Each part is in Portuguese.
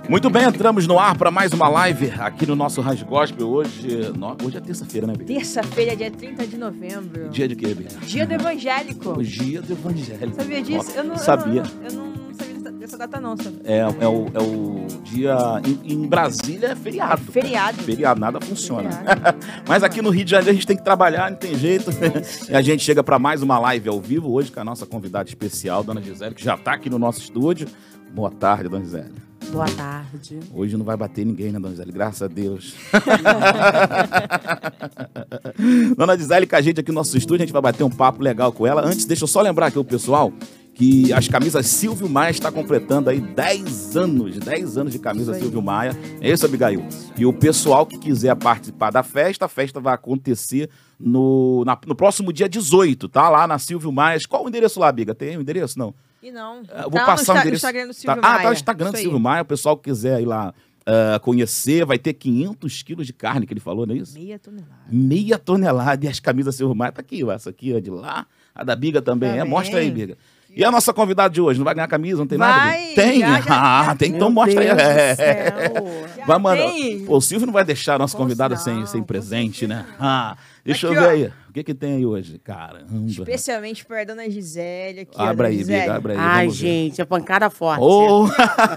Muito bem, entramos no ar para mais uma live aqui no nosso Rádio Gospel. Hoje é terça-feira, né, Bia? Terça-feira, dia 30 de novembro. Dia de quê, Bia? Dia do evangélico. O dia do evangélico. Sabia disso? Eu não sabia. Eu não sabia dessa data, não. Sabe? É o dia... Em Brasília é feriado. Feriado. Feriado, nada funciona. Feriado. Mas aqui no Rio de Janeiro a gente tem que trabalhar, não tem jeito. E a gente chega para mais uma live ao vivo hoje com a nossa convidada especial, Dona Gisele, que já está aqui no nosso estúdio. Boa tarde, Dona Gisele. Boa tarde. Hoje não vai bater ninguém, né, Dona Gisele? Graças a Deus. Dona Gisele com a gente aqui no nosso estúdio, a gente vai bater um papo legal com ela. Antes, deixa eu só lembrar aqui o pessoal que as camisas Silvio Maia está completando aí 10 anos de camisa Silvio Maia. É isso, Abigail? E o pessoal que quiser participar da festa, a festa vai acontecer no próximo dia 18, tá? Lá na Silvio Maia. Qual o endereço lá, Biga? Tem o endereço? Não. E não. Eu vou passar o endereço. Instagram do Silvio Maia. Tá o Instagram do Silvio Maia. O pessoal que quiser ir lá conhecer, vai ter 500 quilos de carne, que ele falou, não é isso? Meia tonelada. Meia tonelada. E as camisas Silvio Maia, tá aqui, ó, essa aqui é de lá. A da Biga também é. Mostra aí, Biga. E a nossa convidada de hoje, não vai ganhar camisa, não tem nada? Tem? Já tem, então mostra aí. Vai, mano. Pô, o Silvio não vai deixar a nossa convidada sem presente, né? Deixa eu ver aí. O que tem aí hoje? Caramba. Especialmente para a Dona Gisele aqui. Abra aí, Biga, abra aí. Ai, gente, é pancada forte. Oh.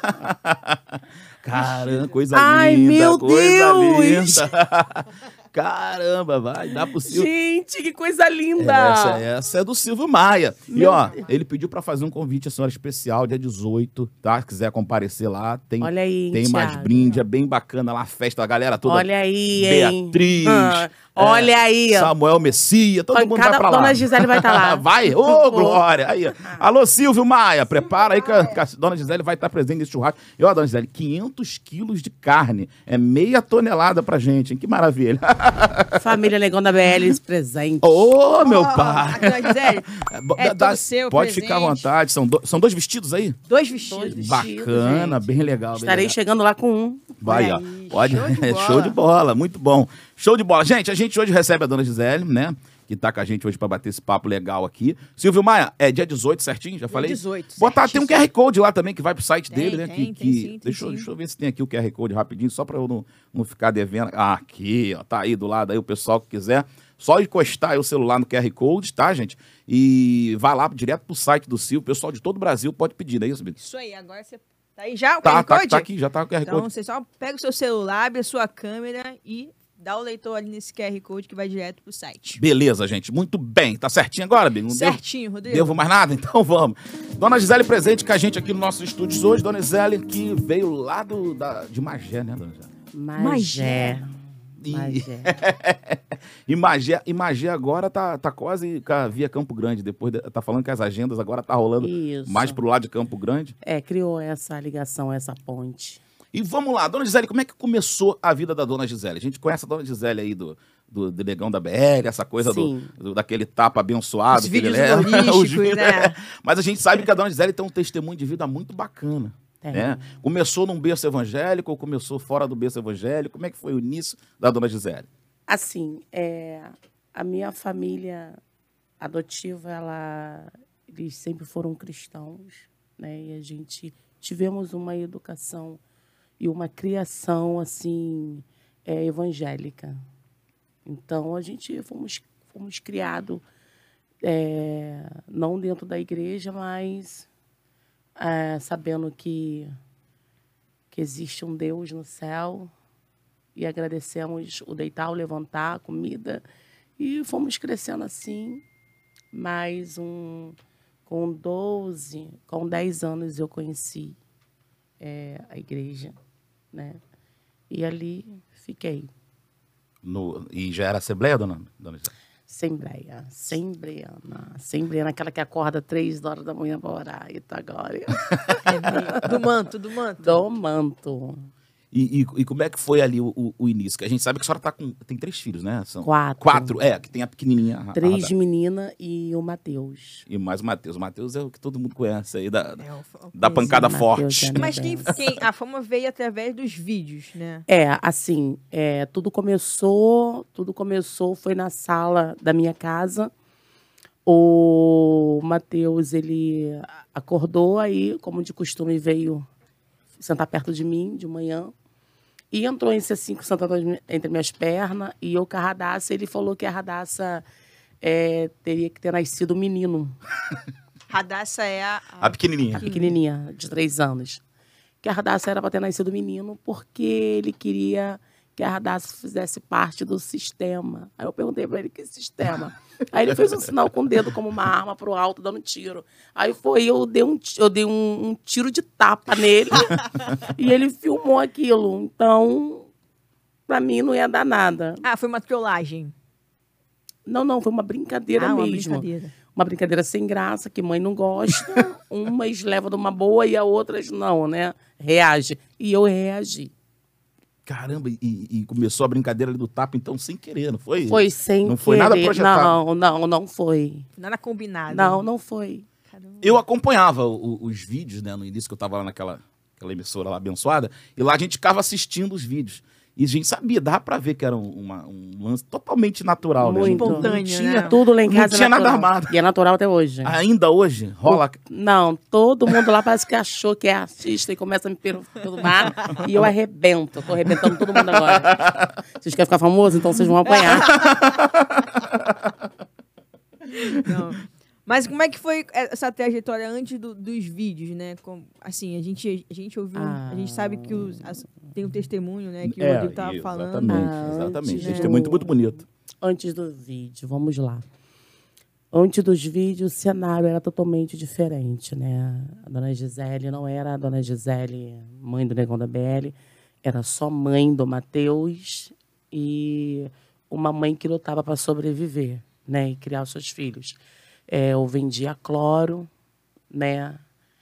Caramba, coisa linda. Ai, meu Deus. Linda. Caramba, vai, dá pro Silvio. Gente, que coisa linda. Essa é do Silvio Maia. E ó, ele pediu pra fazer um convite à senhora especial, dia 18, tá? Se quiser comparecer lá, tem, olha aí, tem mais brinde, é bem bacana lá, a festa, a galera toda. Olha aí, Beatriz. Olha aí. Samuel Messias, todo mundo vai pra lá. Dona Gisele vai estar lá. Vai? Ô, glória. Aí, alô, Silvio Maia, prepara aí que a Dona Gisele vai estar presente nesse churrasco. E ó, Dona Gisele, 500 quilos de carne. É meia tonelada pra gente, hein? Que maravilha. Família Negão da BL, presente. Ô, meu pai. Dona Gisele, todo seu pode presente. ficar à vontade. São dois vestidos aí? Dois vestidos. Bacana, gente. bem legal. Estarei chegando lá com um. Vai, ó. Pode. Show de bola. Muito bom. Show de bola. Gente, a gente hoje recebe a Dona Gisele, né? Que tá com a gente hoje pra bater esse papo legal aqui. Silvio Maia, é dia 18 certinho? Já falei? Dia 18. Botar, tem um QR Code lá também que vai pro site dele, né? Sim, deixa eu ver se tem aqui o QR Code rapidinho, só pra eu não ficar devendo. Aqui, ó, tá aí do lado aí o pessoal que quiser. Só encostar aí o celular no QR Code, tá, gente? E vai lá direto pro site do Silvio. O pessoal de todo o Brasil pode pedir, não é isso, Bico? Isso aí, agora você... Tá aí já o QR Code? Tá aqui, já tá o QR Code. Então você só pega o seu celular, abre a sua câmera e dá o leitor ali nesse QR Code que vai direto pro site. Beleza, gente. Muito bem. Tá certinho agora, Bico? Certinho, Rodrigo. Devo mais nada? Então vamos. Dona Gisele presente com a gente aqui no nosso estúdio hoje. Dona Gisele que veio lá de Magé, né, Dona Gisele? Magé. E Magé agora tá quase com a via Campo Grande. Depois tá falando que as agendas agora tá rolando mais pro lado de Campo Grande. Criou essa ligação, essa ponte. E vamos lá, Dona Gisele, como é que começou a vida da Dona Gisele? A gente conhece a Dona Gisele aí do Negão da BL, essa coisa daquele tapa abençoado. Os que vídeos ele humorísticos, né? Mas a gente sabe que a Dona Gisele tem um testemunho de vida muito bacana. Né? Começou num berço evangélico ou começou fora do berço evangélico? Como é que foi o início da Dona Gisele? Assim, a minha família adotiva, eles sempre foram cristãos, né? E a gente tivemos uma educação e uma criação assim evangélica. Então a gente fomos criados não dentro da igreja, mas sabendo que existe um Deus no céu, e agradecemos o deitar, o levantar, a comida, e fomos crescendo assim. Mas com 10 anos eu conheci a igreja, né? E ali fiquei. E já era Assembleia, Dona Gisele? Assembleana, aquela que acorda 3 horas da manhã para orar. Eita, glória. Do manto. Do manto. E como é que foi ali o início? Que a gente sabe que a senhora tem 3 filhos, né? São 4. Que tem a pequenininha. 3 meninas e o Matheus. E mais o Matheus. O Matheus é o que todo mundo conhece aí, da pancada forte. Mas a fama veio através dos vídeos, né? Assim, tudo começou, foi na sala da minha casa. O Matheus, ele acordou aí, como de costume, veio sentar perto de mim de manhã. E entrou esse assim, sentado entre minhas pernas, e eu com a Radassa, ele falou que a Radassa teria que ter nascido um menino. Radassa é A pequenininha. A pequenininha, de 3 anos. Que a Radassa era para ter nascido menino porque ele queria que a Radassa fizesse parte do sistema. Aí eu perguntei para ele, que sistema? Aí ele fez um sinal com o dedo como uma arma pro alto, dando tiro. Aí eu dei um tiro de tapa nele e ele filmou aquilo. Então, para mim, não ia dar nada. Ah, foi uma trollagem. Não, foi uma brincadeira uma mesmo. brincadeira. Uma brincadeira sem graça, que mãe não gosta. Umas levam de uma boa e a outras não, né? Reage. E eu reagi. Caramba, e começou a brincadeira ali do tapa, então, sem querer, não foi? Foi sem Não foi nada querer. projetado? Não foi. Nada combinado. Não foi. Caramba. Eu acompanhava os vídeos, né, no início que eu tava lá naquela emissora lá abençoada, e lá a gente ficava assistindo os vídeos. E a gente sabia, dava pra ver que era um lance totalmente natural, né? Muito. Espontâneo, tinha, né? Tudo lá em casa não tinha é nada natural. armado. E é natural até hoje. Ainda hoje rola. Não, todo mundo lá parece que achou que é artista e começa a me perturbar. E eu arrebento. Eu tô arrebentando todo mundo agora. Vocês querem ficar famosos? Então vocês vão apanhar. Não. Mas como é que foi essa trajetória antes dos vídeos, né? Assim, a gente ouviu, a gente sabe que tem um testemunho, né? Que o Rodrigo tava falando. Exatamente. Antes, né? Testemunho muito bonito. Antes do vídeo, vamos lá. Antes dos vídeos, o cenário era totalmente diferente, né? A dona Gisele não era a dona Gisele, mãe do Negão da BL, era só mãe do Matheus e uma mãe que lutava para sobreviver, né? E criar os seus filhos. Eu vendia cloro, né?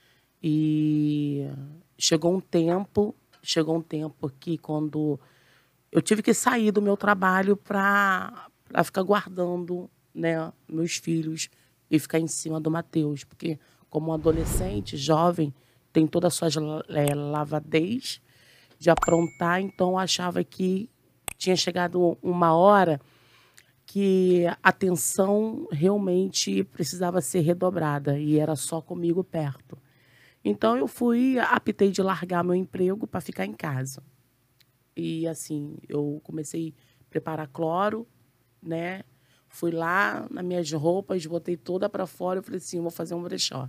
E chegou um tempo que quando eu tive que sair do meu trabalho para ficar guardando, né, meus filhos e ficar em cima do Matheus, porque como um adolescente, jovem, tem toda a sua lavadez de aprontar, então eu achava que tinha chegado uma hora que a atenção realmente precisava ser redobrada e era só comigo perto. Então eu optei de largar meu emprego para ficar em casa. E assim, eu comecei a preparar cloro, né? Fui lá nas minhas roupas, botei toda para fora e falei assim, vou fazer um brechó.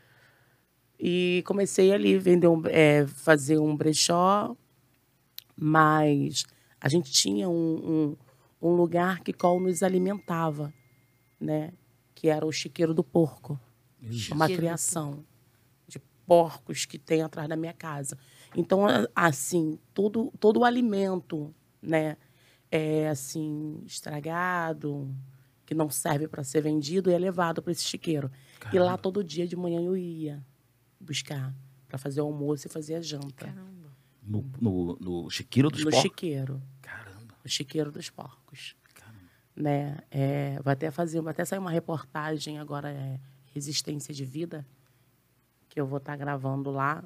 E comecei ali fazer um brechó, mas a gente tinha um lugar que qual nos alimentava, né? Que era o chiqueiro do porco. Isso. Uma criação de porcos que tem atrás da minha casa. Então, assim, todo o alimento, né? Assim, estragado, que não serve para ser vendido, é levado para esse chiqueiro. Caramba. E lá todo dia de manhã eu ia buscar para fazer o almoço e fazer a janta. Caramba. No chiqueiro dos porcos? No chiqueiro. Caramba. No chiqueiro dos porcos. Caramba. Né? Vai até sair uma reportagem agora, Resistência de Vida, que eu vou estar gravando lá.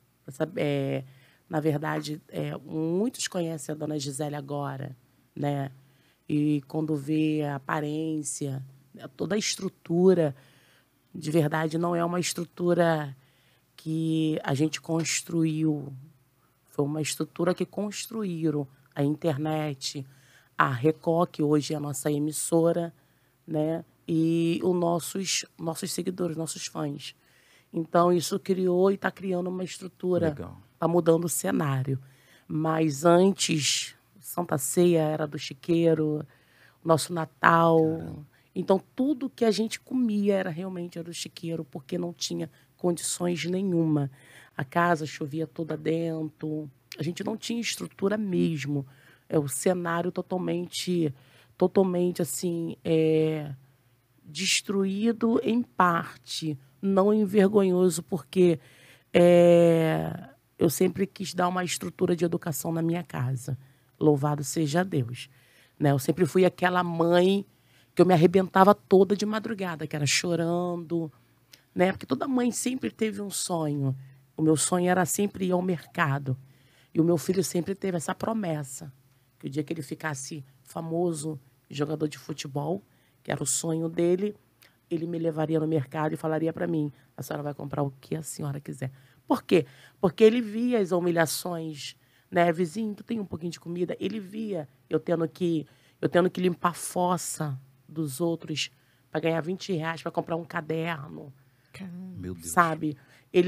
Na verdade, muitos conhecem a dona Gisele agora, né? E quando vê a aparência, toda a estrutura, de verdade, não é uma estrutura que a gente construiu. Foi uma estrutura que construíram a internet, a Record, que hoje é a nossa emissora, né? E os nossos seguidores, nossos fãs. Então, isso criou e está criando uma estrutura, está mudando o cenário. Mas antes, Santa Ceia era do chiqueiro, nosso Natal. Caramba. Então, tudo que a gente comia era do chiqueiro, porque não tinha condições nenhuma. A casa chovia toda dentro, a gente não tinha estrutura mesmo. O cenário totalmente assim, destruído em parte, não envergonhoso, porque eu sempre quis dar uma estrutura de educação na minha casa. Louvado seja Deus. Né? Eu sempre fui aquela mãe que eu me arrebentava toda de madrugada, que era chorando, né? Porque toda mãe sempre teve um sonho. O meu sonho era sempre ir ao mercado. E o meu filho sempre teve essa promessa, que o dia que ele ficasse famoso jogador de futebol, que era o sonho dele, ele me levaria no mercado e falaria para mim, a senhora vai comprar o que a senhora quiser, Por quê? Porque ele via as humilhações, né? Vizinho, tu tem um pouquinho de comida? Ele via eu tendo que limpar a fossa dos outros para ganhar R$20 para comprar um caderno. Caramba. Meu Deus. Sabe?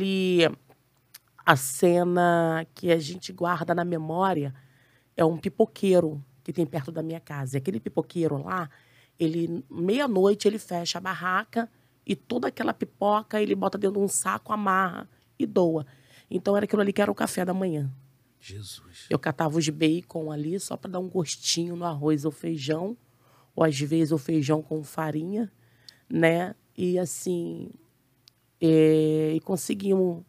A cena que a gente guarda na memória é um pipoqueiro que tem perto da minha casa. E aquele pipoqueiro lá, meia-noite, ele fecha a barraca e toda aquela pipoca ele bota dentro de um saco, amarra e doa. Então, era aquilo ali que era o café da manhã. Jesus. Eu catava os bacon ali só para dar um gostinho no arroz ou feijão, ou às vezes o feijão com farinha, né? E assim, e conseguimos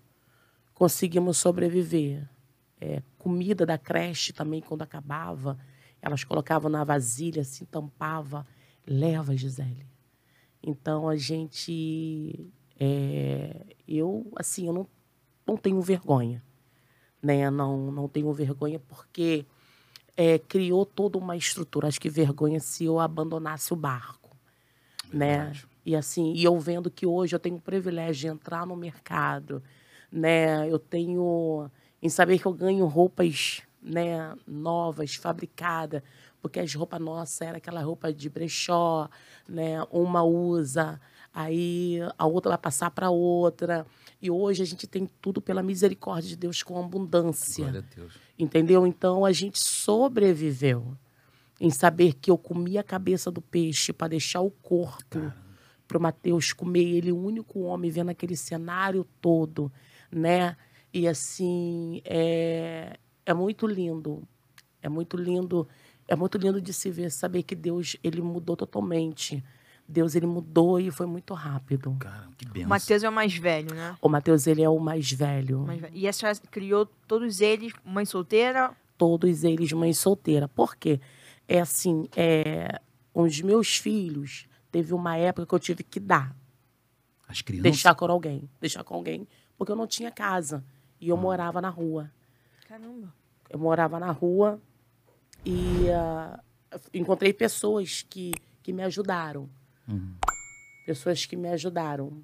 sobreviver. Comida da creche também, quando acabava, elas colocavam na vasilha, assim, tampava. Leva, Gisele. Então, a gente... eu não tenho vergonha. Né? Não tenho vergonha porque criou toda uma estrutura. Acho que vergonha se eu abandonasse o barco. Né? E assim, eu vendo que hoje eu tenho o privilégio de entrar no mercado, né? Eu tenho em saber que eu ganho roupas, né, novas, fabricadas, porque as roupas nossas era aquela roupa de brechó, né? Uma usa, aí a outra vai passar para outra. E hoje a gente tem tudo pela misericórdia de Deus com abundância. Glória a Deus. Entendeu? Então a gente sobreviveu em saber que eu comia a cabeça do peixe para deixar o corpo para o Mateus comer. Ele, o único homem, vendo aquele cenário todo, né? E assim, é muito lindo. É muito lindo. É muito lindo de se ver, saber que Deus, ele mudou totalmente. Deus, ele mudou e foi muito rápido. Cara, que benção. O Mateus é o mais velho, né? O Mateus, ele é o mais velho. E a senhora criou todos eles, mãe solteira? Todos eles mãe solteira. Por quê? Assim, os meus filhos, teve uma época que eu tive que dar. As crianças? Deixar com alguém, porque eu não tinha casa. E eu morava na rua. Caramba. Eu morava na rua e encontrei pessoas que me ajudaram. Pessoas que me ajudaram.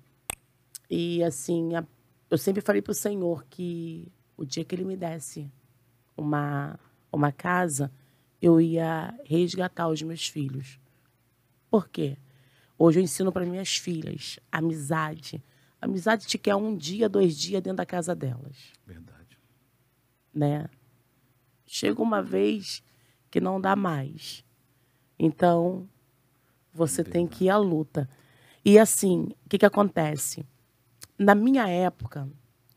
E, assim, eu sempre falei para o Senhor que o dia que Ele me desse uma casa, eu ia resgatar os meus filhos. Por quê? Hoje eu ensino para minhas filhas amizade. Amizade te quer 1 dia, 2 dias dentro da casa delas. Verdade. Né? Chega uma vez que não dá mais. Então, você tem que ir à luta. E assim, o que acontece? Na minha época,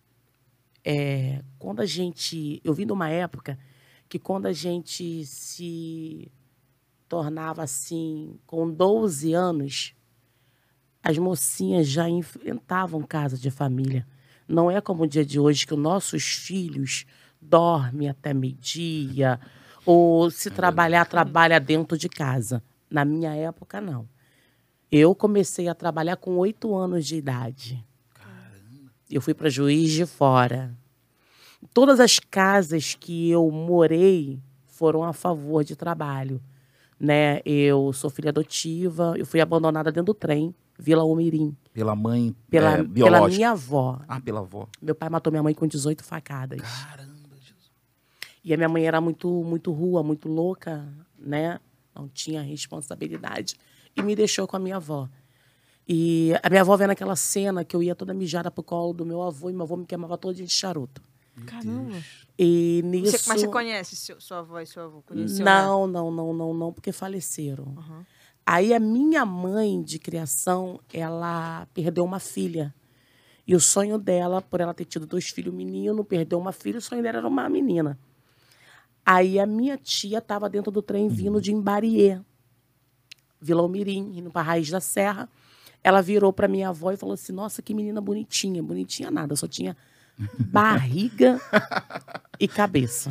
eu vim de uma época que quando a gente se tornava assim, com 12 anos, as mocinhas já enfrentavam casa de família. Não é como o dia de hoje que os nossos filhos dormem até meio-dia, ou se trabalhar, trabalha dentro de casa. Na minha época, não. Eu comecei a trabalhar com 8 anos de idade. Caramba. Eu fui para Juiz de Fora. Todas as casas que eu morei foram a favor de trabalho. Né? Eu sou filha adotiva, eu fui abandonada dentro do trem, Vila Umirim. Pela mãe biológica? Pela minha avó. Ah, pela avó. Meu pai matou minha mãe com 18 facadas. Caramba, Jesus. E a minha mãe era muito, muito rua, muito louca, né? Não tinha responsabilidade. E me deixou com a minha avó. E a minha avó vendo aquela cena que eu ia toda mijada pro colo do meu avô e meu avô me queimava todo de charuto. Caramba. E nisso... Mas você conhece sua avó e seu avô? Conheceu, não, porque faleceram. Uhum. Aí a minha mãe de criação, ela perdeu uma filha. E o sonho dela, por ela ter tido 2 filhos meninos, perdeu uma filha, o sonho dela era uma menina. Aí a minha tia estava dentro do trem vindo de Imbariê, Vila Umirim, indo para a Raiz da Serra. Ela virou para minha avó e falou assim, nossa, que menina bonitinha. Bonitinha nada, só tinha barriga e cabeça.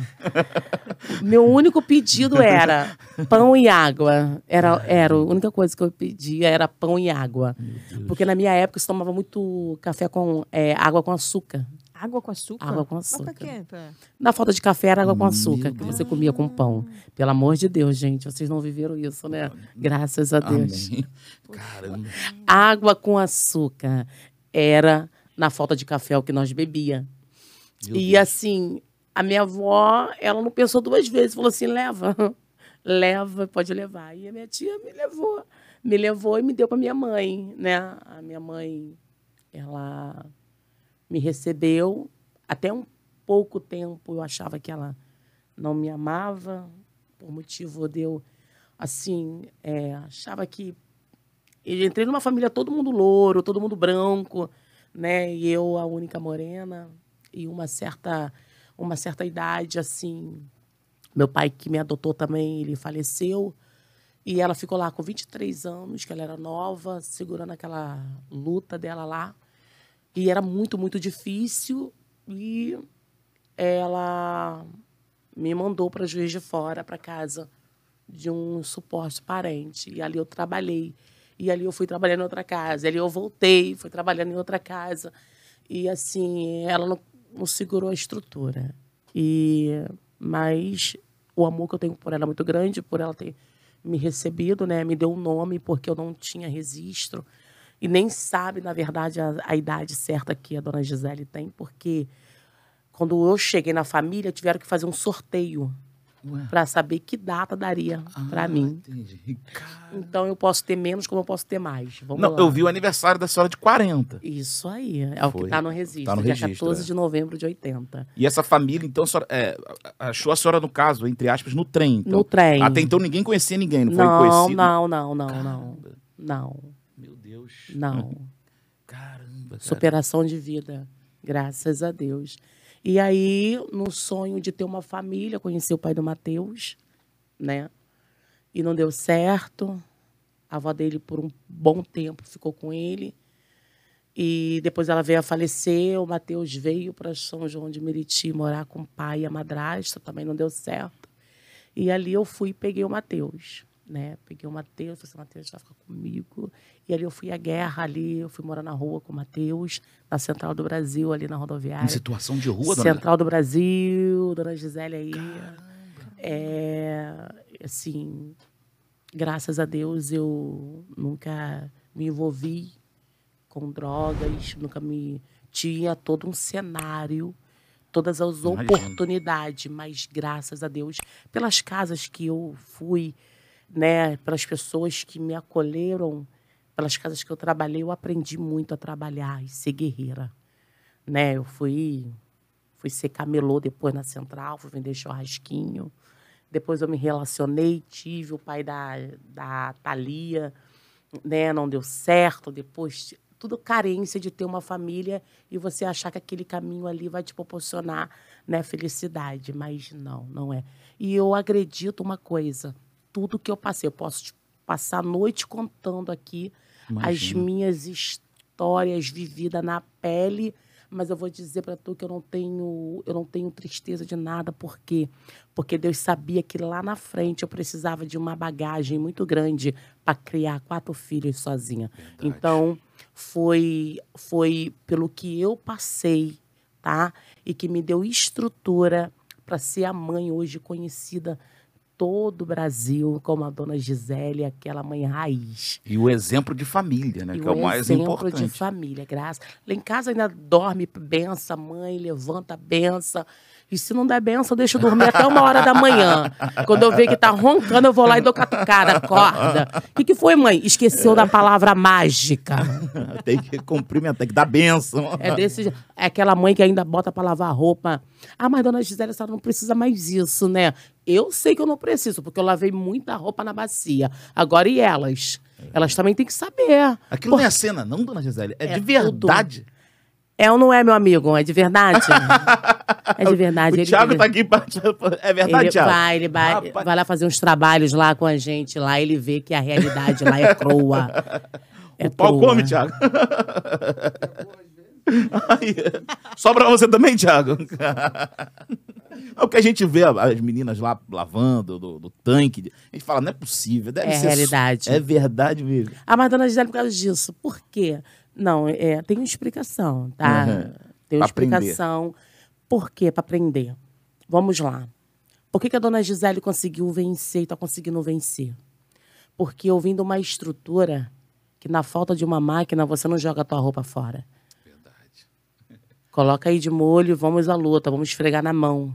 Meu único pedido era pão e água. Era a única coisa que eu pedia, era pão e água. Porque na minha época se tomava muito café com água com açúcar. Água com açúcar? Água com açúcar. Mas pra quê? Na falta de café era água com açúcar, que você comia com pão. Pelo amor de Deus, gente, vocês não viveram isso, né? Graças a Deus. Amém. Caramba. Água com açúcar era, na falta de café, o que nós bebia. E assim, a minha avó, ela não pensou 2 vezes, falou assim, leva, pode levar. E a minha tia me levou e me deu para minha mãe, né? A minha mãe, ela me recebeu. Até um pouco tempo eu achava que ela não me amava, por motivo de eu, assim, achava que... Eu entrei numa família todo mundo louro, todo mundo branco, né? E eu, a única morena, e uma certa idade, assim... Meu pai, que me adotou também, ele faleceu. E ela ficou lá com 23 anos, que ela era nova, segurando aquela luta dela lá. E era muito, muito difícil. E ela me mandou para Juiz de Fora, para casa de um suposto parente. E ali eu trabalhei. E ali eu fui trabalhando em outra casa. E ali eu voltei, fui trabalhando em outra casa. E, assim, ela não segurou a estrutura. Mas o amor que eu tenho por ela é muito grande, por ela ter me recebido, né? Me deu um nome, porque eu não tinha registro. E nem sabe, na verdade, a idade certa que a dona Gisele tem, porque quando eu cheguei na família, tiveram que fazer um sorteio para saber que data daria para mim. Entendi. Então, eu posso ter menos, como eu posso ter mais. Vamos lá. Eu vi o aniversário da senhora de 40. Isso aí, é o que está no registro. Tá no dia registro, 14 de novembro de 80. E essa família, então, a senhora, achou a senhora, no caso, entre aspas, no trem. Então. No trem. Até então ninguém conhecia ninguém, não foi conhecido? Não. Meu Deus. Não. Caramba, cara. Superação de vida, graças a Deus. E aí, no sonho de ter uma família, conheci o pai do Matheus, né? E não deu certo. A avó dele, por um bom tempo, ficou com ele. E depois ela veio a falecer. O Matheus veio para São João de Meriti morar com o pai e a madrasta. Também não deu certo. E ali eu fui e peguei o Matheus, né? Peguei o Matheus, falei assim, Matheus, vai ficar comigo. E ali eu fui à guerra, ali eu fui morar na rua com o Matheus, na Central do Brasil, ali na rodoviária. Em situação de rua, dona? Central do Brasil, dona Gisele aí. Assim, graças a Deus eu nunca me envolvi com drogas, nunca me... Tinha todo um cenário, todas as oportunidades, mas graças a Deus, pelas casas que eu fui, né, pelas pessoas que me acolheram, pelas casas que eu trabalhei, eu aprendi muito a trabalhar e ser guerreira, né? Eu fui ser camelô depois na Central, fui vender churrasquinho. Depois eu me relacionei, tive o pai da Thalia, né? Não deu certo. Depois, tudo carência de ter uma família e você achar que aquele caminho ali vai te proporcionar, né, felicidade. Mas não é. E eu acredito uma coisa, tudo que eu passei, eu posso passar a noite contando aqui as minhas histórias vividas na pele, mas eu vou dizer para tu que eu não tenho tristeza de nada. Por quê? Porque Deus sabia que lá na frente eu precisava de uma bagagem muito grande para criar 4 filhos sozinha. Verdade. Então, foi pelo que eu passei, tá? E que me deu estrutura para ser a mãe hoje conhecida todo o Brasil como a dona Gisele, aquela mãe raiz. E o exemplo de família, né? Que é o mais importante. O exemplo de família, graças. Lá em casa ainda dorme, benção, mãe, levanta, benção. E se não der benção, eu deixo dormir até 1h da manhã. Quando eu ver que tá roncando, eu vou lá e dou catucada, acorda. O que foi, mãe? Esqueceu da palavra mágica. Tem que cumprimentar, tem que dar benção. É aquela mãe que ainda bota pra lavar roupa. Ah, mas dona Gisele, a senhora não precisa mais isso, né? Eu sei que eu não preciso, porque eu lavei muita roupa na bacia. Agora, e elas? Elas também têm que saber. Aquilo não é cena, não, dona Gisele? É de verdade. Tudo. É ou não é, meu amigo? É de verdade? É de verdade. O Thiago tá aqui. É verdade, Thiago? Ele vai lá fazer uns trabalhos lá com a gente. Lá ele vê que a realidade lá é crua. O pau come, Thiago? Só pra você também, Thiago? É o que a gente vê as meninas lá lavando do tanque. A gente fala, não é possível. Deve ser realidade. É verdade mesmo. Ah, mas dona Gisele, por causa disso. Por quê? Não, tem uma explicação, tá? Uhum. Tem uma explicação. Por quê? Para aprender. Vamos lá. Por que a dona Gisele conseguiu vencer e está conseguindo vencer? Porque eu vim de uma estrutura que, na falta de uma máquina, você não joga a tua roupa fora. Verdade. Coloca aí de molho, vamos à luta, vamos esfregar na mão.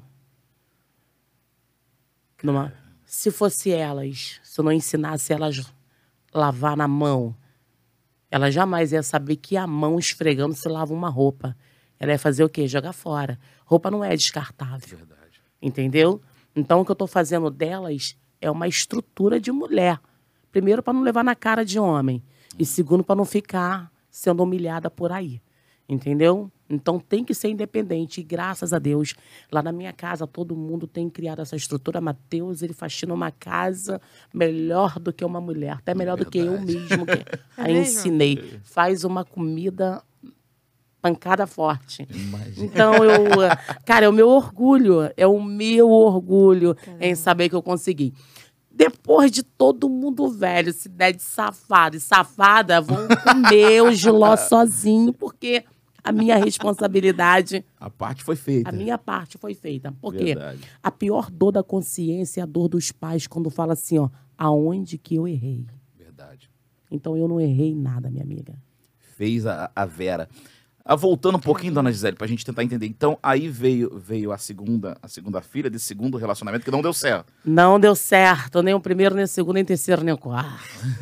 Se fosse elas, se eu não ensinasse elas a lavar na mão, ela jamais ia saber que a mão esfregando se lava uma roupa. Ela ia fazer o quê? Jogar fora. Roupa não é descartável. Verdade. Entendeu? Então, o que eu estou fazendo delas é uma estrutura de mulher. Primeiro, para não levar na cara de homem. E segundo, para não ficar sendo humilhada por aí. Entendeu? Então, tem que ser independente. E, graças a Deus, lá na minha casa, todo mundo tem criado essa estrutura. Mateus, ele faxina uma casa melhor do que uma mulher. Até melhor do que eu mesmo, que a ensinei. Faz uma comida pancada forte. Imagina. Então, cara, é o meu orgulho. É o meu orgulho em saber que eu consegui. Depois de todo mundo velho se der de safado e safada, vão comer o jiló sozinho, porque a minha responsabilidade... A parte foi feita. A minha parte foi feita. Porque Verdade. a pior dor da consciência é a dor dos pais quando fala assim, ó, aonde que eu errei? Verdade. Então, eu não errei nada, minha amiga. Fez a Vera. Voltando um pouquinho, dona Gisele, pra gente tentar entender. Então, aí veio a segunda filha desse segundo relacionamento que não deu certo. Não deu certo, nem o primeiro, nem o segundo, nem o terceiro, nem o quarto.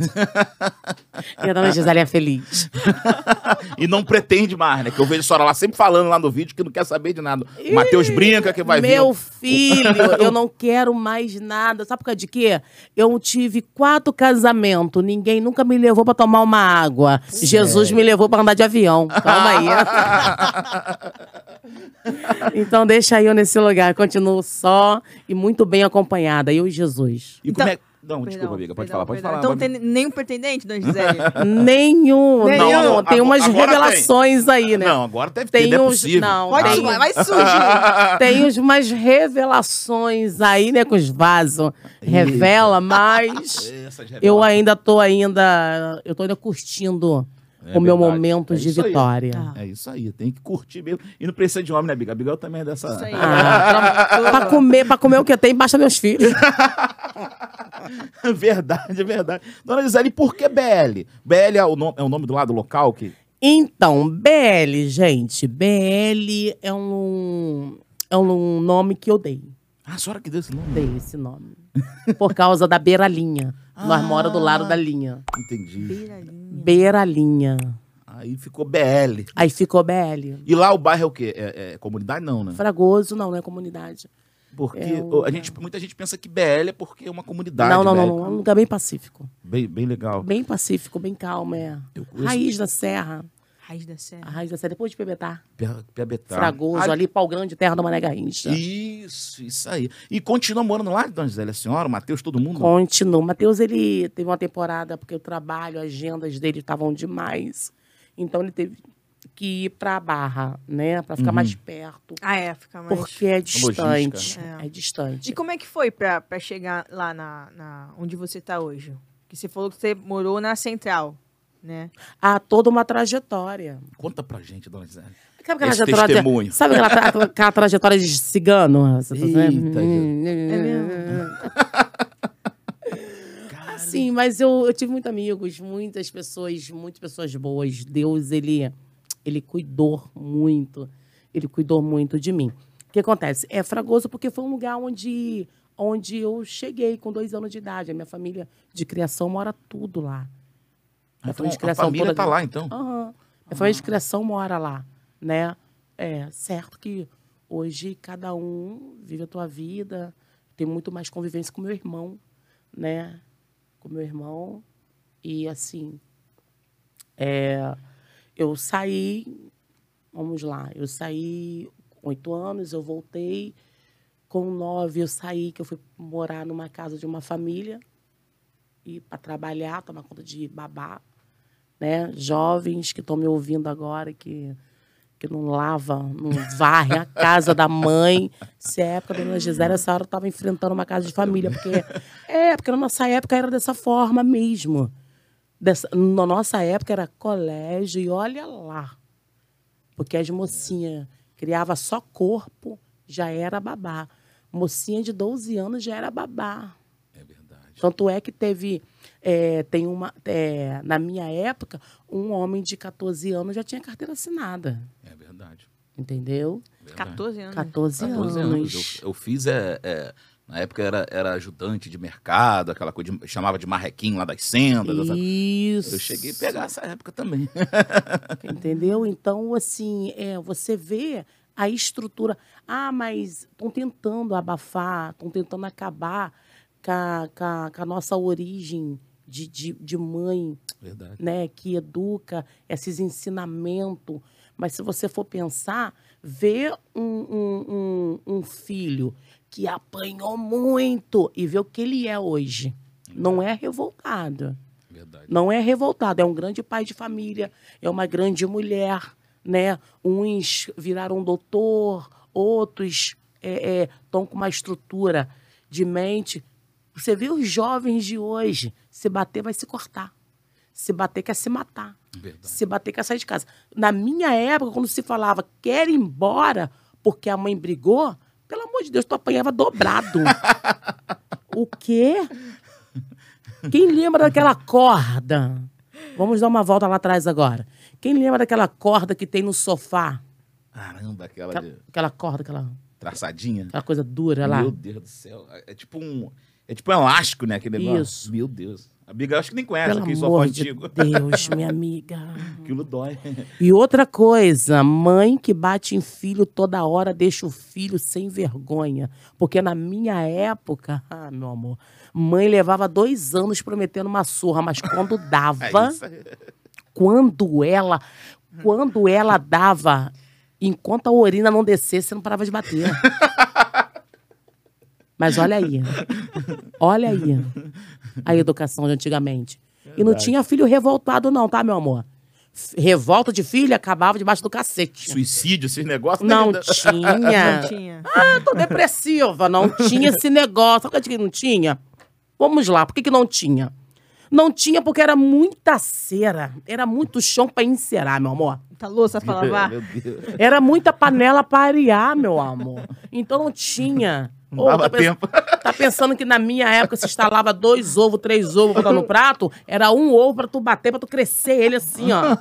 E a dona Gisele é feliz. E não pretende mais, né? Que eu vejo a senhora lá sempre falando lá no vídeo que não quer saber de nada. O Mateus brinca que vai vir. Meu filho, eu não quero mais nada. Sabe por causa de quê? Eu tive 4 casamentos, ninguém nunca me levou pra tomar uma água. Jesus me levou pra andar de avião. Calma aí. Então deixa eu nesse lugar, continuo só e muito bem acompanhada, eu e Jesus. E como é... Não, desculpa, amiga, pode falar. Então não tem nenhum pretendente, dona Gisele? Nenhum. Não, tem umas revelações aí, né? Não, agora deve ter, não é possível. Não, vai surgir. Tem umas revelações aí, né, com os vasos. Revela, mas eu ainda tô curtindo o meu momento de vitória. É isso aí, tem que curtir mesmo. E não precisa de homem, né, amiga? A Abigail também é dessa... Isso aí. Pra comer o que tem, basta meus filhos. Verdade, é verdade. Dona Gisele, por que BL? BL é o nome do lado local que... Então, BL, gente, BL é um nome que eu dei. Ah, a senhora que deu esse nome? Dei esse nome. Por causa da beira-linha. Nós moramos do lado da linha. Entendi. Beira-linha. Aí ficou BL. Aí ficou BL. E lá o bairro é o quê? É comunidade? Não, né? Fragoso, não é comunidade. Porque muita gente pensa que BL é porque é uma comunidade. Não. É um lugar bem pacífico. Bem legal. Bem pacífico, bem calmo, Raiz da Serra. Raiz da Serra. A Raiz da Serra, depois de Piabetá. Piabetá. Fragoso, ali, Pau Grande, terra do Mané Garrincha. Isso aí. E continua morando lá, dona Gisele, a senhora, o Mateus, todo mundo? Continua. O Mateus, ele teve uma temporada, porque o trabalho, as agendas dele estavam demais. Então, ele teve que ir pra Barra, né? Pra ficar mais perto. Fica mais... Porque é distante. É distante. E como é que foi pra chegar lá onde você tá hoje? Que você falou que você morou na Central, né? Toda uma trajetória. Conta pra gente, dona Gisele. Sabe aquela testemunho. Sabe aquela trajetória de cigano? Eita, Sim, mas eu tive muitos amigos, muitas pessoas boas. Deus, ele cuidou muito. Ele cuidou muito de mim. O que acontece? É Fragoso porque foi um lugar onde eu cheguei com 2 anos de idade. A minha família de criação mora tudo lá. Então, a família tá lá, então? Minha família de criação mora lá, né? É certo que hoje cada um vive a tua vida. Tem muito mais convivência com meu irmão, né? Com meu irmão. E, assim, eu saí, vamos lá, eu saí com 8 anos, eu voltei. Com 9 eu saí, que eu fui morar numa casa de uma família. E para trabalhar, tomar conta de babá. Né? Jovens que estão me ouvindo agora, que não lavam, não varrem a casa da mãe. Se é época da dona Gisele, essa hora eu estava enfrentando uma casa de família. Porque na nossa época era dessa forma mesmo. Na nossa época era colégio e olha lá. Porque as mocinhas criavam só corpo, já era babá. Mocinha de 12 anos já era babá. É verdade. Tanto é que na minha época, um homem de 14 anos já tinha carteira assinada. É verdade. Entendeu? 14 anos. 14 anos. Eu fiz, na época era ajudante de mercado, aquela coisa, chamava de marrequinho lá das sendas. Isso. Eu cheguei a pegar essa época também. Entendeu? Então, assim, você vê a estrutura. Ah, mas estão tentando abafar, estão tentando acabar com a nossa origem de mãe. Verdade. Né, que educa esses ensinamentos. Mas se você for pensar, ver um filho que apanhou muito e ver o que ele é hoje, não é revoltado. Verdade. Não é revoltado, é um grande pai de família, é uma grande mulher, né? Uns viraram doutor, outros estão com uma estrutura de mente. Você vê os jovens de hoje, se bater vai se cortar. Se bater quer se matar. Verdade. Se bater quer sair de casa. Na minha época, quando se falava quer ir embora porque a mãe brigou, pelo amor de Deus, tu apanhava dobrado. O quê? Quem lembra daquela corda? Vamos dar uma volta lá atrás agora. Quem lembra daquela corda que tem no sofá? Caramba, Aquela corda, aquela traçadinha. aquela coisa dura lá. Meu Deus do céu. É tipo um elástico, né? Aquele negócio. Isso. Meu Deus. A Biga, acho que nem conhece Pelo aquele amor sofá de antigo. Deus, minha amiga. Aquilo dói. E outra coisa, mãe que bate em filho toda hora deixa o filho sem vergonha. Porque na minha época, meu amor, mãe levava 2 anos prometendo uma surra, mas quando dava, quando ela dava, enquanto a urina não descesse, você não parava de bater. Mas olha aí a educação de antigamente. Verdade. E não tinha filho revoltado não, tá, meu amor? Revolta de filho acabava debaixo do cacete. Suicídio, esses negócios? Não tinha. Não tinha. Ah, tô depressiva. Não tinha esse negócio. Sabe o que não tinha? Vamos lá, por que não tinha? Não tinha porque era muita cera. Era muito chão pra encerar, meu amor. Muita louça pra lavar. Meu Deus. Era muita panela pra arear, meu amor. Então não tinha. Não dava tempo. Tá pensando que na minha época se instalava 2 ovos, 3 ovos pra botar no prato? Era um ovo pra tu bater, pra tu crescer ele assim, ó.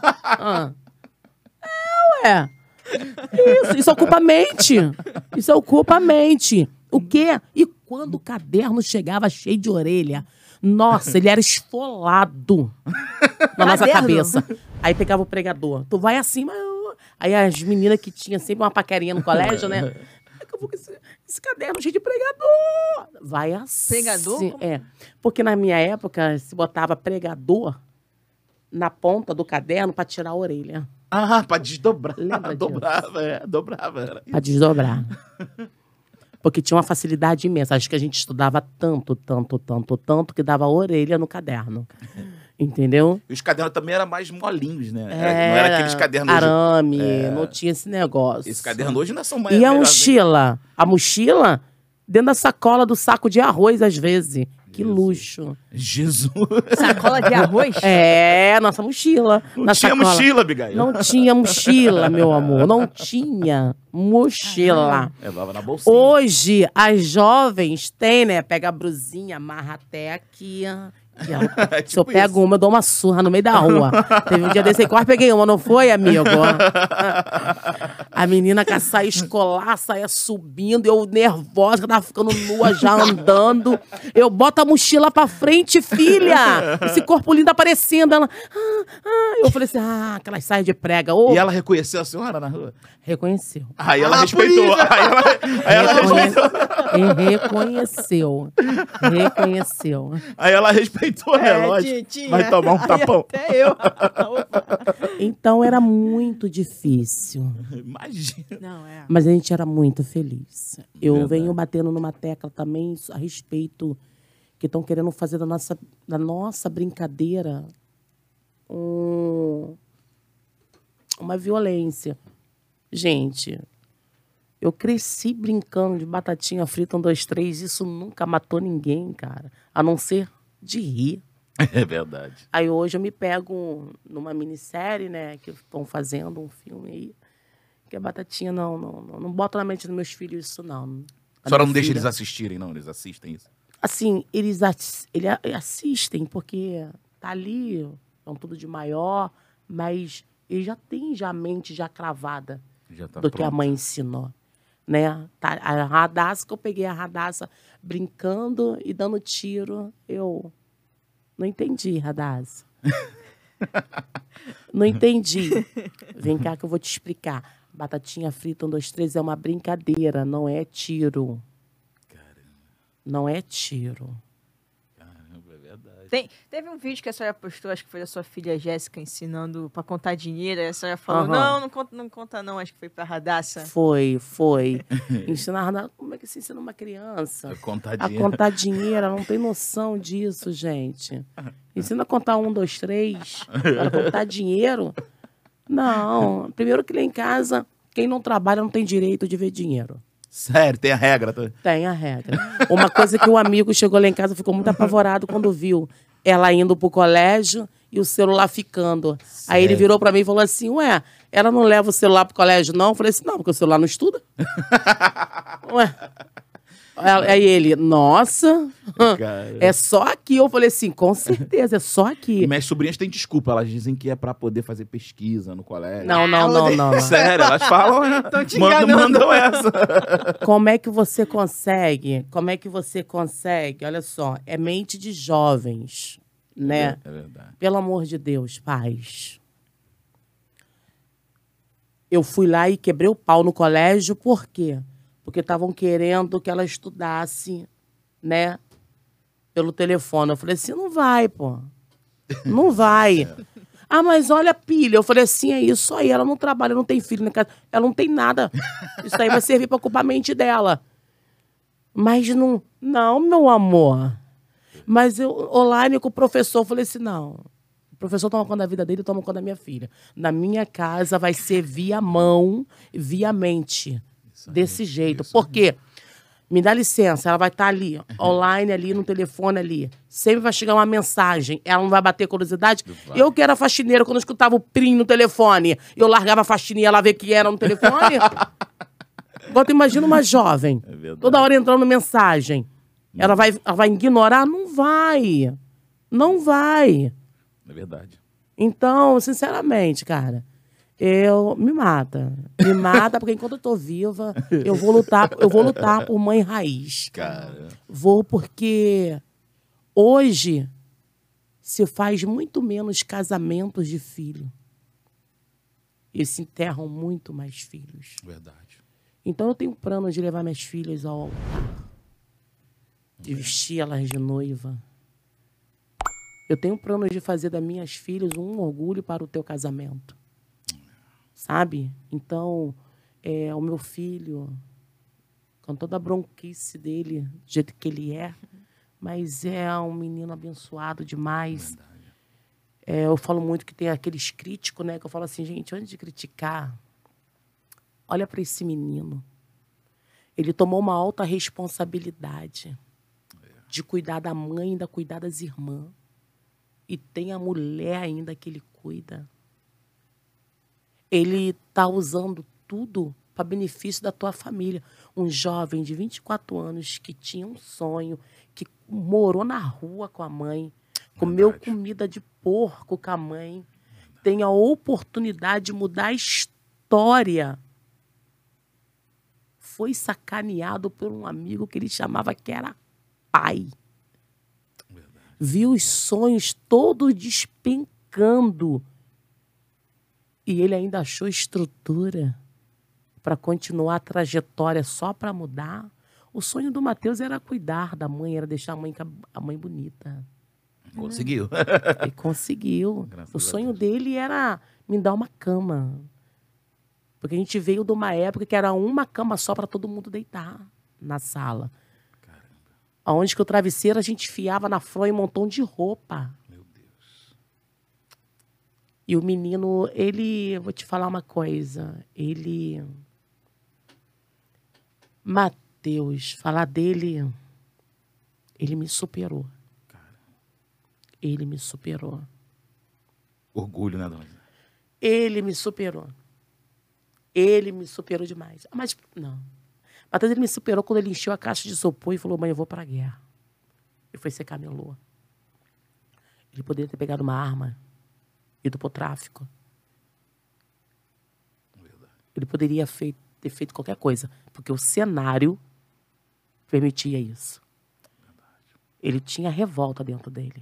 Ué. Isso ocupa a mente. Isso ocupa a mente. O quê? E quando o caderno chegava cheio de orelha, nossa, ele era esfolado na nossa cabeça. Aí pegava o pregador. Tu vai assim, mas... Aí as meninas que tinham sempre uma paquerinha no colégio, né? Esse caderno cheio de pregador. Vai assim. Pregador? Porque na minha época se botava pregador na ponta do caderno pra tirar a orelha. Ah, pra desdobrar. Lembra disso? Dobrava. Pra desdobrar. Porque tinha uma facilidade imensa. Acho que a gente estudava tanto, que dava orelha no caderno. Entendeu? E os cadernos também eram mais molinhos, né? Não era aqueles cadernos... Arame, não tinha esse negócio. Esse caderno hoje não são mais... E a mochila? A mochila dentro da sacola do saco de arroz, às vezes. Que luxo. Jesus. Sacola de arroz? Nossa mochila. Não tinha mochila, Abigail. Não tinha mochila, meu amor. Não tinha mochila. Levava na bolsinha. Hoje, as jovens têm, né? Pega a brusinha, amarra até aqui, Tipo se eu pego uma, eu dou uma surra no meio da rua. Teve um dia desse aí, quase peguei uma, não foi, amigo? A menina com a saia escolar, saia subindo, eu nervosa, que eu tava ficando nua já andando. Eu boto a mochila pra frente, filha! Esse corpo lindo aparecendo. Ela. Eu falei assim, aquelas saias de prega. E ela reconheceu a senhora na rua? Reconheceu. Aí ela respeitou. Aí ela respeitou. Reconheceu. Aí ela respeitou, né? Lógico. Vai tomar um tapão. Até eu. Então era muito difícil. Imagina. Não, Mas a gente era muito feliz. Eu Verdade. venho batendo numa tecla também a respeito que estão querendo fazer da nossa brincadeira uma violência. Gente, eu cresci brincando de batatinha frita 1, 2, 3. Isso nunca matou ninguém, cara. A não ser de rir. É verdade. Aí hoje eu me pego numa minissérie, né? Que estão fazendo um filme aí. Que a batatinha não bota na mente dos meus filhos isso, não. A senhora não deixa eles assistirem, não? Eles assistem isso? Assim, eles assistem porque tá ali, são tudo de maior, mas eles já têm a mente já cravada. do que a mãe ensinou. Né? A Radassa, que eu peguei a Radassa brincando e dando tiro, eu não entendi, Radassa. Não entendi. Vem cá que eu vou te explicar. Batatinha frita 1, 2, 3 é uma brincadeira, não é tiro. Caramba. Não é tiro. Caramba, é verdade. Teve um vídeo que a senhora postou, acho que foi da sua filha Jéssica ensinando pra contar dinheiro. Aí a senhora falou, não conta não, acho que foi pra Radassa. Foi. Ensinar a Radassa, como é que se ensina uma criança? A contar A contar dinheiro, ela não tem noção disso, gente. Ensina a contar 1, 2, 3, para contar dinheiro. Não, primeiro que lá em casa, quem não trabalha não tem direito de ver dinheiro. Sério, tem a regra? Tem a regra. Uma coisa que o amigo chegou lá em casa, ficou muito apavorado quando viu ela indo pro colégio e o celular ficando. Sério? Aí ele virou pra mim e falou assim, ué, ela não leva o celular pro colégio não? Eu falei assim, não, porque o celular não estuda. Ué. Aí ele, nossa, é só aqui. Eu falei assim, com certeza, é só aqui. Minhas sobrinhas têm desculpa, elas dizem que é pra poder fazer pesquisa no colégio. Não. Sério, elas falam, mandam essa. Como é que você consegue? Olha só, é mente de jovens, né? É verdade. Pelo amor de Deus, pais. Eu fui lá e quebrei o pau no colégio, por quê? Porque estavam querendo que ela estudasse, né, pelo telefone. Eu falei assim, não vai, pô. Não vai. Ah, mas olha a pilha. Eu falei assim, é isso aí. Ela não trabalha, não tem filho na casa. Ela não tem nada. Isso aí vai servir para ocupar a mente dela. Mas não, meu amor. Mas eu, online com o professor, eu falei assim, não. O professor toma conta da vida dele, toma conta da minha filha. Na minha casa vai ser via mão, via mente. Desse jeito. Por quê? Me dá licença, ela vai estar ali, online ali, no telefone ali. Sempre vai chegar uma mensagem. Ela não vai bater curiosidade. Eu que era faxineira, quando eu escutava o PRIM no telefone, eu largava a faxina e ela vê que era no telefone. Agora tu imagina uma jovem, toda hora entrando mensagem. Ela vai ignorar? Não vai. Não vai. É verdade. Então, sinceramente, cara, me mata. Me mata, porque enquanto eu tô viva, eu vou lutar por mãe raiz. Cara. Vou porque hoje se faz muito menos casamentos de filho. E se enterram muito mais filhos. Verdade. Então eu tenho plano de levar minhas filhas ao altar. De vestir elas de noiva. Eu tenho plano de fazer das minhas filhas um orgulho para o teu casamento. Sabe? Então, o meu filho, com toda a bronquice dele, do jeito que ele é, mas é um menino abençoado demais. Eu falo muito que tem aqueles críticos, né? Que eu falo assim, gente, antes de criticar, olha para esse menino. Ele tomou uma alta responsabilidade de cuidar da mãe e ainda cuidar das irmãs. E tem a mulher ainda que ele cuida. Ele está usando tudo para benefício da tua família. Um jovem de 24 anos que tinha um sonho, que morou na rua com a mãe, comeu comida de porco com a mãe, tem a oportunidade de mudar a história. Foi sacaneado por um amigo que ele chamava que era pai. Viu os sonhos todos despencando. E ele ainda achou estrutura para continuar a trajetória só para mudar. O sonho do Matheus era cuidar da mãe, era deixar a mãe bonita. Conseguiu. Ele conseguiu. O sonho dele era me dar uma cama. Porque a gente veio de uma época que era uma cama só para todo mundo deitar na sala. Caramba. Onde que o travesseiro a gente fiava na fronha um montão de roupa. Meu Deus. E o menino, vou te falar uma coisa, Matheus, falar dele, ele me superou. Ele me superou. Orgulho, né, dona? Ele me superou. Ele me superou demais. Mas, não. Matheus, ele me superou quando ele encheu a caixa de isopor e falou, mãe, eu vou pra guerra. E foi ser camelô. Ele poderia ter pegado uma arma, ido pro tráfico. Verdade. Ele poderia ter feito qualquer coisa, porque o cenário permitia isso. Ele tinha revolta dentro dele.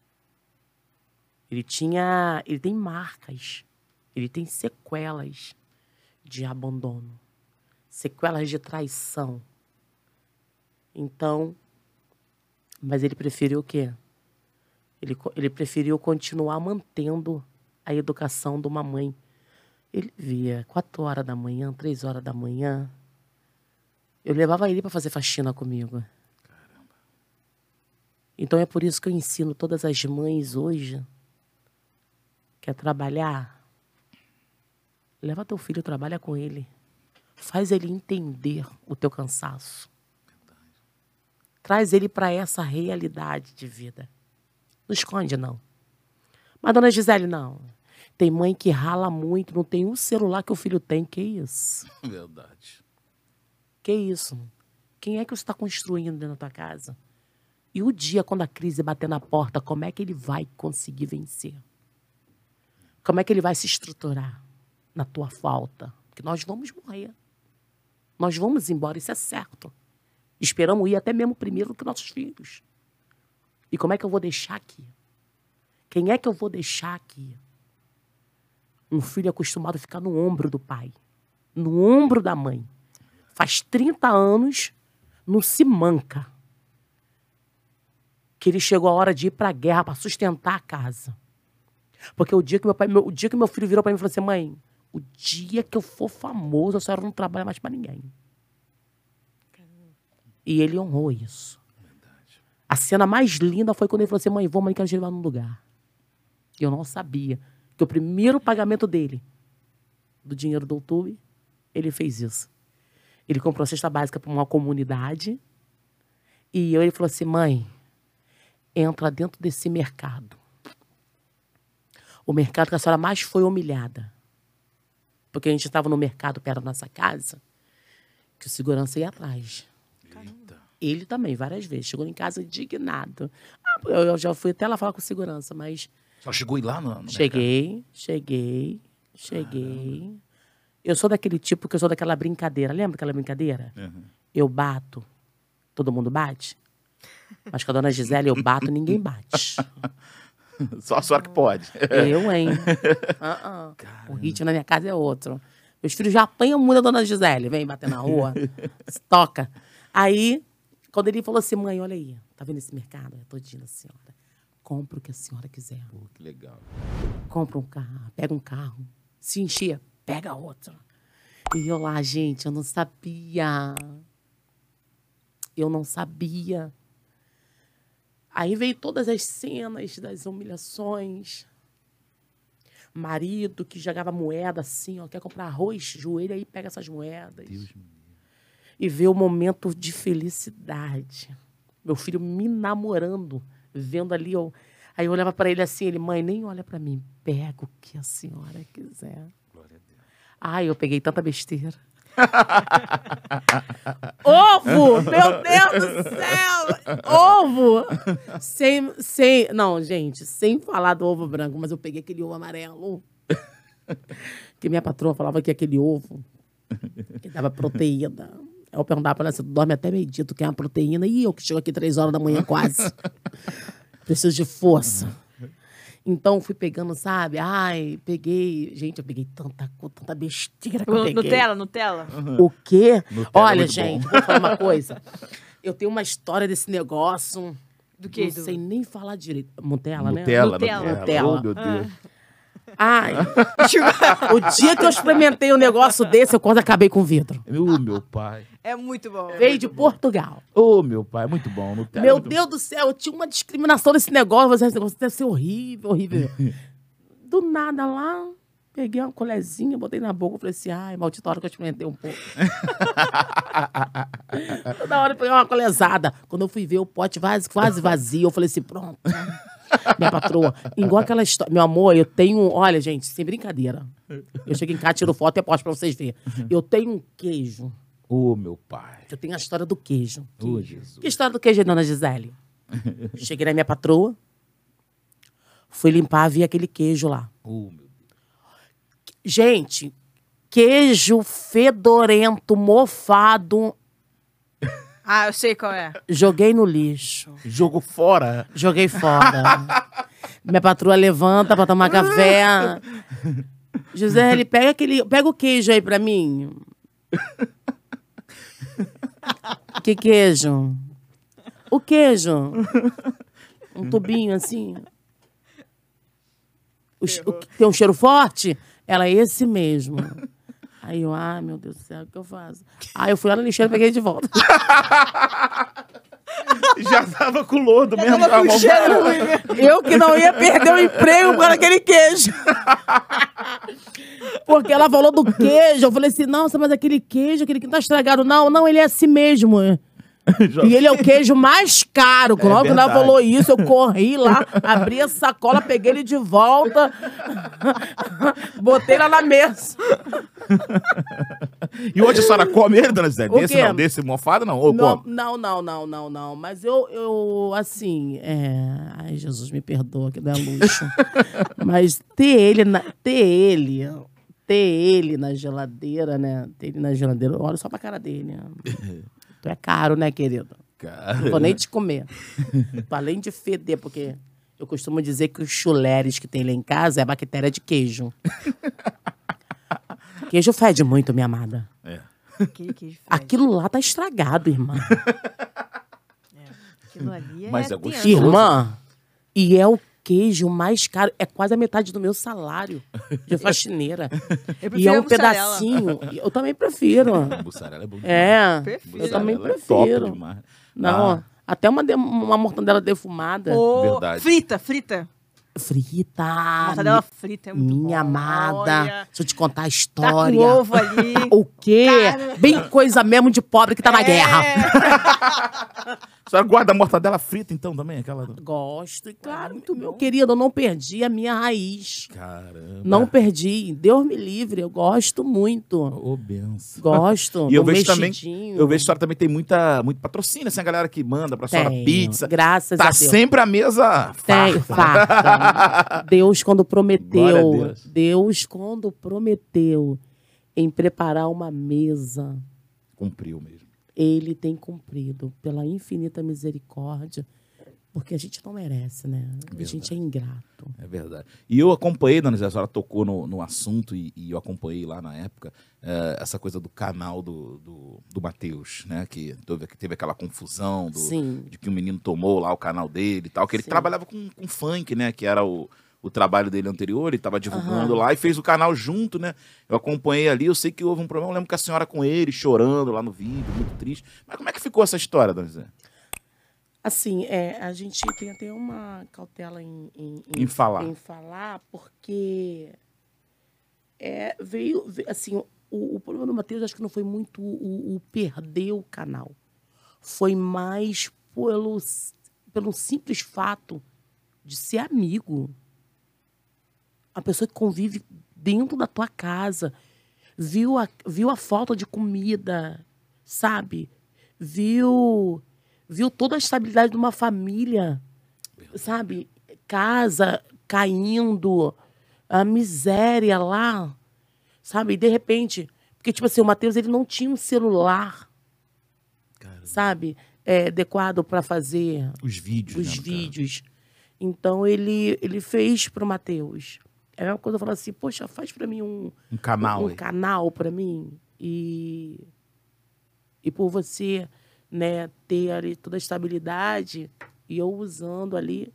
Ele tem marcas, ele tem sequelas de abandono, sequelas de traição. Então, mas ele preferiu o quê? Ele preferiu continuar mantendo a educação de uma mãe. Ele via 4 horas da manhã, 3 horas da manhã. Eu levava ele para fazer faxina comigo. Caramba. Então é por isso que eu ensino todas as mães hoje. Quer trabalhar? Leva teu filho, trabalha com ele. Faz ele entender o teu cansaço. Verdade. Traz ele para essa realidade de vida. Não esconde, não. Mas, dona Gisele, não. Tem mãe que rala muito, não tem um celular que o filho tem. Que isso? Verdade. Que isso? Quem é que você está construindo dentro da tua casa? E o dia, quando a crise bater na porta, como é que ele vai conseguir vencer? Como é que ele vai se estruturar na tua falta? Porque nós vamos morrer. Nós vamos embora, isso é certo. Esperamos ir até mesmo primeiro do que nossos filhos. E como é que eu vou deixar aqui? Quem é que eu vou deixar aqui? Um filho acostumado a ficar no ombro do pai, no ombro da mãe. Faz 30 anos, não se manca. Que ele chegou a hora de ir para a guerra para sustentar a casa. Porque o dia que meu filho virou para mim e falou assim, mãe, o dia que eu for famoso, a senhora não trabalha mais para ninguém. E ele honrou isso. Verdade. A cena mais linda foi quando ele falou assim, mãe, vamos, mãe, quero te levar num lugar. E eu não sabia que o primeiro pagamento dele, do dinheiro do YouTube, ele fez isso. Ele comprou cesta básica para uma comunidade e ele falou assim, mãe, entra dentro desse mercado. O mercado que a senhora mais foi humilhada. Porque a gente estava no mercado perto da nossa casa, que o segurança ia atrás. Eita. Ele também, várias vezes. Chegou em casa indignado. Eu já fui até lá falar com o segurança, mas... Só chegou a ir lá no mercado? Cheguei. Eu sou daquele tipo que eu sou daquela brincadeira. Lembra aquela brincadeira? Uhum. Eu bato, todo mundo bate. Mas com a dona Gisele eu bato, ninguém bate. Só a senhora que pode. Eu, hein? O ritmo na minha casa é outro. Meus filhos já apanham muito a dona Gisele. Vem bater na rua, se toca. Aí, quando ele falou assim, mãe, olha aí, tá vendo esse mercado? É todinho da senhora. Compra o que a senhora quiser. Pô, que legal. Compra um carro, pega um carro. Se encher, pega outro. E eu lá, gente, eu não sabia. Aí veio todas as cenas das humilhações. Marido que jogava moeda assim, ó, quer comprar arroz, joelho aí, pega essas moedas. Deus me livre. E vê o momento de felicidade. Meu filho me namorando, vendo ali, ó. Aí eu olhava para ele assim, ele, mãe, nem olha para mim, pega o que a senhora quiser. Glória a Deus. Ai, eu peguei tanta besteira. Ovo! Meu Deus do céu! Ovo! Não, gente, sem falar do ovo branco, mas eu peguei aquele ovo amarelo. Que minha patroa falava que aquele ovo que dava proteína. Eu perguntava para ela, você dorme até meio-dia, tu quer uma proteína? E eu que chego aqui 3 horas da manhã quase. Preciso de força. Então, fui pegando, sabe? Ai, peguei... Gente, eu peguei tanta besteira que eu peguei. Nutella? O quê? Nutella Olha, é muito gente, bom. vou falar uma coisa. Eu tenho uma história desse negócio. Do quê? Não sei nem falar direito. Nutella, né? Nutella. Nutella. Oh, meu Deus. Ai, o dia que eu experimentei um negócio desse, eu quase acabei com o vidro. Meu pai. É muito bom. Veio de Portugal. Oh, meu pai. Muito bom. Nutella é Meu muito Deus do céu, eu tinha uma discriminação desse negócio. Esse negócio deve ser horrível, horrível. Do nada lá, peguei uma colherzinha, botei na boca e falei assim, ai, maldita hora que eu experimentei um pouco. Toda hora eu peguei uma colherzada. Quando eu fui ver o pote quase vazio, eu falei assim, pronto. Minha patroa, igual aquela história. Meu amor, eu tenho... Olha, gente, sem brincadeira. Eu chego em casa, tiro foto e posto pra vocês verem. Eu tenho um queijo. Oh, meu pai. Eu tenho a história do queijo. Oh, Jesus. Que história do queijo, dona Gisele? Cheguei na minha patroa, fui limpar, vi aquele queijo lá. Oh, meu Deus. Gente, queijo fedorento, mofado. Ah, eu sei qual é. Joguei no lixo. Jogo fora. Joguei fora. Minha patroa levanta pra tomar café. Gisele, pega o queijo aí pra mim. Que queijo? O queijo. Um tubinho assim. Tem um cheiro forte? Ela é esse mesmo. Aí eu, meu Deus do céu, o que eu faço? Aí eu fui lá na lixeira e peguei de volta. Já tava com lodo mesmo. Eu que não ia perder o emprego por aquele queijo. Porque ela falou do queijo. Eu falei assim, nossa, mas aquele queijo que não tá estragado. Não, ele é assim mesmo. E ele é o queijo mais caro. Quando ela falou isso, eu corri lá, abri a sacola, peguei ele de volta, botei lá na mesa. E hoje a senhora come ele, dona Zé? Desse mofado, não? Ou não, come? não. Mas eu assim... Ai, Jesus, me perdoa, que dá luxo. Mas ter ele na geladeira, né? Ter ele na geladeira, eu olho só pra cara dele, né? Tu é caro, né, querido? Não vou nem te comer. Além de feder, porque eu costumo dizer que os chuleres que tem lá em casa é bactéria de queijo. Queijo fede muito, minha amada. Queijo fede. Aquilo lá tá estragado, irmã. Aquilo ali Mas é gostoso. Irmã, e é o queijo mais caro. É quase a metade do meu salário de faxineira. E é um pedacinho. Eu também prefiro. A mussarela é bom demais. Eu também prefiro. Top demais. Não, até uma mortandela defumada. Verdade. Frita. Frita. Mortadela frita é muito Minha bom. amada. Olha. Deixa eu te contar a Tá história. com ovo ali. O quê? Cara. Bem coisa mesmo de pobre que tá na guerra. A senhora guarda a mortadela frita, então, também? Aquela... Gosto. E claro, meu querido, eu não perdi a minha raiz. Caramba. Não perdi. Deus me livre. Eu gosto muito. Ô, benção. Gosto. E eu do vejo também, mexidinho. eu vejo que a senhora também tem muito patrocínio, assim, a galera que manda pra senhora Tenho, pizza. graças a Tá Deus. sempre a mesa Tem, farta. Deus, quando Glória a prometeu, Deus. quando prometeu em preparar uma mesa, Cumpriu mesmo. ele tem cumprido pela infinita misericórdia, porque a gente não merece, né? A gente é ingrato. É verdade. E eu acompanhei, dona Zé, a senhora tocou no assunto e eu acompanhei lá na época essa coisa do canal do Matheus, né? Que teve aquela confusão de que o menino tomou lá o canal dele e tal, que ele trabalhava com funk, né? Que era o trabalho dele anterior, ele estava divulgando lá e fez o canal junto, né? Eu acompanhei ali, eu sei que houve um problema, eu lembro que a senhora com ele, chorando lá no vídeo, muito triste. Mas como é que ficou essa história, dona Zé? Assim, a gente tem até uma cautela Em falar, porque veio assim, o problema do Matheus, acho que não foi muito o perder o canal. Foi mais pelo simples fato de ser amigo. A pessoa que convive dentro da tua casa, viu a falta de comida, sabe? Viu toda a estabilidade de uma família, sabe? Casa caindo, a miséria lá, sabe? E de repente, porque tipo assim, o Matheus, ele não tinha um celular, sabe? Adequado para fazer os vídeos. Vídeos. Então ele fez pro Matheus. É a mesma coisa, eu falo assim, poxa, faz para mim um canal. Um canal para mim. E por você, né, ter ali toda a estabilidade, e eu usando ali.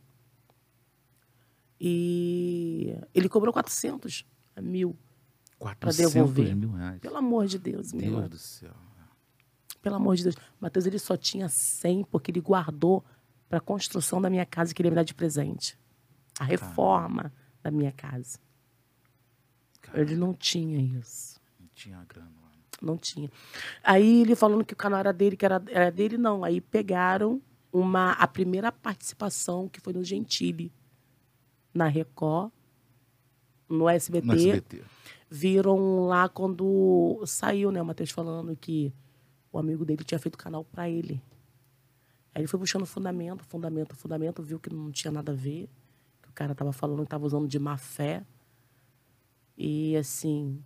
E ele cobrou 400 mil para devolver. 400 mil reais. Pelo amor de Deus. Deus do céu. Pelo amor de Deus. Matheus, ele só tinha 100 porque ele guardou para a construção da minha casa que ele ia me dar de presente. A reforma da minha casa. Ele não tinha isso. Não tinha grana. Não tinha. Aí ele falando que o canal era dele, que era dele, não. Aí pegaram a primeira participação, que foi no Gentili, na Record, no SBT. Viram lá quando saiu, né, o Matheus falando que o amigo dele tinha feito o canal para ele. Aí ele foi buscando fundamento, viu que não tinha nada a ver, que o cara estava falando que estava usando de má fé. E, assim,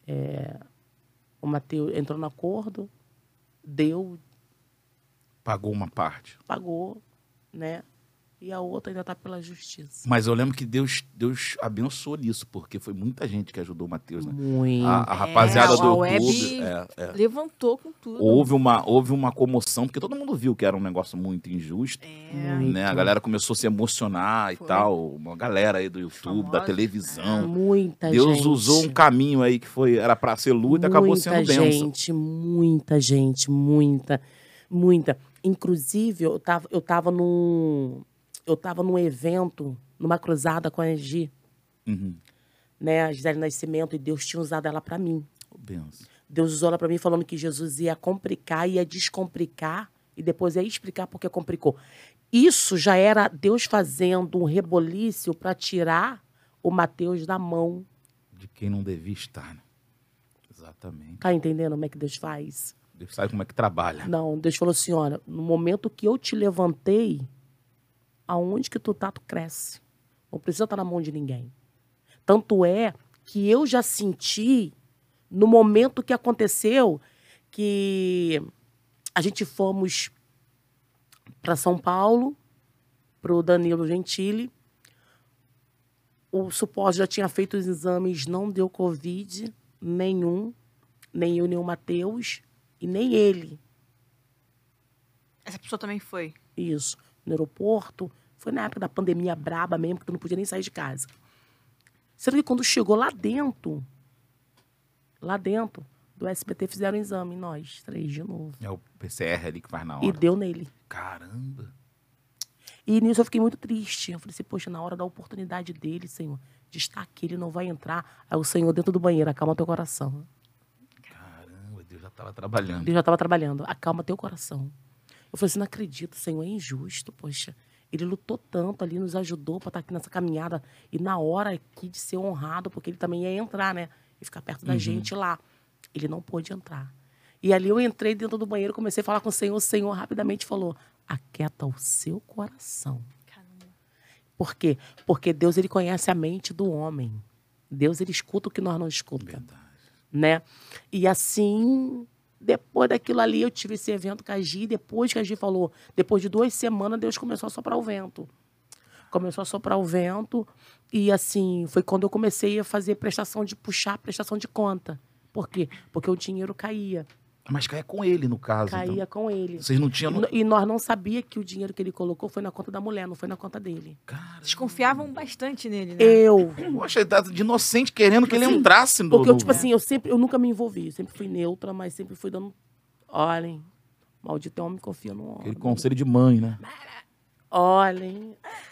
O Matheus entrou no acordo, deu... Pagou uma parte. Pagou, né? E a outra ainda está pela justiça. Mas eu lembro que Deus abençoou nisso, porque foi muita gente que ajudou o Matheus, né? Muito. A rapaziada do YouTube levantou com tudo. Houve uma comoção, porque todo mundo viu que era um negócio muito injusto. Né? A galera começou a se emocionar e tal. Uma galera aí do YouTube, da televisão. Muita Deus gente. usou um caminho aí que era para ser luta e acabou sendo bênção. Muita gente, muita. Inclusive, eu tava num evento, numa cruzada com a Egi, né, a Gisele Nascimento, e Deus tinha usado ela para mim. Benção. Deus usou ela para mim falando que Jesus ia complicar, ia descomplicar, e depois ia explicar porque complicou. Isso já era Deus fazendo um reboliço para tirar o Matheus da mão. De quem não devia estar, né? Exatamente. Tá entendendo como é que Deus faz? Deus sabe como é que trabalha. Não, Deus falou assim, olha, no momento que eu te levantei, aonde que tu tá, tu cresce. Não precisa estar na mão de ninguém. Tanto é que eu já senti, no momento que aconteceu, que a gente fomos para São Paulo, para o Danilo Gentili. O suposto já tinha feito os exames, não deu Covid nenhum, nem eu, nem o Matheus, e nem ele. Essa pessoa também foi? Isso. No aeroporto, foi na época da pandemia braba mesmo, que tu não podia nem sair de casa. Sendo que quando chegou lá dentro do SBT, fizeram um exame, nós, 3 de novo. É o PCR ali que faz na hora. E deu nele. Caramba. E nisso eu fiquei muito triste. Eu falei assim, poxa, na hora da oportunidade dele, Senhor, de estar aqui, ele não vai entrar. Aí o Senhor dentro do banheiro, acalma teu coração. Caramba, Deus já estava trabalhando. Deus já estava trabalhando. Acalma teu coração. Eu falei assim, não acredito, Senhor, é injusto, poxa. Ele lutou tanto ali, nos ajudou para estar aqui nessa caminhada. E na hora aqui de ser honrado, porque ele também ia entrar, né? E ficar perto da gente lá. Ele não pôde entrar. E ali eu entrei dentro do banheiro, comecei a falar com o Senhor rapidamente falou, aquieta o seu coração. Caramba. Por quê? Porque Deus, ele conhece a mente do homem. Deus, ele escuta o que nós não escutamos. Verdade. Né? E assim, depois daquilo ali, eu tive esse evento com a Gi. Depois que a Gi falou, depois de 2 semanas, Deus começou a soprar o vento. Começou a soprar o vento. E assim, foi quando eu comecei a fazer prestação de conta. Por quê? Porque o dinheiro caía. Mas caía com ele, no caso. Caía então. com ele. Vocês não tinham... E nós não sabíamos que o dinheiro que ele colocou foi na conta da mulher, não foi na conta dele. Caramba. Vocês confiavam bastante nele, né? Poxa, ele tá de inocente querendo que ele entrasse no... Porque eu, tipo assim, eu nunca me envolvi. Sempre fui neutra, mas sempre fui dando... Olhem, maldito homem confia no homem. Aquele conselho de mãe, né? Olhem.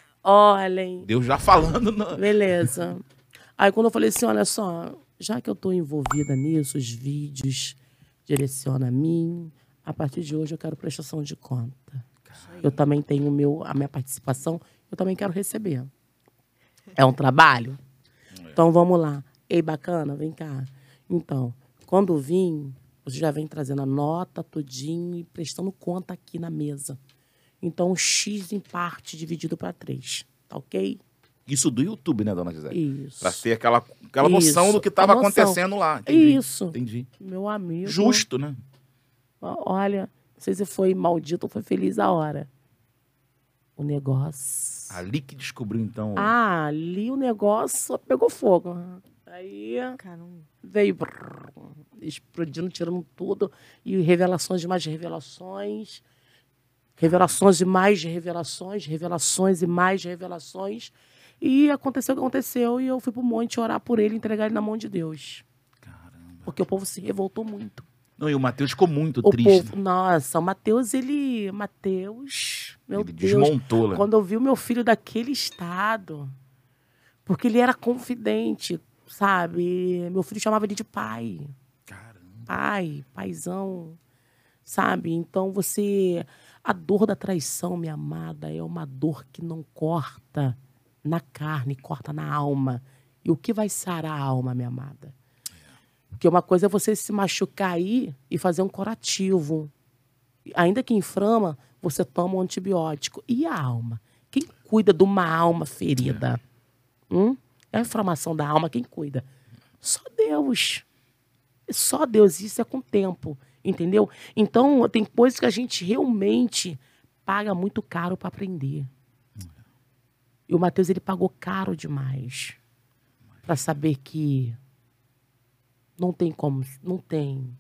Deus já falando. Não. Beleza. Aí quando eu falei assim, olha só, já que eu tô envolvida nisso, os vídeos direciona a mim, a partir de hoje eu quero prestação de conta. Eu também tenho a minha participação, eu também quero receber. É um trabalho? Então vamos lá. Ei, bacana, vem cá. Então, quando vim, você já vem trazendo a nota, tudinho, e prestando conta aqui na mesa. Então, X em parte dividido para 3. Tá ok? Isso do YouTube, né, dona Gisele? Isso. Pra ter aquela noção do que estava acontecendo lá. Entendi. Isso. Entendi. Meu amigo. Justo, né? Olha, não sei se foi maldito ou foi feliz a hora. O negócio... Ali que descobriu, então... ali o negócio pegou fogo. Aí Caramba. veio explodindo, tirando tudo. E revelações de mais revelações. Revelações de mais revelações. Revelações e mais revelações. E aconteceu o que aconteceu. E eu fui pro monte orar por ele, entregar ele na mão de Deus. Caramba. Porque o povo se revoltou muito. Não, e o Matheus ficou muito triste. Povo, nossa, o Matheus, Matheus, meu ele Deus. Desmontou, né? Quando eu vi o meu filho daquele estado, porque ele era confidente, sabe? Meu filho chamava ele de pai. Caramba. Paizão, sabe? Então a dor da traição, minha amada, é uma dor que não corta na carne, corta na alma. E o que vai sarar a alma, minha amada? Porque uma coisa é você se machucar aí e fazer um curativo. Ainda que inflama, você toma um antibiótico. E a alma? Quem cuida de uma alma ferida? É a inflamação da alma, quem cuida? Só Deus. Só Deus, isso é com o tempo, entendeu? Então, tem coisas que a gente realmente paga muito caro para aprender. E o Mateus, ele pagou caro demais para saber que não tem como, não tem.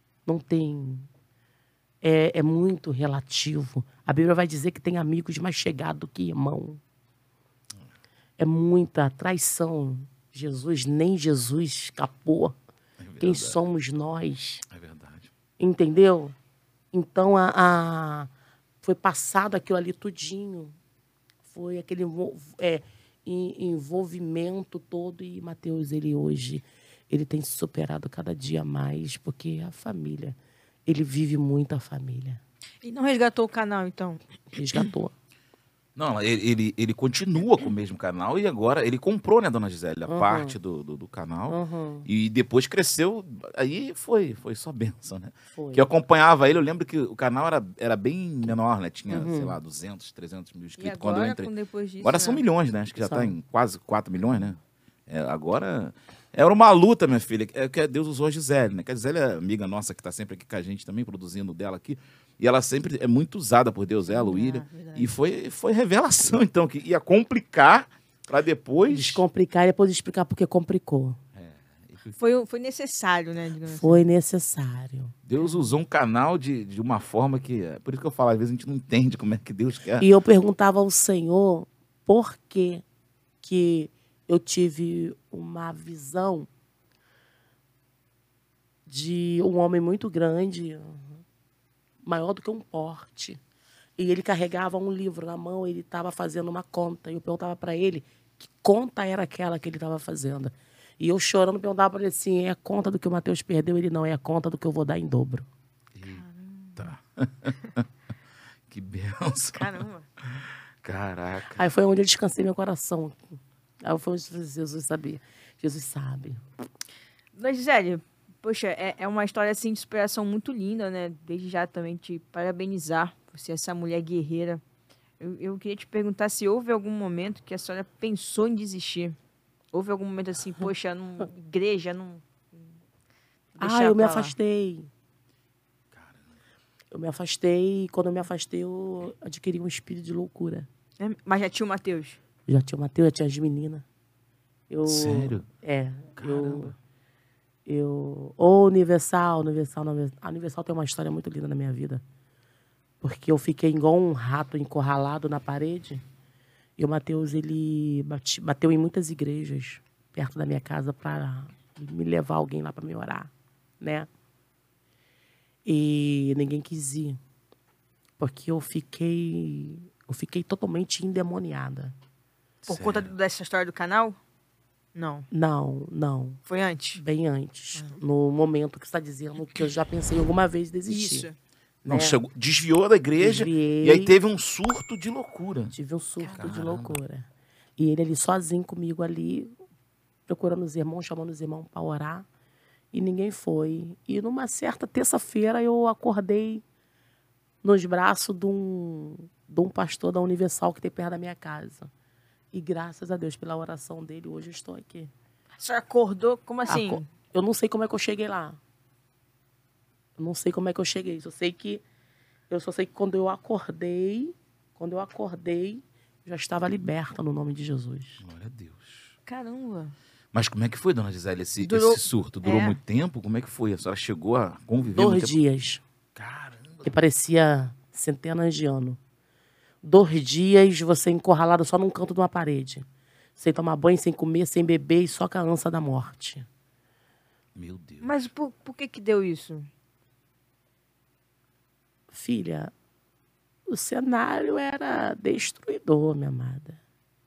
É muito relativo. A Bíblia vai dizer que tem amigos mais chegados do que irmão. É muita traição. Nem Jesus escapou. Quem somos nós? É verdade. Entendeu? Então, foi passado aquilo ali tudinho. Foi aquele envolvimento todo. E Mateus, ele hoje, ele tem se superado cada dia mais, porque a família, ele vive muito a família. E não resgatou o canal, então? Resgatou. Não, ele continua com o mesmo canal e agora ele comprou, né, dona Gisele, a parte do canal. E depois cresceu, aí foi só bênção, né? Foi. Que eu acompanhava ele, eu lembro que o canal era bem menor, né? Tinha, sei lá, 200, 300 mil inscritos quando eu entrei. Depois disso, Agora são milhões, né? Acho que já está em quase 4 milhões, né? Agora era uma luta, minha filha, que Deus usou a Gisele, né? Que a Gisele é amiga nossa que está sempre aqui com a gente também, produzindo dela aqui. E ela sempre é muito usada por Deus, ela, o William. E foi revelação, então, que ia complicar para depois... Descomplicar e depois explicar porque complicou. Foi necessário, né? Foi necessário. Deus usou um canal de uma forma que... Por isso que eu falo, às vezes a gente não entende como é que Deus quer. E eu perguntava ao Senhor por que eu tive uma visão de um homem muito grande, maior do que um porte. E ele carregava um livro na mão, ele estava fazendo uma conta. E eu perguntava para ele que conta era aquela que ele estava fazendo. E eu chorando perguntava para ele assim, é a conta do que o Mateus perdeu? Ele não, é a conta do que eu vou dar em dobro. Eita. Que benção. Caramba. Caraca. Aí foi onde eu descansei meu coração. Aí foi onde Jesus sabia. Jesus sabe. Dona Gisele, poxa, é uma história assim, de superação muito linda, né? Desde já também te parabenizar por ser essa mulher guerreira. Eu queria te perguntar se houve algum momento que a senhora pensou em desistir. Houve algum momento assim, poxa, igreja, não... Eu me afastei. Eu me afastei e quando eu me afastei, eu adquiri um espírito de loucura. Mas já tinha o Mateus? Já tinha o Mateus, já tinha as meninas. Sério? Caramba. Universal. A Universal tem uma história muito linda na minha vida. Porque eu fiquei igual um rato encurralado na parede. E o Mateus, ele bateu em muitas igrejas perto da minha casa para me levar alguém lá para me orar, né? E ninguém quis ir. Porque eu fiquei totalmente endemoniada. Por conta dessa história do canal? Não. Não. Foi antes? Bem antes. No momento que você está dizendo que eu já pensei alguma vez em desistir. Isso. Não, desviou da igreja. Desviei. E aí teve um surto de loucura. Tive um surto de loucura. E ele ali sozinho comigo ali, procurando os irmãos, chamando os irmãos para orar. E ninguém foi. E numa certa terça-feira eu acordei nos braços de um pastor da Universal que tem perto da minha casa. E graças a Deus, pela oração dele, hoje eu estou aqui. A senhora acordou? Como assim? Eu não sei como é que eu cheguei lá. Eu não sei como é que eu cheguei. Eu só sei que quando eu acordei, já estava liberta no nome de Jesus. Glória a Deus. Caramba. Mas como é que foi, dona Gisele, esse surto? Durou muito tempo? Como é que foi? A senhora chegou a conviver? 2 dias. Caramba. Que parecia centenas de anos. 2 dias, você encurralado só num canto de uma parede. Sem tomar banho, sem comer, sem beber e só com a ânsia da morte. Meu Deus. Mas por que deu isso? Filha, o cenário era destruidor, minha amada.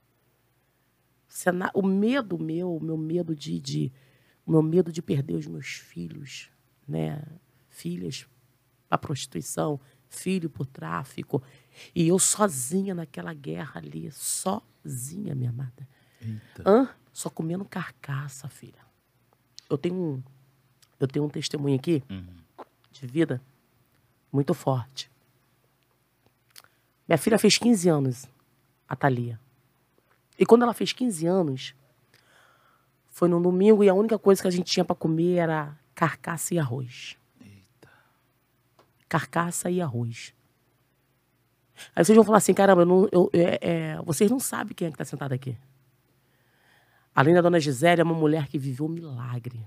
O medo meu, o meu medo de perder os meus filhos, né? Filhas para prostituição, filho por tráfico. E eu sozinha naquela guerra ali, sozinha, minha amada. Eita. Só comendo carcaça, filha. Eu tenho um testemunho aqui de vida muito forte. Minha filha fez 15 anos, a Thalia. E quando ela fez 15 anos, foi num domingo e a única coisa que a gente tinha para comer era carcaça e arroz. Eita. Carcaça e arroz. Aí vocês vão falar assim, caramba, vocês não sabem quem é que está sentado aqui. Além da dona Gisele, é uma mulher que viveu um milagre.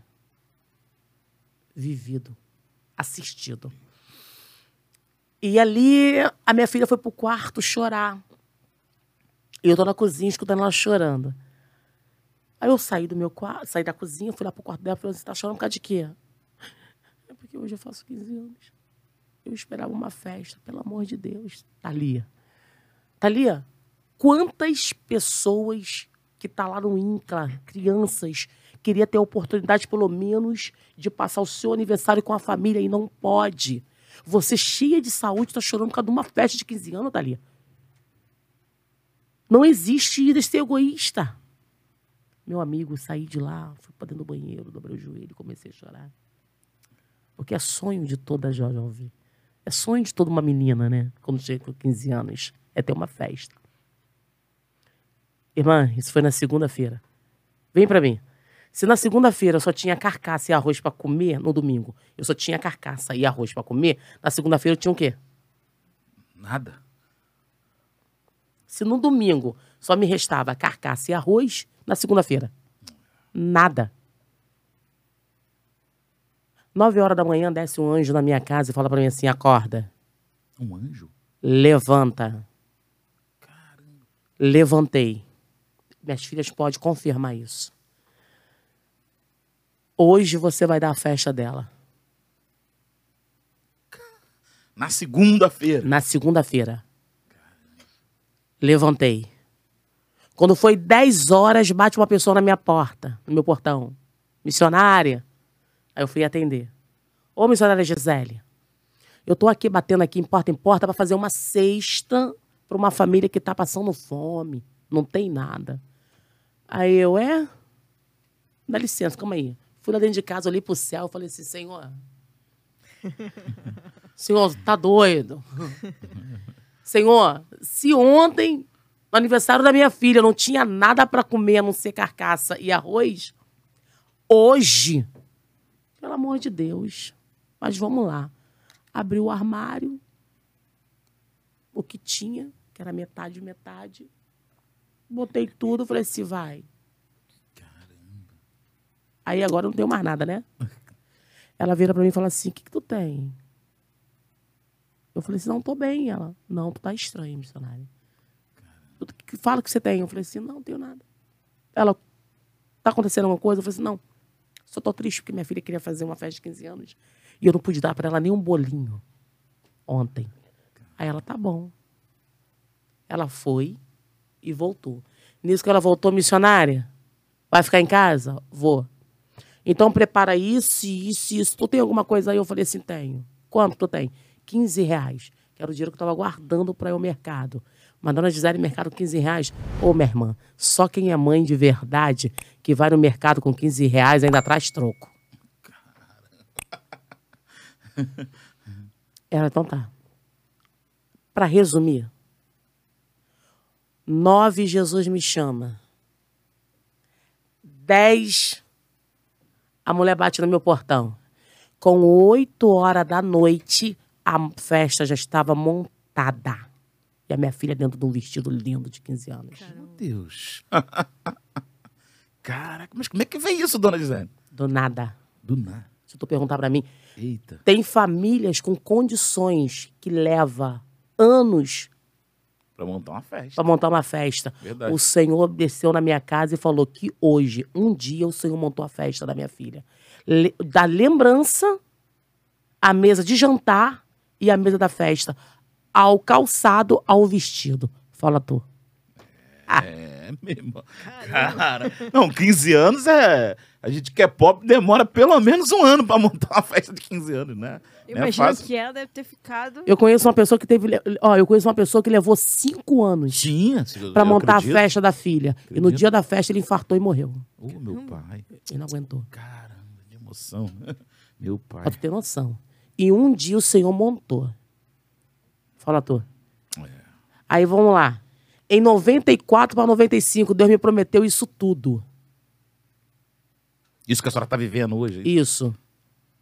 Vivido. Assistido. E ali, a minha filha foi pro quarto chorar. E eu tô na cozinha, escutando ela chorando. Aí eu saí do meu quarto, saí da cozinha, fui lá pro quarto dela e falei, você tá chorando por causa de quê? É porque hoje eu faço 15 anos. Eu esperava uma festa, pelo amor de Deus. Thalia, quantas pessoas que tá lá no INCLA, crianças, queria ter a oportunidade, pelo menos, de passar o seu aniversário com a família e não pode. Você, cheia de saúde, tá chorando por causa de uma festa de 15 anos, Thalia. Não existe ir ser egoísta. Meu amigo, saí de lá, fui para dentro do banheiro, dobrei o joelho e comecei a chorar. Porque é sonho de toda jovem. É sonho de toda uma menina, né? Quando chega com 15 anos. É ter uma festa. Irmã, isso foi na segunda-feira. Vem para mim. Se na segunda-feira eu só tinha carcaça e arroz para comer, no domingo, eu só tinha carcaça e arroz para comer, na segunda-feira eu tinha o quê? Nada. Se no domingo só me restava carcaça e arroz, na segunda-feira, nada. 9h da manhã desce um anjo na minha casa e fala para mim assim, acorda. Um anjo? Levanta. Caramba. Levantei. Minhas filhas podem confirmar isso. Hoje você vai dar a festa dela. Na segunda-feira? Na segunda-feira. Levantei. Quando foi 10 horas, bate uma pessoa na minha porta, no meu portão. Missionária. Aí eu fui atender. Ô, missionária Gisele, eu tô aqui batendo aqui em porta para fazer uma cesta para uma família que tá passando fome. Não tem nada. Aí eu, dá licença, calma aí. Fui lá dentro de casa, olhei pro céu, falei assim, Senhor, tá doido? Senhor, se ontem, no aniversário da minha filha, não tinha nada para comer, a não ser carcaça e arroz, hoje, pelo amor de Deus, mas vamos lá. Abri o armário, o que tinha, que era metade, botei tudo, falei assim, vai. Caramba. Aí agora eu não tenho mais nada, né? Ela vira pra mim e fala assim, o que tu tem? Eu falei assim, não, tô bem. Ela, não, tu tá estranho, missionária. Fala o que você tem. Eu falei assim, não tenho nada. Ela, tá acontecendo alguma coisa? Eu falei assim, não. Só tô triste porque minha filha queria fazer uma festa de 15 anos e eu não pude dar pra ela nem um bolinho ontem. Aí ela, tá bom. Ela foi e voltou. Nisso que ela voltou, missionária, vai ficar em casa? Vou. Então prepara isso. Tu tem alguma coisa aí? Eu falei assim, tenho. Quanto tu tem? R$15. Que era o dinheiro que eu estava guardando para ir ao mercado. Mas dona Gisele, mercado R$15. Ô, minha irmã, só quem é mãe de verdade que vai no mercado com R$15 ainda traz troco. Ela, então tá. Para resumir, 9, Jesus me chama. 10, a mulher bate no meu portão. Com 8h da noite, a festa já estava montada. E a minha filha dentro de um vestido lindo de 15 anos. Meu Deus. Caraca, mas como é que veio isso, dona Gisele? Do nada. Do nada. Se tu perguntar pra mim. Eita. Tem famílias com condições que leva anos pra montar uma festa. Pra montar uma festa. Verdade. O Senhor desceu na minha casa e falou que hoje, um dia, o Senhor montou a festa da minha filha. Da lembrança, a mesa de jantar e a mesa da festa. Ao calçado, ao vestido. Fala tu. É mesmo. Cara, não, 15 anos é... A gente que é pobre demora pelo menos um ano pra montar uma festa de 15 anos, né? Imagina que ela deve ter ficado... Eu conheço uma pessoa que teve... eu conheço uma pessoa que levou 5 anos pra montar a festa da filha. Acredito. E no dia da festa ele infartou e morreu. Meu pai. Ele não aguentou. Caramba, de emoção. Meu pai. Pra tu ter noção. E um dia o Senhor montou. Fala tu. Aí vamos lá. Em 94 para 95, Deus me prometeu isso tudo. Isso que a senhora está vivendo hoje? Isso.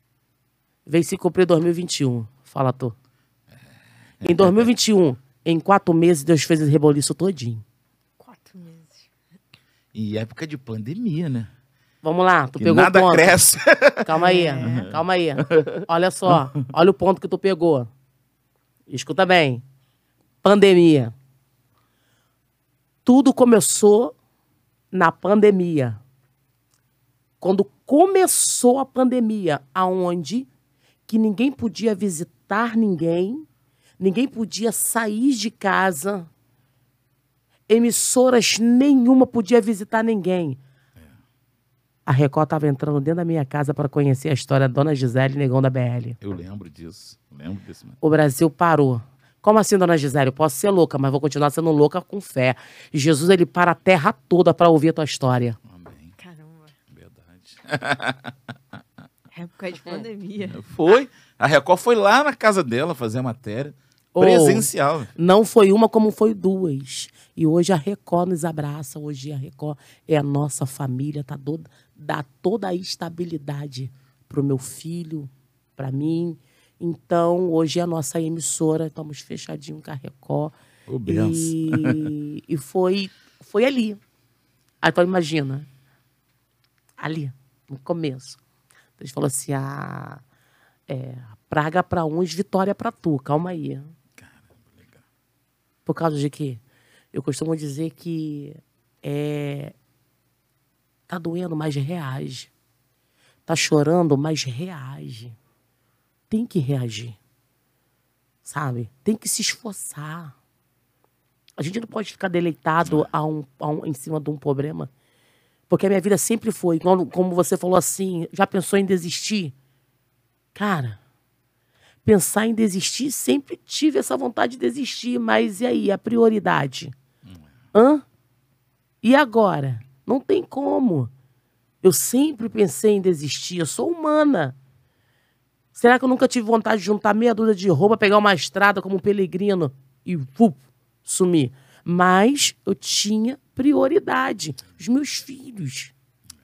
Veio se cumprir 2021. Fala, tu. Em 2021, em 4 meses, Deus fez esse reboliço todinho. 4 meses. E época de pandemia, né? Vamos lá, tu Que pegou nada o ponto. cresce. Calma aí, calma aí. Olha só, olha o ponto que tu pegou. Escuta bem. Pandemia. Tudo começou na pandemia. Quando começou a pandemia, aonde que ninguém podia visitar ninguém, ninguém podia sair de casa, emissoras nenhuma podia visitar ninguém. A Record estava entrando dentro da minha casa para conhecer a história da Dona Gisele, Negão da BL. Eu lembro disso. Lembro disso mesmo. O Brasil parou. Como assim, Dona Gisele? Eu posso ser louca, mas vou continuar sendo louca com fé. Jesus, ele para a terra toda para ouvir a tua história. Amém. Caramba. Verdade. Época de pandemia. Foi. A Record foi lá na casa dela fazer a matéria. Presencial. Não foi uma, como foi 2. E hoje a Record nos abraça. Hoje a Record é a nossa família. Dá toda a estabilidade pro meu filho, para mim. Então, hoje é a nossa emissora. Estamos fechadinhos com a Record. Ô, benção. E foi ali. Aí tu imagina. Ali, no começo. Então, eles falaram assim, praga para uns, vitória para tu. Calma aí. Caramba, legal. Por causa de quê? Eu costumo dizer que tá doendo, mas reage. Tá chorando, mas reage. Tem que reagir. Sabe? Tem que se esforçar. A gente não pode ficar deleitado em cima de um problema. Porque a minha vida sempre foi, como você falou assim, já pensou em desistir? Cara, pensar em desistir, sempre tive essa vontade de desistir, mas e aí, a prioridade? E agora? Não tem como. Eu sempre pensei em desistir, eu sou humana. Será que eu nunca tive vontade de juntar meia dúzia de roupa, pegar uma estrada como um peregrino e sumir? Mas eu tinha prioridade. Os meus filhos.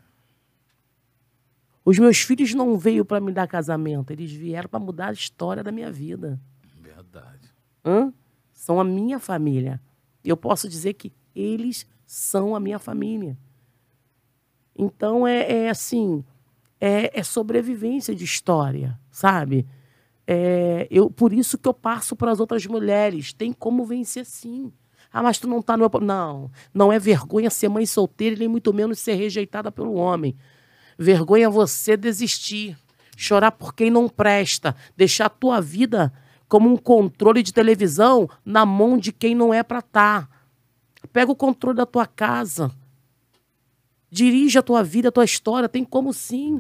Os meus filhos não veio para me dar casamento, eles vieram para mudar a história da minha vida. Verdade. São a minha família. Eu posso dizer que eles são a minha família. Então, assim, é sobrevivência de história, sabe? Por isso que eu passo para as outras mulheres. Tem como vencer, sim. Ah, mas tu não tá no meu... Não é vergonha ser mãe solteira e nem muito menos ser rejeitada pelo homem. Vergonha é você desistir, chorar por quem não presta, deixar a tua vida como um controle de televisão na mão de quem não é para estar. Pega o controle da tua casa, dirige a tua vida, a tua história, tem como sim.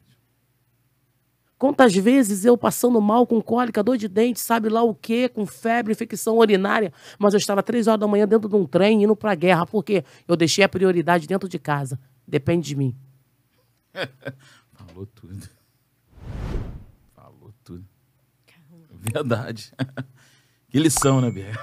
Quantas vezes eu passando mal com cólica, dor de dente, sabe lá o quê, com febre, infecção urinária, mas eu estava 3 horas da manhã dentro de um trem indo para a guerra, porque eu deixei a prioridade dentro de casa. Depende de mim. Falou tudo. Falou tudo. Verdade. Que lição, né, Bia?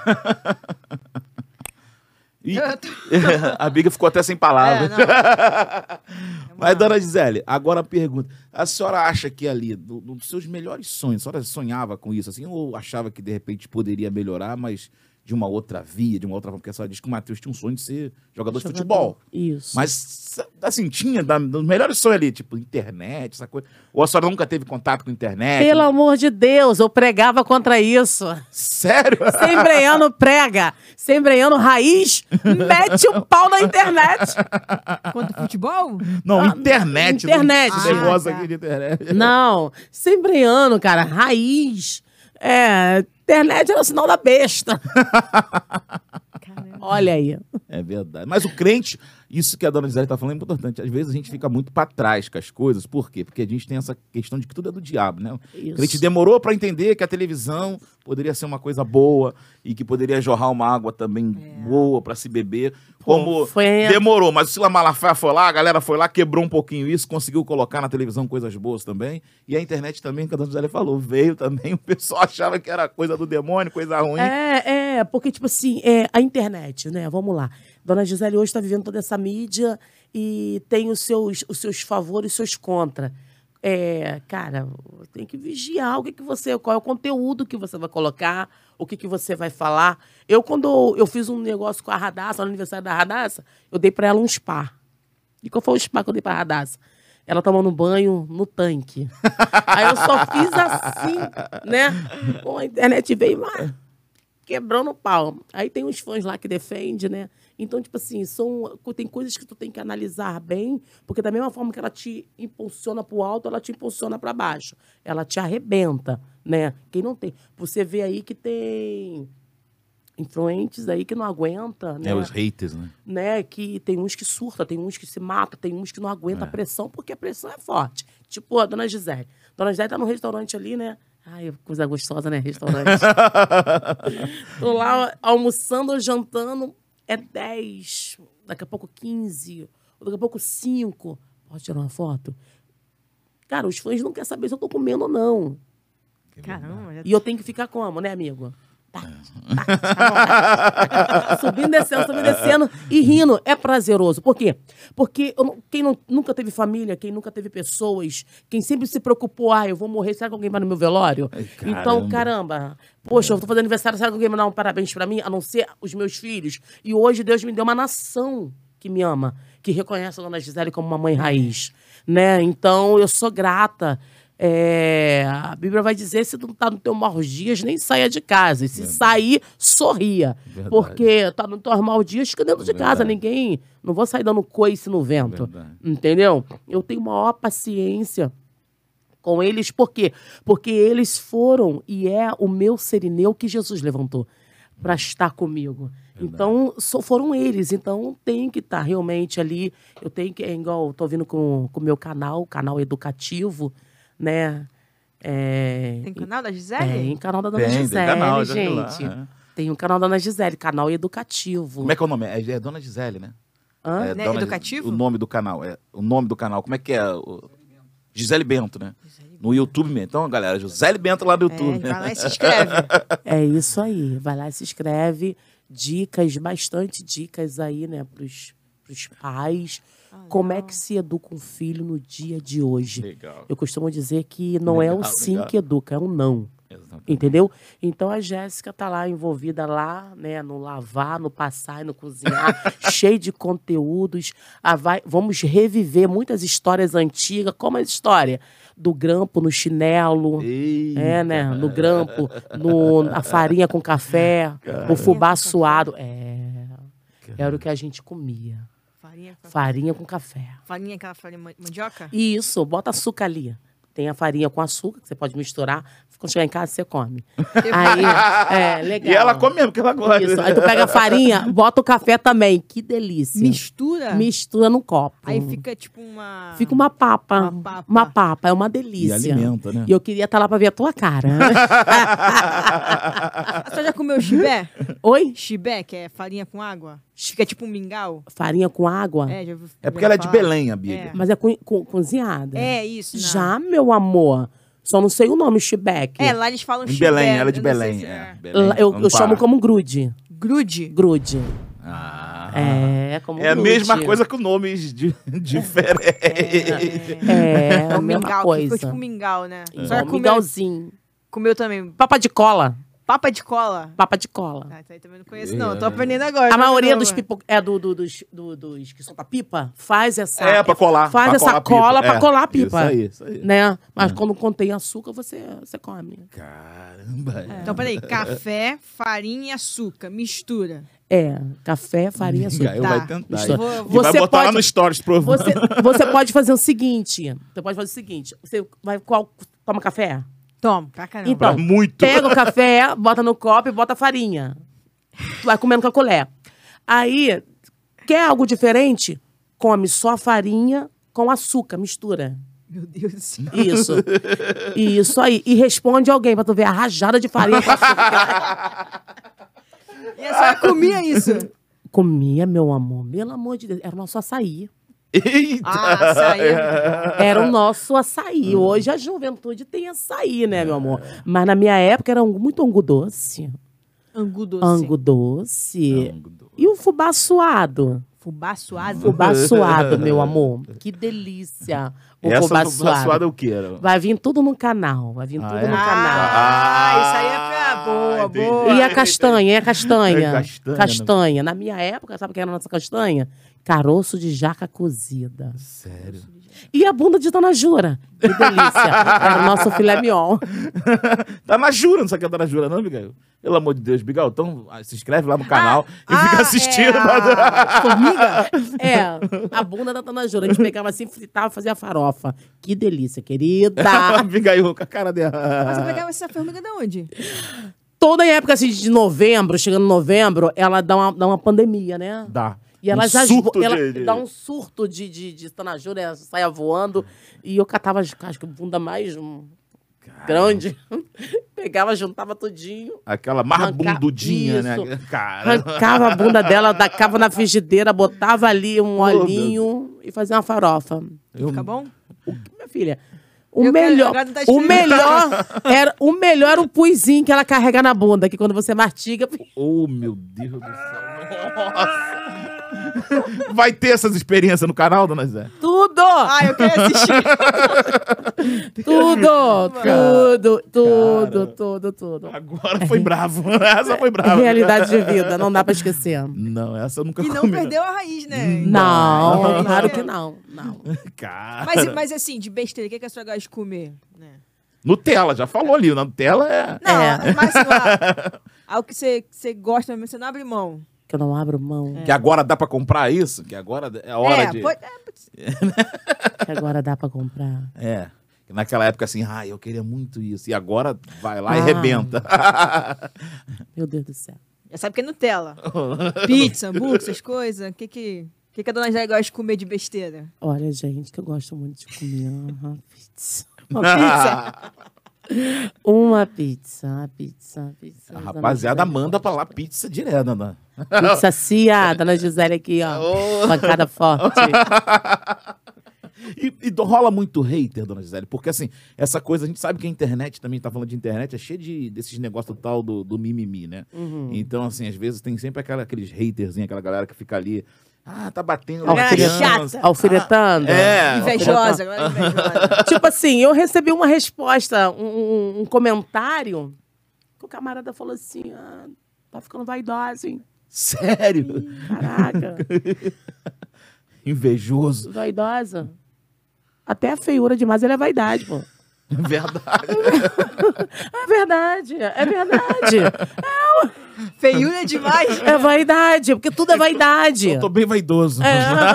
A Biga ficou até sem palavras. Mas, Dona Gisele, agora a pergunta. A senhora acha que ali, dos seus melhores sonhos, a senhora sonhava com isso, assim, ou achava que, de repente, poderia melhorar, mas de uma outra via, de uma outra forma? Porque a senhora diz que o Matheus tinha um sonho de ser jogador de futebol. Isso. Mas, assim, tinha dos melhores sonhos ali, tipo, internet, essa coisa. Ou a senhora nunca teve contato com internet? Pelo amor de Deus, eu pregava contra isso. Sério? Sembreano prega. Sembreano raiz, mete o pau na internet. Contra futebol? Não, internet. Internet. Esse negócio aqui de internet. Não, Sembreano, cara, raiz. Internet era o sinal da besta. Caramba. Olha aí. É verdade. Mas o crente, isso que a Dona Gisele está falando é importante. Às vezes a gente fica muito para trás com as coisas. Por quê? Porque a gente tem essa questão de que tudo é do diabo, né? Isso. O crente demorou para entender que a televisão poderia ser uma coisa boa e que poderia jorrar uma água também boa para se beber. Como demorou, mas o Sila Malafaia foi lá, a galera foi lá, quebrou um pouquinho isso, conseguiu colocar na televisão coisas boas também. E a internet também, que a Dona Gisele falou, veio também, o pessoal achava que era coisa do demônio, coisa ruim. Porque, tipo assim, a internet, né? Vamos lá. Dona Gisele hoje está vivendo toda essa mídia e tem os seus favores e os seus contra. Cara, tem que vigiar qual é o conteúdo que você vai colocar, o que você vai falar. Quando eu fiz um negócio com a Radassa, no aniversário da Radassa, eu dei pra ela um spa. E qual foi o spa que eu dei pra Radassa? Ela tomando banho no tanque. Aí eu só fiz assim, né? Bom, a internet veio lá, quebrando o pau. Aí tem uns fãs lá que defendem, né? Então, tipo assim, tem coisas que tu tem que analisar bem, porque da mesma forma que ela te impulsiona pro alto, ela te impulsiona para baixo. Ela te arrebenta, né? Quem não tem... Você vê aí que tem influentes aí que não aguenta, né? Os haters, né? Que tem uns que surtam, tem uns que se matam, tem uns que não aguentam a pressão, porque a pressão é forte. Tipo a Dona Gisele. Dona Gisele tá no restaurante ali, né? Ai, coisa gostosa, né? Restaurante. Tô lá almoçando ou jantando, é 10, daqui a pouco 15, ou daqui a pouco 5. Pode tirar uma foto? Cara, os fãs não querem saber se eu tô comendo ou não. Caramba. E eu tenho que ficar como, né, amigo? Subindo, descendo e rindo. É prazeroso. Por quê? Porque quem nunca teve família, quem nunca teve pessoas, quem sempre se preocupou, eu vou morrer, será que alguém vai no meu velório? Então, caramba, poxa, eu tô fazendo aniversário, será que alguém vai dar um parabéns pra mim? A não ser os meus filhos. E hoje Deus me deu uma nação que me ama, que reconhece a Dona Gisele como uma mãe raiz, né? Então, eu sou grata. A Bíblia vai dizer, se não tá no teu maus dias, nem saia de casa. E se sair, sorria. Verdade. Porque tá no teu maus dias, fica dentro de casa. Ninguém... Não vou sair dando coice no vento. Entendeu? Eu tenho maior paciência com eles. Por quê? Porque eles foram e é o meu serineu que Jesus levantou para estar comigo. Verdade. Então, foram eles. Então, tem que estar realmente ali. Eu tenho que... igual, eu tô vindo com o meu canal educativo, né? Tem canal da Gisele? Tem canal da Dona Gisele, tem canal, gente. Tem um canal da Dona Gisele, canal educativo. Como é que é o nome? É Dona Gisele, né? Dona educativo? O nome do canal. O nome do canal. Como é que é? Gisele Bento, né? No YouTube mesmo. Então, galera, Gisele Bento lá no YouTube. Vai lá e se inscreve. É isso aí. Vai lá e se inscreve. Bastante dicas aí, né, pros pais. Como é que se educa um filho no dia de hoje? Legal. Eu costumo dizer que não é o sim que educa, é o não. Exatamente. Entendeu? Então a Jéssica tá lá envolvida lá, né, no lavar, no passar e no cozinhar, cheio de conteúdos. Vamos reviver muitas histórias antigas, como a história do grampo no chinelo, né, no grampo, a farinha com café, o fubá suado. Era o que a gente comia. Farinha com café. Farinha, aquela farinha mandioca? Isso, bota açúcar ali. Tem a farinha com açúcar, que você pode misturar. Quando chegar em casa, você come. Aí, legal. E ela come mesmo, porque ela gosta. Isso. Aí tu pega a farinha, bota o café também. Que delícia. Mistura? Mistura no copo. Aí fica tipo uma... Fica uma papa. Uma papa. É uma delícia. E alimenta, né? E eu queria estar lá pra ver a tua cara. Você já comeu chibé? Oi? Chibé, que é farinha com água? Fica tipo um mingau? Farinha com água? Já porque ela é de Belém, a Bíblia. Mas é cozinhada. É isso. Não. Já, meu amor. Só não sei o nome, chibeque. Lá eles falam chibé. Em Belém, ela é de Belém. Belém. Eu chamo como grude. Grude? Grude. Como é grude. A mesma coisa que o nome diferente. A mesma mingau, coisa. Ficou tipo mingau, né? Só mingauzinho. Comeu também. Papa de cola. Papa de cola? Papa de cola. Isso aí também não conheço, não. Tô aprendendo agora. A maioria dos que soltam pipa faz essa... pra colar. Faz essa cola pra colar a pipa. Isso aí. Né? Mas quando contém açúcar, você come. Caramba. Então, peraí. Café, farinha e açúcar. Mistura. Café, farinha, açúcar. Vai tentar. Você vai botar lá no Stories, provavelmente. Você pode fazer o seguinte. Você vai... Toma café? Toma, pra caramba. Então, muito. Pega o café, bota no copo e bota a farinha. Tu vai comendo com a colher. Aí, quer algo diferente? Come só a farinha com açúcar, mistura. Meu Deus do céu. Isso aí. E responde alguém pra tu ver a rajada de farinha com açúcar. E a senhora comia isso? Comia, meu amor. Pelo amor de Deus. Era o nosso açaí. Eita! Açaí. Era o nosso açaí. Hoje a juventude tem açaí, né, meu amor? Mas na minha época era muito angu doce. Angu doce. Angu doce. E o fubá suado. Fubá suado? Fubá suado, meu amor. Que delícia. O fubá suado é o quê? Vai vir tudo no canal. Vai vir tudo no canal. Isso aí é pra boa, boa. E a castanha, castanha. Castanha. Na minha época, sabe o que era a nossa castanha? Caroço de jaca cozida. Sério? E a bunda de Dona Jura. Que delícia. Era o nosso filé mignon. Tá na Jura, não sabe o que é Dona Jura, não, Bigail? Pelo amor de Deus, Bigail, então se inscreve lá no canal e fica assistindo. Formiga? A bunda da Dona Jura. A gente pegava assim, fritava, fazia farofa. Que delícia, querida. Bigail, com a cara dela. Mas você pegava essa formiga de onde? Toda época assim, de novembro, chegando novembro, ela dá uma pandemia, né? Dá. E ela dá um surto de Tanajura, ela saia voando. E eu catava, acho que bunda mais grande. Pegava, juntava tudinho. Aquela bundudinha, né? Cara. Arrancava a bunda dela, tacava na frigideira, botava ali um olhinho e fazia uma farofa. Fica bom? Minha filha... O melhor era o puizinho que ela carrega na bunda, que quando você mastiga... Oh, meu Deus do céu. Nossa. Vai ter essas experiências no canal, Dona Zé? Tudo! Eu queria assistir. Tudo. Agora foi bravo. Essa foi brava. Realidade de vida, não dá pra esquecer. Não, essa eu nunca comi. E não perdeu a raiz, né? Não, claro que não. Cara. Mas assim, de besteira, o que a senhora gosta de comer? Né? Nutella, já falou ali. Nutella é... Não, mas algo que você gosta, mas você não abre mão. Que eu não abro mão. Que agora dá pra comprar isso? Que agora é a hora de... Que agora dá pra comprar. Naquela época assim, eu queria muito isso. E agora vai lá e arrebenta. Meu Deus do céu. Já sabe que é Nutella. Pizza, hambúrguer, essas coisas. O que a dona Zé gosta de comer de besteira? Olha, gente, que eu gosto muito de comer uma pizza. Uma pizza. A rapaziada manda pra lá pizza direto, Dona. Pizza cia, Dona Gisele aqui, ó. Pancada forte. E rola muito hater, Dona Gisele, porque assim, essa coisa, a gente sabe que a internet também tá falando de internet, é cheio desses negócios tal do mimimi, né? Uhum. Então, assim, às vezes tem sempre aqueles haterzinhos, aquela galera que fica ali, tá batendo. Alfinetando. Invejosa. Tipo assim, eu recebi uma resposta, um comentário, que o camarada falou assim, tá ficando vaidosa, hein? Sério? Caraca. Invejoso. Vaidosa. Até a feiura demais, ele é vaidade, pô. Verdade. É verdade. Feiura demais. É vaidade, porque tudo é vaidade. Eu tô bem vaidoso.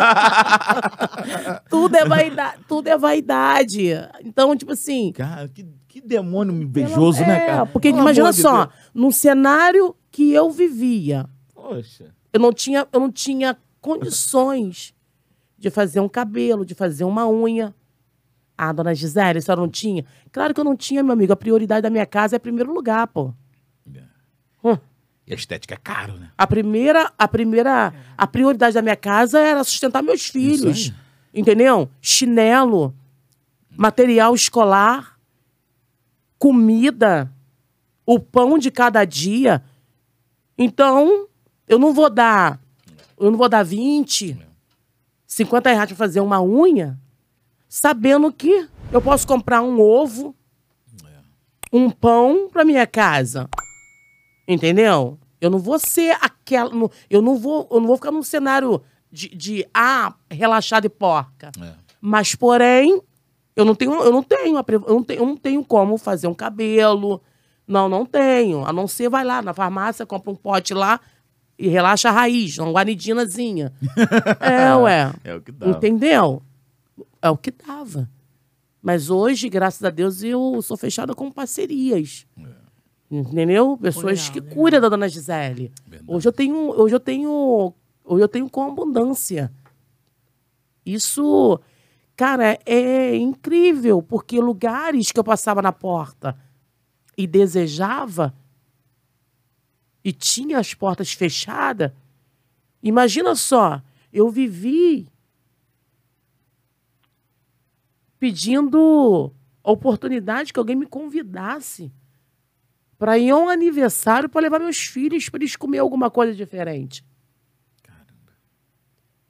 Tudo é vaidade. Então, tipo assim... Cara, que demônio invejoso, né, cara? Porque imagina só, num cenário que eu vivia, poxa, eu não tinha condições de fazer um cabelo, de fazer uma unha. Dona Gisele, a senhora não tinha? Claro que eu não tinha, meu amigo. A prioridade da minha casa é primeiro lugar, pô. E a estética é caro, né? A prioridade da minha casa era sustentar meus filhos. Entendeu? Chinelo, material escolar, comida, o pão de cada dia. Então, eu não vou dar 20, 50 reais para fazer uma unha, sabendo que eu posso comprar um ovo, um pão para minha casa. Entendeu? Eu não vou ser aquela... Eu não vou ficar num cenário de relaxada e porca. Mas, porém, eu não tenho como fazer um cabelo. Não tenho. A não ser, vai lá na farmácia, compra um pote lá e relaxa a raiz, uma guaridinazinha. É o que dava. Entendeu? É o que dava. Mas hoje, graças a Deus, eu sou fechada com parcerias. Entendeu? Pessoas que cuidam da Dona Gisele. Hoje eu tenho com abundância. Isso, cara, é incrível, porque lugares que eu passava na porta e desejava e tinha as portas fechadas, imagina só, eu vivi pedindo a oportunidade que alguém me convidasse para ir a um aniversário para levar meus filhos para eles comer alguma coisa diferente. Caramba.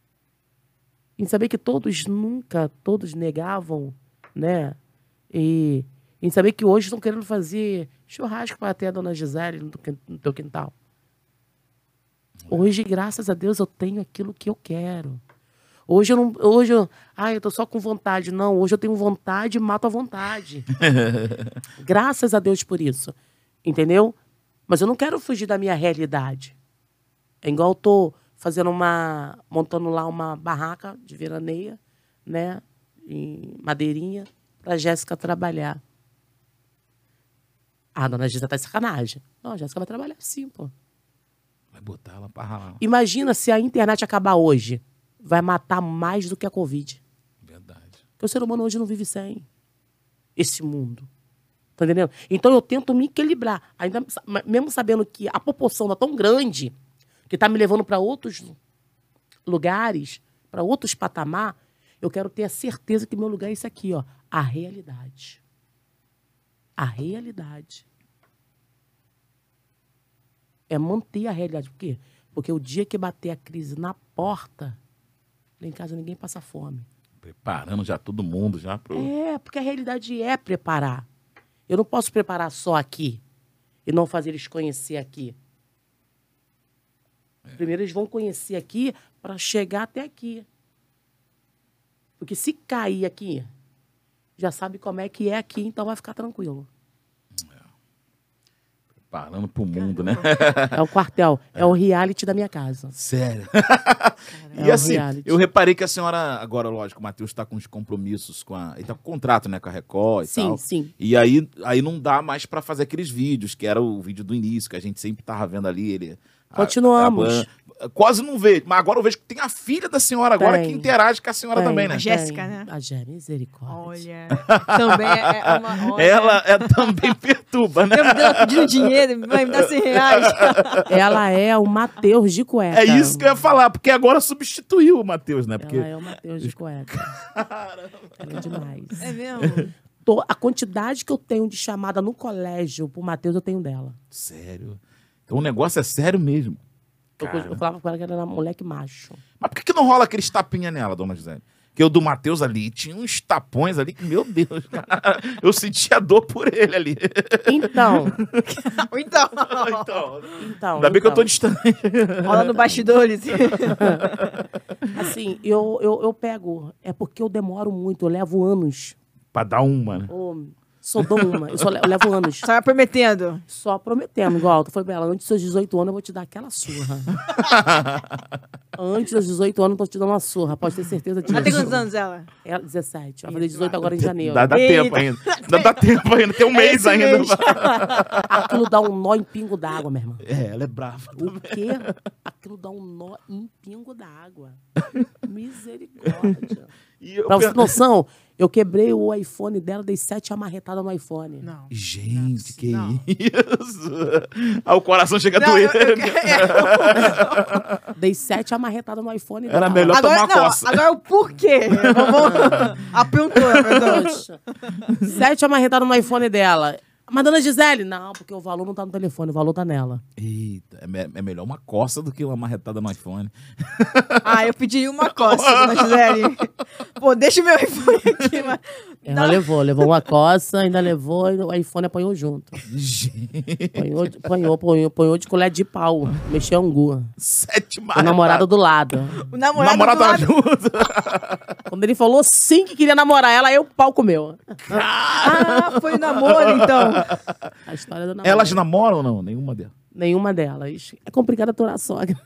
em saber que todos negavam, né? E em saber que hoje estão querendo fazer churrasco para ter a dona Gisele no teu quintal. Hoje, graças a Deus, eu tenho aquilo que eu quero. Hoje eu tô só com vontade. Não, hoje eu tenho vontade e mato a vontade. Graças a Deus por isso. Entendeu? Mas eu não quero fugir da minha realidade. É igual eu tô montando lá uma barraca de veraneia, né? Em madeirinha, pra Jéssica trabalhar. A dona Jéssica tá de sacanagem. Não, a Jéssica vai trabalhar sim, pô. Vai botar ela pra ralar. Imagina se a internet acabar hoje. Vai matar mais do que a Covid. Verdade. Porque o ser humano hoje não vive sem esse mundo. Tá entendendo? Então eu tento me equilibrar. Ainda, mesmo sabendo que a proporção tá tão grande, que tá me levando para outros lugares, para outros patamar, eu quero ter a certeza que meu lugar é esse aqui, ó. A realidade. A realidade. É manter a realidade. Por quê? Porque o dia que bater a crise na porta, lá em casa ninguém passa fome. Preparando já todo mundo já pro... É, porque a realidade é preparar. Eu não posso preparar só aqui e não fazer eles conhecer aqui. Primeiro eles vão conhecer aqui para chegar até aqui. Porque se cair aqui, já sabe como é que é aqui, então vai ficar tranquilo. Preparando pro mundo, né? É o quartel, é o reality da minha casa. Sério. É E assim, reality. eu reparei que a senhora, agora, lógico, o Matheus tá com os compromissos ele tá com contrato, né, com a Record e tal. Sim. E aí não dá mais pra fazer aqueles vídeos, que era o vídeo do início, que a gente sempre tava vendo ali, ele... Continuamos. Quase não vejo, mas agora eu vejo que tem a filha da senhora agora que interage com a senhora também, né? A Jéssica, né? A Jéssica, misericórdia. Olha, também é uma... Olha. Ela também perturba, né? Lembra dela pedindo dinheiro, mãe, me dá 100 reais. Ela é o Matheus de cueca. É isso que eu ia falar, porque agora substituiu o Matheus, né? Porque... Ela é o Matheus de cueca. Ela é demais. É mesmo? A quantidade que eu tenho de chamada no colégio pro Matheus, eu tenho dela. Sério? Então o negócio é sério mesmo. Eu falava com ela que ela era moleque macho. Mas por que não rola aqueles tapinha nela, dona Gisele? Porque o do Matheus ali tinha uns tapões ali que, meu Deus, cara, eu sentia dor por ele ali. Então. Ainda bem que eu tô distante. Rola no bastidores. Assim, eu pego. É porque eu demoro muito, eu levo anos. Pra dar uma, né? Só dou uma. Eu levo anos. Só vai prometendo. Só prometendo. Igual, tu foi pra ela, antes dos seus 18 anos eu vou te dar aquela surra. Antes dos 18 anos eu tô te dando uma surra, pode ter certeza disso. Ela tem quantos anos ela? Ela, 17. Vai fazer 18 agora em janeiro. Dá tempo ainda. Ainda dá tempo ainda. Tem um mês ainda. Aquilo dá um nó em pingo d'água, meu irmão. É, ela é brava. O quê? Aquilo dá um nó em pingo d'água. Misericórdia. Pra você ter noção, eu quebrei o iPhone dela, dei 7 amarretadas no iPhone. Não. Gente, que não. isso? O coração chega a doer. Dei 7 amarretadas no iPhone dela. Era melhor tomar uma coça. Agora o porquê? Aprontou. 7 amarretadas no iPhone dela. Mas, dona Gisele, não, porque o valor não tá no telefone, o valor tá nela. Eita, é melhor uma coça do que uma marretada no iPhone. Eu pediria uma coça, dona Gisele. Pô, deixa o meu iPhone aqui. Mas... Ela levou uma coça, ainda levou e o iPhone apanhou junto. Gente. Apanhou de colher de pau, mexeu angu. 7 O marretadas. namorado do lado. O namorado do tá lado. junto. Quando ele falou sim que queria namorar ela, aí o pau comeu. Foi o namoro, então. A história do namoro. Elas namoram ou não? Nenhuma delas. Nenhuma delas. É complicado aturar a sogra.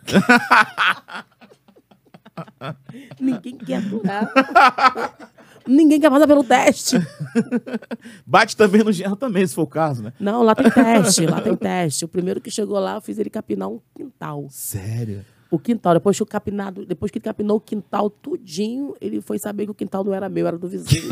Ninguém quer aturar. Ninguém quer passar pelo teste. Bate também no genro também, se for o caso, né? Não, lá tem teste. O primeiro que chegou lá, eu fiz ele capinar um quintal. Sério? O quintal, depois que ele capinou o quintal tudinho, ele foi saber que o quintal não era meu, era do vizinho.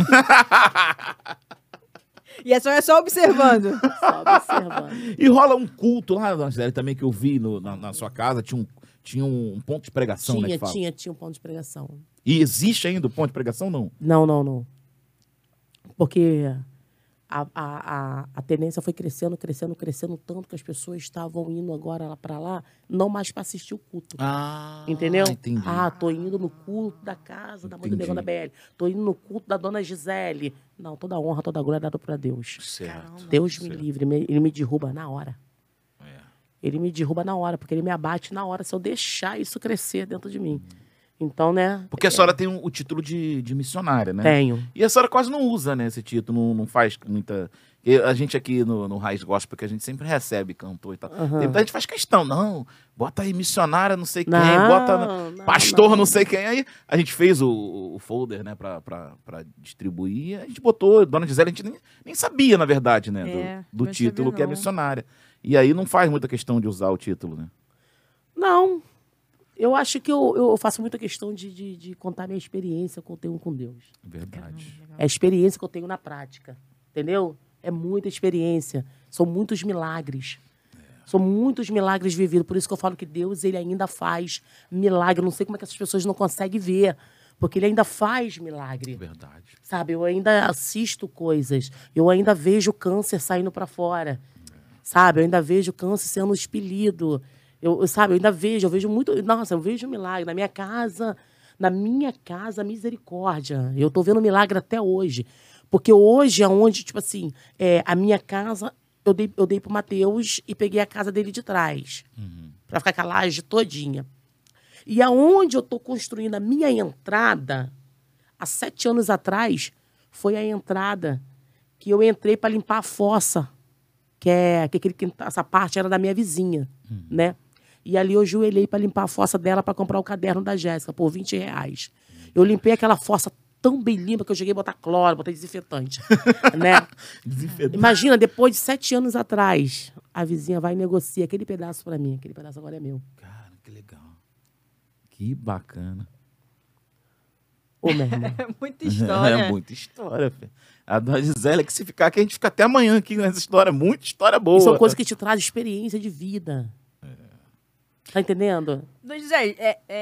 E a senhora só observando. Só observando. E rola um culto lá, dona Gisele, também que eu vi na sua casa, tinha um ponto de pregação, né? Tinha um ponto de pregação. E existe ainda o ponto de pregação, não? Não. Porque a tendência foi crescendo tanto que as pessoas estavam indo agora para lá, não mais para assistir o culto. Entendeu? Entendi. Tô indo no culto da casa da mãe do Negão da BL. Tô indo no culto da dona Gisele. Não, toda a honra, toda a glória é dada para Deus. Certo. Deus me livre, ele me derruba na hora. Ele me derruba na hora, porque ele me abate na hora se eu deixar isso crescer dentro de mim. Então, né? Porque a senhora tem o título de missionária, né? Tenho. E a senhora quase não usa, né, esse título, não faz muita... A gente aqui no Raiz Gospel, que a gente sempre recebe cantor e tal. Tem muita gente faz questão, não, bota aí missionária não sei quem, bota pastor não sei quem. Aí a gente fez o folder, né, pra distribuir, a gente botou Dona Gisele, a gente nem sabia, na verdade, né, do título que é missionária. E aí não faz muita questão de usar o título, né? Não. Eu acho que eu faço muita questão de contar minha experiência que eu tenho com Deus. Verdade. É a experiência que eu tenho na prática, entendeu? É muita experiência. São muitos milagres. São muitos milagres vividos. Por isso que eu falo que Deus, ele ainda faz milagre. Eu não sei como é que essas pessoas não conseguem ver. Porque ele ainda faz milagre. Verdade. Sabe, eu ainda assisto coisas. Eu ainda vejo câncer saindo para fora. Sabe, eu ainda vejo câncer sendo expelido. Eu vejo muito... Nossa, eu vejo milagre. Na minha casa, misericórdia. Eu tô vendo milagre até hoje. Porque hoje é onde, tipo assim, a minha casa, eu dei pro Matheus e peguei a casa dele de trás. Pra ficar com a laje todinha. E aonde eu tô construindo a minha entrada, há 7 anos atrás, foi a entrada que eu entrei para limpar a fossa. Essa parte era da minha vizinha, né? E ali eu joelhei para limpar a fossa dela para comprar o caderno da Jéssica por R$20. Eu limpei aquela fossa tão bem limpa que eu cheguei a botar cloro, botei desinfetante, né? Imagina, depois de 7 anos atrás, a vizinha vai e negocia aquele pedaço para mim. Aquele pedaço agora é meu. Cara, que legal. Que bacana. Ô, meu irmão. É muita história. É muita história, filho. A Dona Gisele, que se ficar aqui, a gente fica até amanhã aqui nessa história. Muita história boa. E são coisas que te trazem experiência de vida. Tá entendendo? Dona Gisele,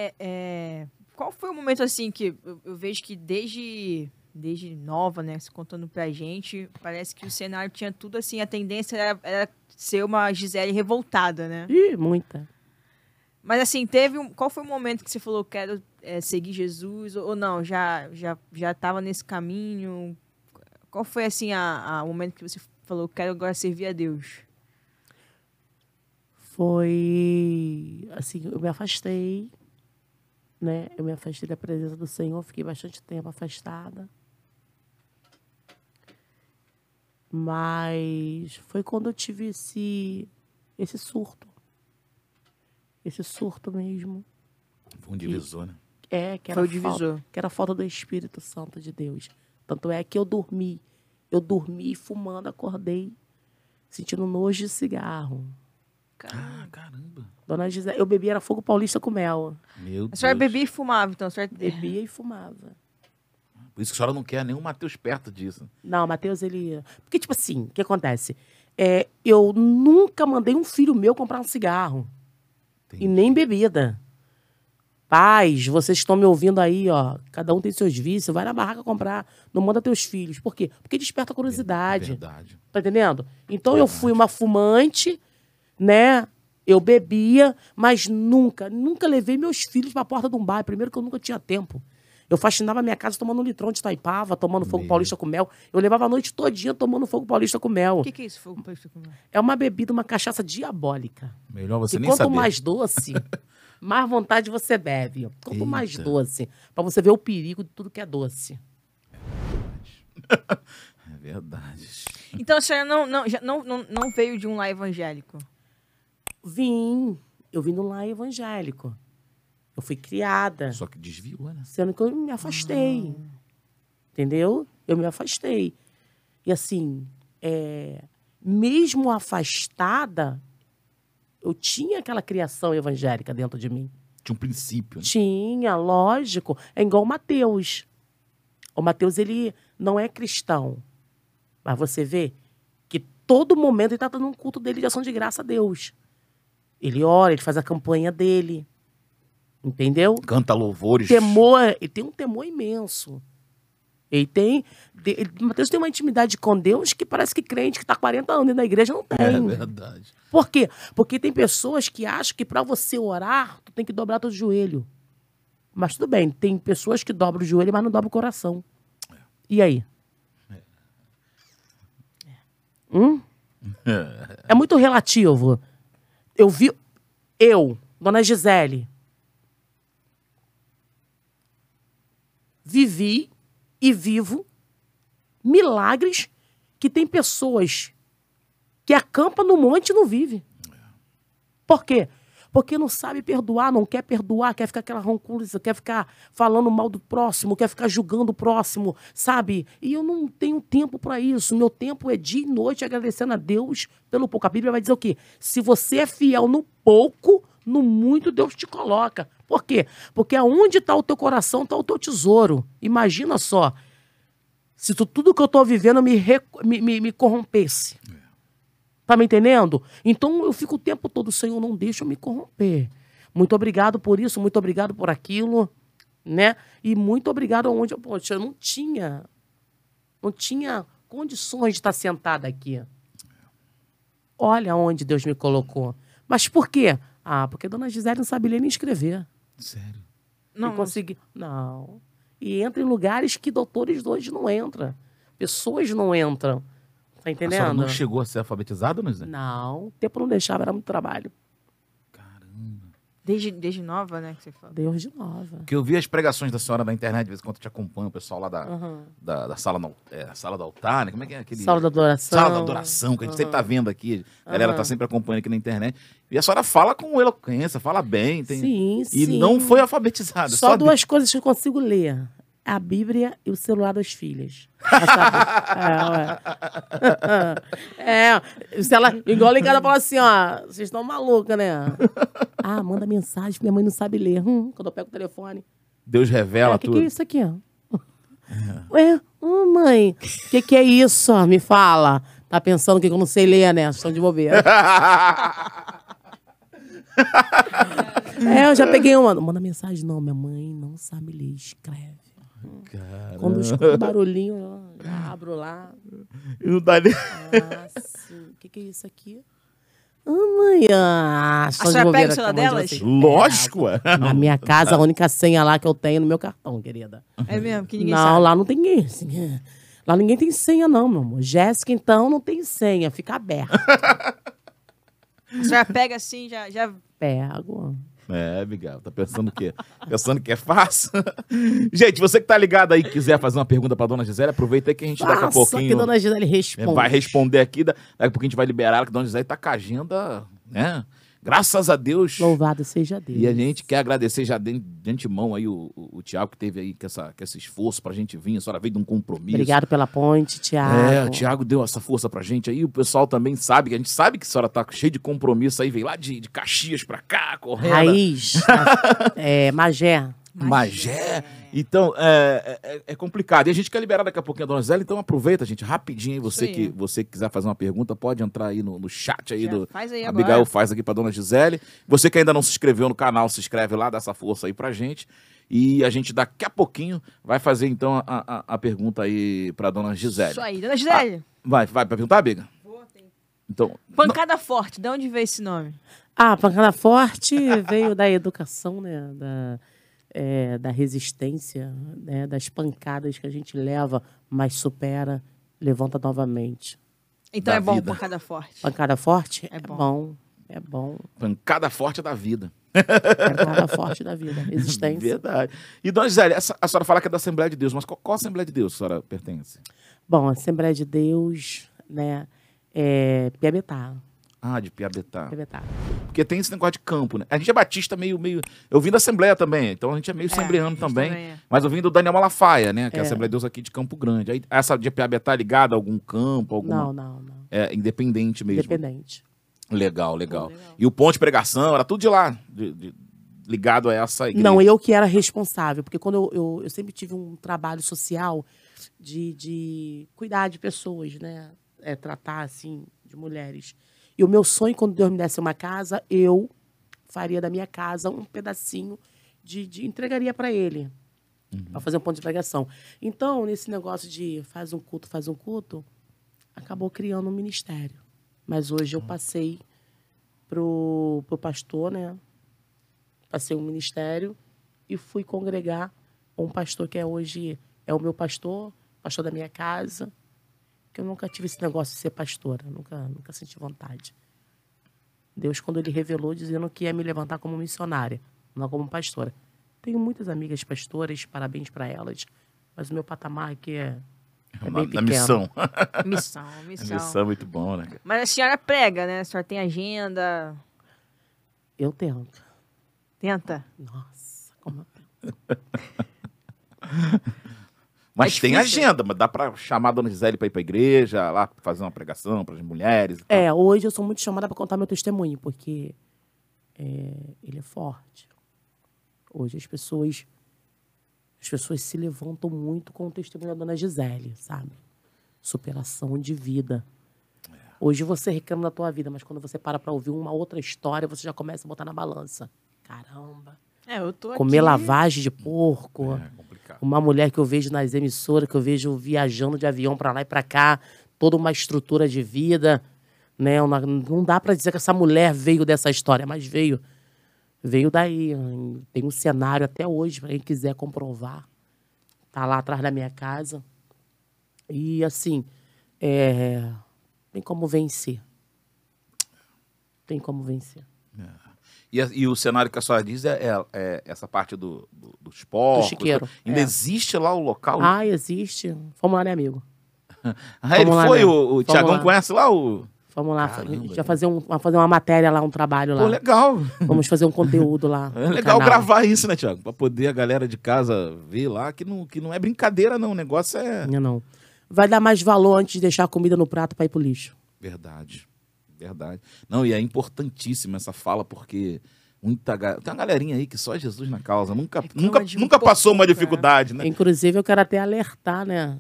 qual foi o momento, assim, que eu vejo que desde nova, né, se contando pra gente, parece que o cenário tinha tudo, assim, a tendência era ser uma Gisele revoltada, né? Ih, muita. Mas, assim, qual foi o momento que você falou, quero seguir Jesus, ou não, já tava nesse caminho? Qual foi, assim, o momento que você falou, quero agora servir a Deus? Foi, assim, eu me afastei, né? Eu me afastei da presença do Senhor, fiquei bastante tempo afastada. Mas foi quando eu tive esse surto. Esse surto mesmo. Foi um divisor, né? Que era foi o divisor. Que era a falta do Espírito Santo de Deus. Tanto é que eu dormi fumando, acordei, sentindo nojo de cigarro. Caramba. Dona Gisele, eu bebia era fogo paulista com mel. A senhora bebia e fumava, então? A senhora... Bebia e fumava. Por isso que a senhora não quer nenhum Matheus perto disso. Não, o Matheus, ele... Porque, tipo assim, o que acontece? Eu nunca mandei um filho meu comprar um cigarro. Entendi. E nem bebida. Pais, vocês estão me ouvindo aí, ó. Cada um tem seus vícios. Vai na barraca comprar. Não manda teus filhos. Por quê? Porque desperta a curiosidade. Verdade. Tá entendendo? Então, eu fui uma fumante, né? Eu bebia, mas nunca levei meus filhos pra porta de um bar. Primeiro que eu nunca tinha tempo. Eu faxinava a minha casa tomando um litrão de Taipava, tomando fogo paulista com mel. Eu levava a noite todinha tomando fogo paulista com mel. O que é isso, fogo paulista com mel? É uma bebida, uma cachaça diabólica. Melhor você e nem saber. Quanto mais doce, mais vontade você bebe. Quanto mais doce, pra você ver o perigo de tudo que é doce. É verdade. Então a senhora não veio de um lar evangélico? Eu vim de um lar evangélico. Eu fui criada. Só que desviou, né? Sendo que eu me afastei. Entendeu? Eu me afastei. E assim, mesmo afastada, eu tinha aquela criação evangélica dentro de mim. Tinha um princípio. Né? Tinha, lógico. É igual o Matheus. O Matheus, ele não é cristão. Mas você vê que todo momento ele está dando um culto dele de ação de graça a Deus. Ele ora, ele faz a campanha dele. Entendeu? Canta louvores. Ele tem um temor imenso. Mateus tem uma intimidade com Deus que parece que crente que está 40 anos dentro da igreja não tem. É verdade. Por quê? Porque tem pessoas que acham que para você orar, tu tem que dobrar teu joelho. Mas tudo bem, tem pessoas que dobram o joelho, mas não dobram o coração. E aí? É muito relativo. Dona Gisele, vivi e vivo milagres que tem pessoas que acampam no monte e não vive. Por quê? Porque não sabe perdoar, não quer perdoar, quer ficar aquela rancúria, quer ficar falando mal do próximo, quer ficar julgando o próximo, sabe? E eu não tenho tempo para isso. Meu tempo é dia e noite agradecendo a Deus pelo pouco. A Bíblia vai dizer o quê? Se você é fiel no pouco, no muito Deus te coloca. Por quê? Porque aonde está o teu coração, está o teu tesouro. Imagina só, se tudo que eu estou vivendo me corrompesse. Tá me entendendo? Então eu fico o tempo todo, Senhor, não deixa eu me corromper. Muito obrigado por isso, muito obrigado por aquilo, né? E muito obrigado aonde eu não tinha condições de estar sentada aqui. Olha onde Deus me colocou. Mas por quê? Porque Dona Gisele não sabe ler nem escrever. Sério? Não consegui. Não. E entra em lugares que doutores hoje não entram. Pessoas não entram. Tá entendendo? A senhora não chegou a ser alfabetizada, Dona Gisele? Não. O tempo não deixava, era muito trabalho. Caramba. Desde nova, né, que você fala? Desde nova. Porque eu vi as pregações da senhora na internet, de vez em quando eu te acompanho, o pessoal lá da sala, sala do altar, né? Como é que é aquele... Sala da adoração. Sala da adoração, que a gente sempre tá vendo aqui. A galera tá sempre acompanhando aqui na internet. E a senhora fala com eloquência, fala bem. Sim, E sim. não foi alfabetizada. Só duas coisas que eu consigo ler. A Bíblia e o celular das filhas. Se ela, igual lá em casa, fala assim, ó, vocês estão malucas, né? Manda mensagem, minha mãe não sabe ler. Quando eu pego o telefone. Deus revela Que tudo. que é isso aqui? Ué, mãe, que é isso? Me fala. Tá pensando que eu não sei ler, né? Estão de bobeira. Eu já peguei uma. Manda mensagem, não, minha mãe não sabe ler, escreve. Caramba. Quando eu escuto um barulhinho, eu já abro lá. E não dá nem... Sim. O que é isso aqui? Mãe, a senhora pega o celular delas? Lógico, ué. Na minha casa, a única senha lá que eu tenho é no meu cartão, querida. É mesmo? Que ninguém Não, sabe? lá não tem ninguém. Lá ninguém tem senha, não, meu amor. Jéssica, então, não tem senha. Fica aberto. A senhora pega assim, já... Pego. Miguel, tá pensando o quê? Pensando que é fácil? Gente, você que tá ligado aí, quiser fazer uma pergunta pra Dona Gisele, aproveita aí que a gente daqui a pouquinho... que Dona Gisele responde. Vai responder aqui, daqui a pouquinho a gente vai liberar ela, que a Dona Gisele tá com a agenda, né? Graças a Deus. Louvado seja Deus. E a gente quer agradecer já de antemão aí o Thiago, que teve aí com esse esforço pra gente vir. A senhora veio de um compromisso. Obrigado pela ponte, Thiago. O Thiago deu essa força pra gente aí. O pessoal também sabe, que a gente sabe que a senhora tá cheia de compromisso aí. Veio lá de Caxias pra cá, correndo. Raiz. Magé. Magé. Então, é complicado. E a gente quer liberar daqui a pouquinho a Dona Gisele, então aproveita, gente, rapidinho aí. Você que quiser fazer uma pergunta, pode entrar aí no chat aí do... Faz aí Abigail agora. faz aqui pra Dona Gisele. Você que ainda não se inscreveu no canal, se inscreve lá, dá essa força aí pra gente. E a gente daqui a pouquinho vai fazer então a pergunta aí pra Dona Gisele. Isso aí. Dona Gisele. Vai perguntar, Biga? Então, Pancada Forte, de onde veio esse nome? Pancada Forte veio da educação, né? Da resistência, né? Das pancadas que a gente leva, mas supera, levanta novamente. Então Da é bom, vida. Pancada Forte. Pancada Forte? É bom. Bom. É bom. pancada forte da vida. Pancada forte da vida. Existência. Verdade. E, Dona Gisele, a senhora fala que é da Assembleia de Deus, mas qual Assembleia de Deus a senhora pertence? Bom, Assembleia de Deus, né? Piabetá. De Piabetá. Piabetá. Porque tem esse negócio de campo, né? A gente é batista meio... Eu vim da Assembleia também, então a gente é meio assembleano a gente também. também é. Mas eu vim do Daniel Malafaia, né? Que é a Assembleia de Deus aqui de Campo Grande. Aí, essa de Piabetá é ligada a algum campo? Alguma... Não. É independente mesmo. Independente. Legal. E o Ponte Pregação, era tudo de lá, ligado a essa igreja. Não, eu que era responsável, porque quando eu sempre tive um trabalho social de cuidar de pessoas, né? Tratar, assim, de mulheres. E o meu sonho, quando Deus me desse uma casa, eu faria da minha casa um pedacinho entregaria para ele. para fazer um ponto de pregação. Então, nesse negócio de faz um culto, acabou criando um ministério. Mas hoje eu passei pro pastor, né? Passei um ministério e fui congregar um pastor que hoje é o meu pastor da minha casa, que eu nunca tive esse negócio de ser pastora, nunca senti vontade. Deus, quando ele revelou, dizendo que ia me levantar como missionária, não como pastora. Tenho muitas amigas pastoras, parabéns para elas, mas o meu patamar aqui é bem pequeno. Missão. Missão. Missão é muito bom, né? Mas a senhora prega, né? A senhora tem agenda. Eu tento. Tenta? Nossa, como eu tento. Mas tem agenda, mas dá pra chamar a dona Gisele pra ir pra igreja, lá fazer uma pregação pras mulheres e tal. Hoje eu sou muito chamada para contar meu testemunho, porque ele é forte. Hoje as pessoas se levantam muito com o testemunho da dona Gisele, sabe? Superação de vida. Hoje você reclama da tua vida, mas quando você para ouvir uma outra história, você já começa a botar na balança. Caramba. Eu tô aqui. Comer lavagem de porco. É complicado. Uma mulher que eu vejo nas emissoras, que eu vejo viajando de avião para lá e para cá, toda uma estrutura de vida, né? Não dá para dizer que essa mulher veio dessa história, mas veio daí. Tem um cenário até hoje, para quem quiser comprovar. Tá lá atrás da minha casa. E, assim, tem como vencer. Tem como vencer. E o cenário que a senhora diz é essa parte dos porcos. Do chiqueiro. Ainda existe lá o local? Existe. Vamos lá, né, amigo? Ele lá, foi? né? O Tiagão conhece lá o... Vamos lá, Caramba, a gente vai fazer uma matéria lá, um trabalho lá. Pô, legal. Vamos fazer um conteúdo lá. É legal gravar isso, né, Tiago? Pra poder a galera de casa ver lá que não é brincadeira, não. O negócio é... Não. Vai dar mais valor antes de deixar a comida no prato para ir pro lixo. Verdade. Não, e é importantíssima essa fala, porque tem uma galerinha aí que só Jesus na causa. Nunca passou uma dificuldade, né? Inclusive, eu quero até alertar, né,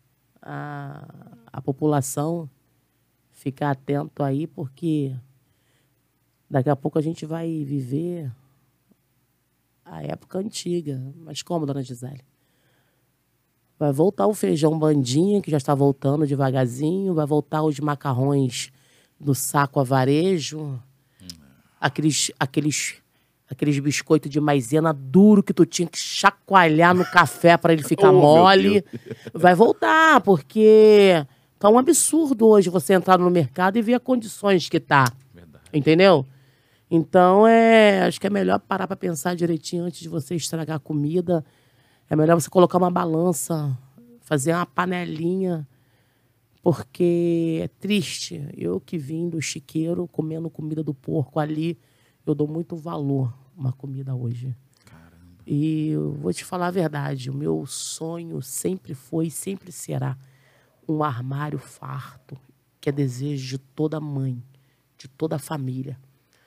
a população ficar atento aí, porque daqui a pouco a gente vai viver a época antiga. Mas como, dona Gisele? Vai voltar o feijão bandinha, que já está voltando devagarzinho, vai voltar os macarrões do saco a varejo, aqueles biscoitos de maisena duro que tu tinha que chacoalhar no café para ele ficar mole. Vai voltar, porque tá um absurdo hoje você entrar no mercado e ver as condições que tá. Verdade. Entendeu? Então, acho que é melhor parar para pensar direitinho antes de você estragar a comida. É melhor você colocar uma balança, fazer uma panelinha, porque é triste. Eu que vim do chiqueiro, comendo comida do porco ali, eu dou muito valor a uma comida hoje. Caramba. E eu vou te falar a verdade, o meu sonho sempre foi e sempre será um armário farto, que é desejo de toda mãe, de toda família.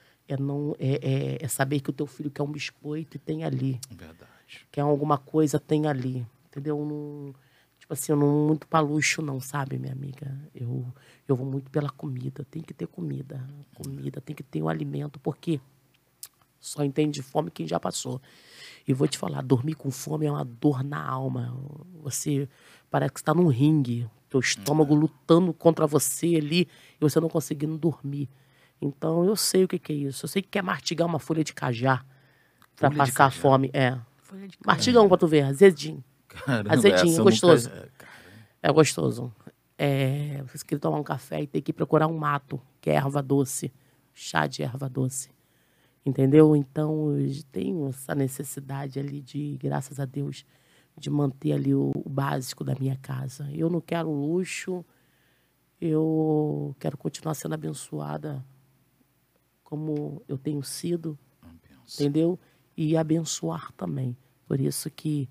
É saber que o teu filho quer um biscoito e tem ali. Verdade. Quer alguma coisa, tem ali. Entendeu? Tipo assim, eu não muito pra luxo, não, sabe, minha amiga? Eu vou muito pela comida. Tem que ter comida. Comida, tem que ter um alimento, porque só entende de fome quem já passou. E vou te falar, dormir com fome é uma dor na alma. Você parece que está num ringue, teu estômago lutando contra você ali, e você não conseguindo dormir. Então, eu sei o que é isso. Eu sei que quer mastigar uma folha de cajá para passar a fome. Mastiga um pra tu ver, azedinho. Caramba, azedinho, é gostoso. É gostoso. Você quer tomar um café e tem que procurar um mato, que é erva doce. Chá de erva doce. Entendeu? Então, eu tenho essa necessidade ali de, graças a Deus, de manter ali o básico da minha casa. Eu não quero luxo, eu quero continuar sendo abençoada como eu tenho sido, entendeu? E abençoar também. Por isso que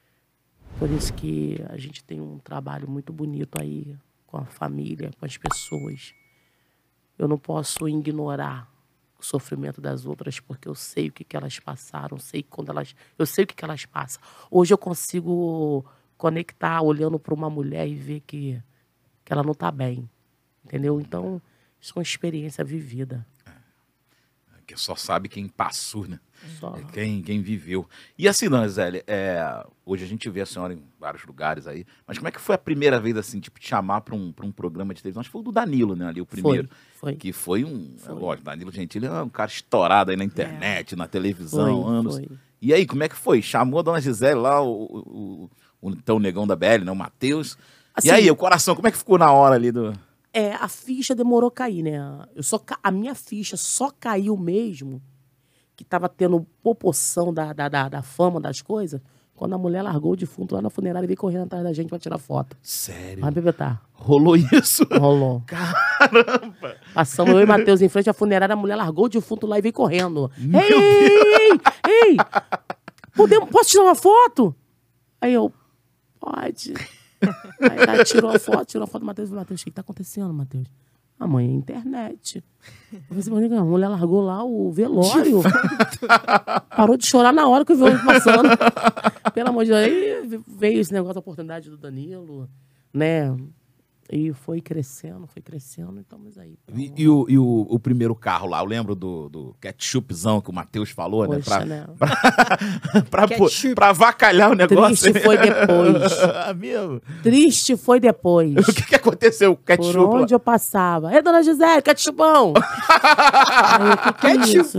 a gente tem um trabalho muito bonito aí com a família, com as pessoas. Eu não posso ignorar o sofrimento das outras, porque eu sei o que elas passaram, eu sei o que elas passam. Hoje eu consigo conectar olhando para uma mulher e ver que ela não está bem, entendeu? Então, isso é uma experiência vivida. que só sabe quem passou, né? Só. Quem viveu. E assim, dona Gisele, hoje a gente vê a senhora em vários lugares aí, mas como é que foi a primeira vez, assim, tipo, te chamar para um programa de televisão? Acho que foi o do Danilo, né, ali, o primeiro. Foi. Que foi lógico, Danilo Gentili é um cara estourado aí na internet, na televisão, anos. Foi. E aí, como é que foi? Chamou a dona Gisele lá, o então negão da BL, né, o Matheus. Assim, e aí, o coração, como é que ficou na hora ali do... A ficha demorou a cair, né? A minha ficha só caiu mesmo, que tava tendo proporção da fama das coisas, quando a mulher largou o defunto lá na funerária e veio correndo atrás da gente pra tirar foto. Sério? Vai bebetar. Rolou isso? Rolou. Caramba! Passamos eu e Matheus em frente à funerária, a mulher largou o defunto lá e veio correndo. Ei! Posso tirar uma foto? Aí eu, pode. Aí ela tirou a foto do Matheus. Matheus, o que tá acontecendo, Matheus? A mãe é internet. Eu falei assim, a mulher largou lá o velório. Parou de chorar na hora que eu vi o passando. Pelo amor de Deus. Aí veio esse negócio da oportunidade do Danilo, né? E foi crescendo, e estamos aí. E o primeiro carro lá, eu lembro do ketchupzão que o Matheus falou, Poxa, né? né? Pra avacalhar o negócio. Triste foi depois. Mesmo? Triste foi depois. O que aconteceu com o ketchup? Por onde eu passava. Dona Gisele, ketchupão! Aí, que é isso?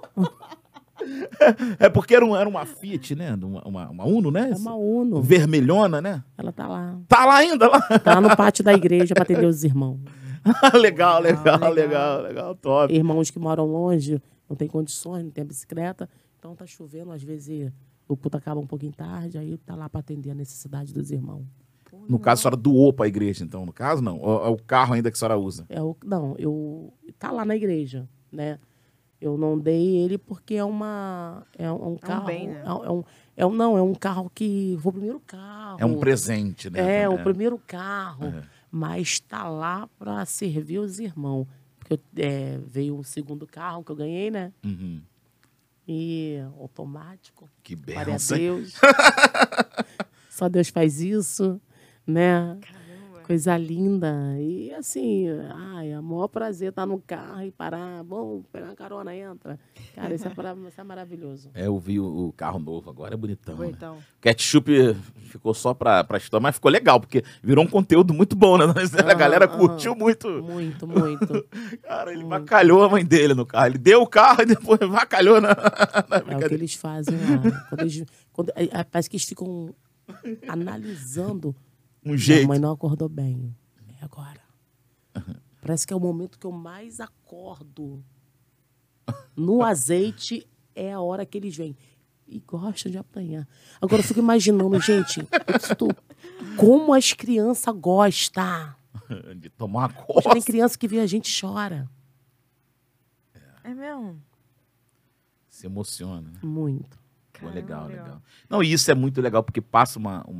É porque era uma Fiat, né? Uma Uno, né? É uma Uno. Vermelhona, né? Ela tá lá. Tá lá ainda? Lá? Tá lá no pátio da igreja pra atender os irmãos. legal, top. Irmãos que moram longe, não tem condições, não tem bicicleta. Então tá chovendo, às vezes o culto acaba um pouquinho tarde, aí tá lá pra atender a necessidade dos irmãos. No caso, a senhora doou pra igreja, então, no caso, não? Ou é o carro ainda que a senhora usa? Tá lá na igreja, né? Eu não dei ele porque é um carro. Bem, né? É um carro que. Foi o primeiro carro. É um presente, né? O primeiro carro. Mas tá lá para servir os irmãos. Porque veio o segundo carro que eu ganhei, né? Uhum. E automático. Que Glória a benção. Deus. Só Deus faz isso, né? Coisa linda. E assim, é o maior prazer estar no carro e parar. Bom, pegar uma carona, entra. Cara, isso é maravilhoso. Eu vi o carro novo agora, é bonitão. Bonitão. Né? Ketchup ficou só pra história, mas ficou legal, porque virou um conteúdo muito bom, né? A galera curtiu muito. Muito. Cara, ele vacalhou a mãe dele no carro. Ele deu o carro e depois vacalhou na É o que eles fazem lá. Parece que eles ficam analisando. jeito. Minha mãe não acordou bem. É agora. Parece que é o momento que eu mais acordo. No azeite é a hora que eles vêm. E gostam de apanhar. Agora eu fico imaginando, gente, como as crianças gostam. De tomar uma coça. Tem criança que vê a gente e chora. É mesmo? Se emociona. Muito. Pô, legal. Não, e isso é muito legal, porque passa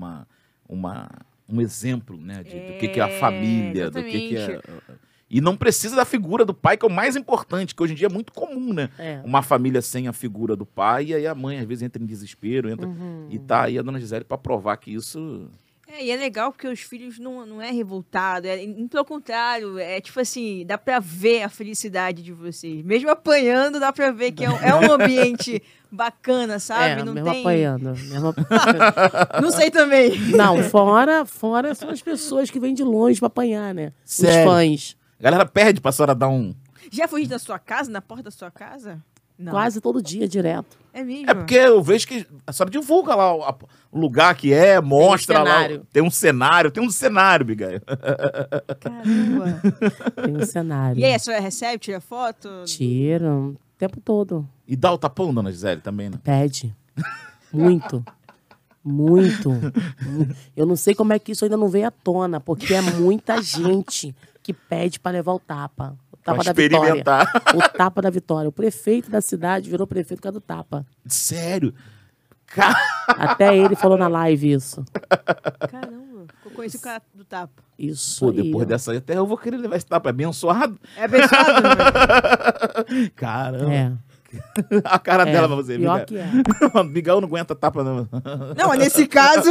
um exemplo, né, do que é a família, exatamente. do que é... E não precisa da figura do pai, que é o mais importante, que hoje em dia é muito comum, né? Uma família sem a figura do pai, e aí a mãe, às vezes, entra em desespero, e tá aí a dona Gisele para provar que isso... E é legal porque os filhos não é revoltado, pelo contrário, tipo assim, dá pra ver a felicidade de vocês. Mesmo apanhando, dá pra ver que é um ambiente bacana, sabe? Não mesmo tem... apanhando. Não sei também. Não, fora são as pessoas que vêm de longe pra apanhar, né? Sério? Os fãs. A galera perde pra senhora dar um... Já foi na sua casa, na porta da sua casa? Não. Quase todo dia, direto. É mesmo? É porque eu vejo que a senhora divulga lá o lugar que mostra lá. Tem um cenário, Bigail. Caramba. Tem um cenário. E aí, a senhora recebe, tira foto? Tira o tempo todo. E dá o tapão, dona Gisele, também, né? Pede. Muito. Muito. Eu não sei como é que isso ainda não veio à tona, porque é muita gente que pede para levar o tapa. O tapa da vitória. O tapa da vitória. O prefeito da cidade virou prefeito por causa do tapa. Sério? Até ele falou na live isso. Caramba. Eu conheci o cara do tapa. Isso. Pô, depois dessa aí, até eu vou querer levar esse tapa. É abençoado? É abençoado, né? Caramba. A cara dela pra você, pior que é. Bigail não aguenta tapa, não. Não, mas nesse caso...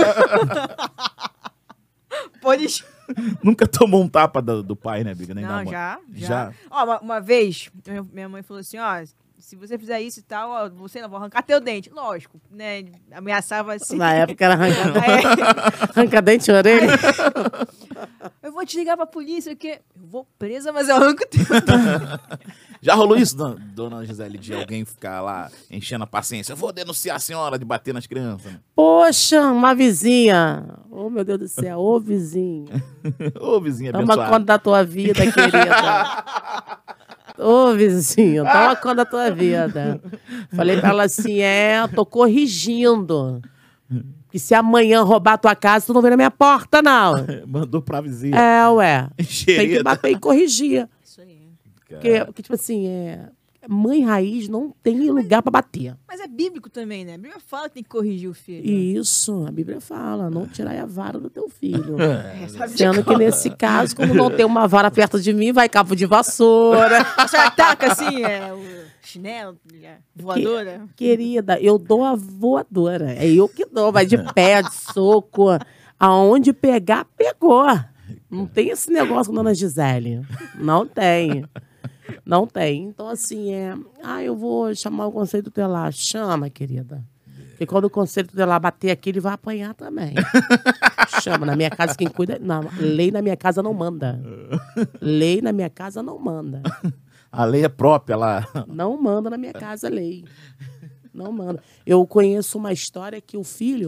Pode... Nunca tomou um tapa do pai, né, Biga? Nem não, da mãe. já. Ó, uma vez, minha mãe falou assim, ó, se você fizer isso e tal, ó, você não, vou arrancar teu dente. Lógico, né? Ameaçava assim. Na época era arranca dente e orelha. Eu vou te ligar pra polícia, porque eu vou presa, mas eu arranco teu dente. Já rolou isso, dona Gisele, de alguém ficar lá enchendo a paciência? Eu vou denunciar a senhora de bater nas crianças. Poxa, uma vizinha. Oh, meu Deus do céu, ô vizinha. Ô, vizinha Toma abençoada. conta da tua vida, querida. Ô, vizinho, toma conta da tua vida. Falei pra ela assim, tô corrigindo. Que se amanhã roubar a tua casa, tu não vem na minha porta, não. Mandou pra vizinha. Ué. Tem que bater e corrigir. Isso aí. Porque, tipo assim, mãe raiz não tem lugar pra bater. Mas é bíblico também, né? A Bíblia fala que tem que corrigir o filho. Isso, a Bíblia fala, não tirar a vara do teu filho. Sabe de Sendo que nesse caso, como não tem uma vara perto de mim, vai cabo de vassoura. A senhora ataca assim, o chinelo, voadora. Querida, eu dou a voadora. É eu que dou, vai de pé, de soco. Aonde pegar, pegou. Não tem esse negócio com a dona Gisele. Não tem. Não tem. Então, assim, eu vou chamar o conselho tutelar. Chama, querida. Porque quando o conselho tutelar bater aqui, ele vai apanhar também. Chama. Na minha casa, quem cuida... Não, lei na minha casa não manda. Lei na minha casa não manda. A lei é própria lá. Não manda na minha casa lei. Não manda. Eu conheço uma história que o filho,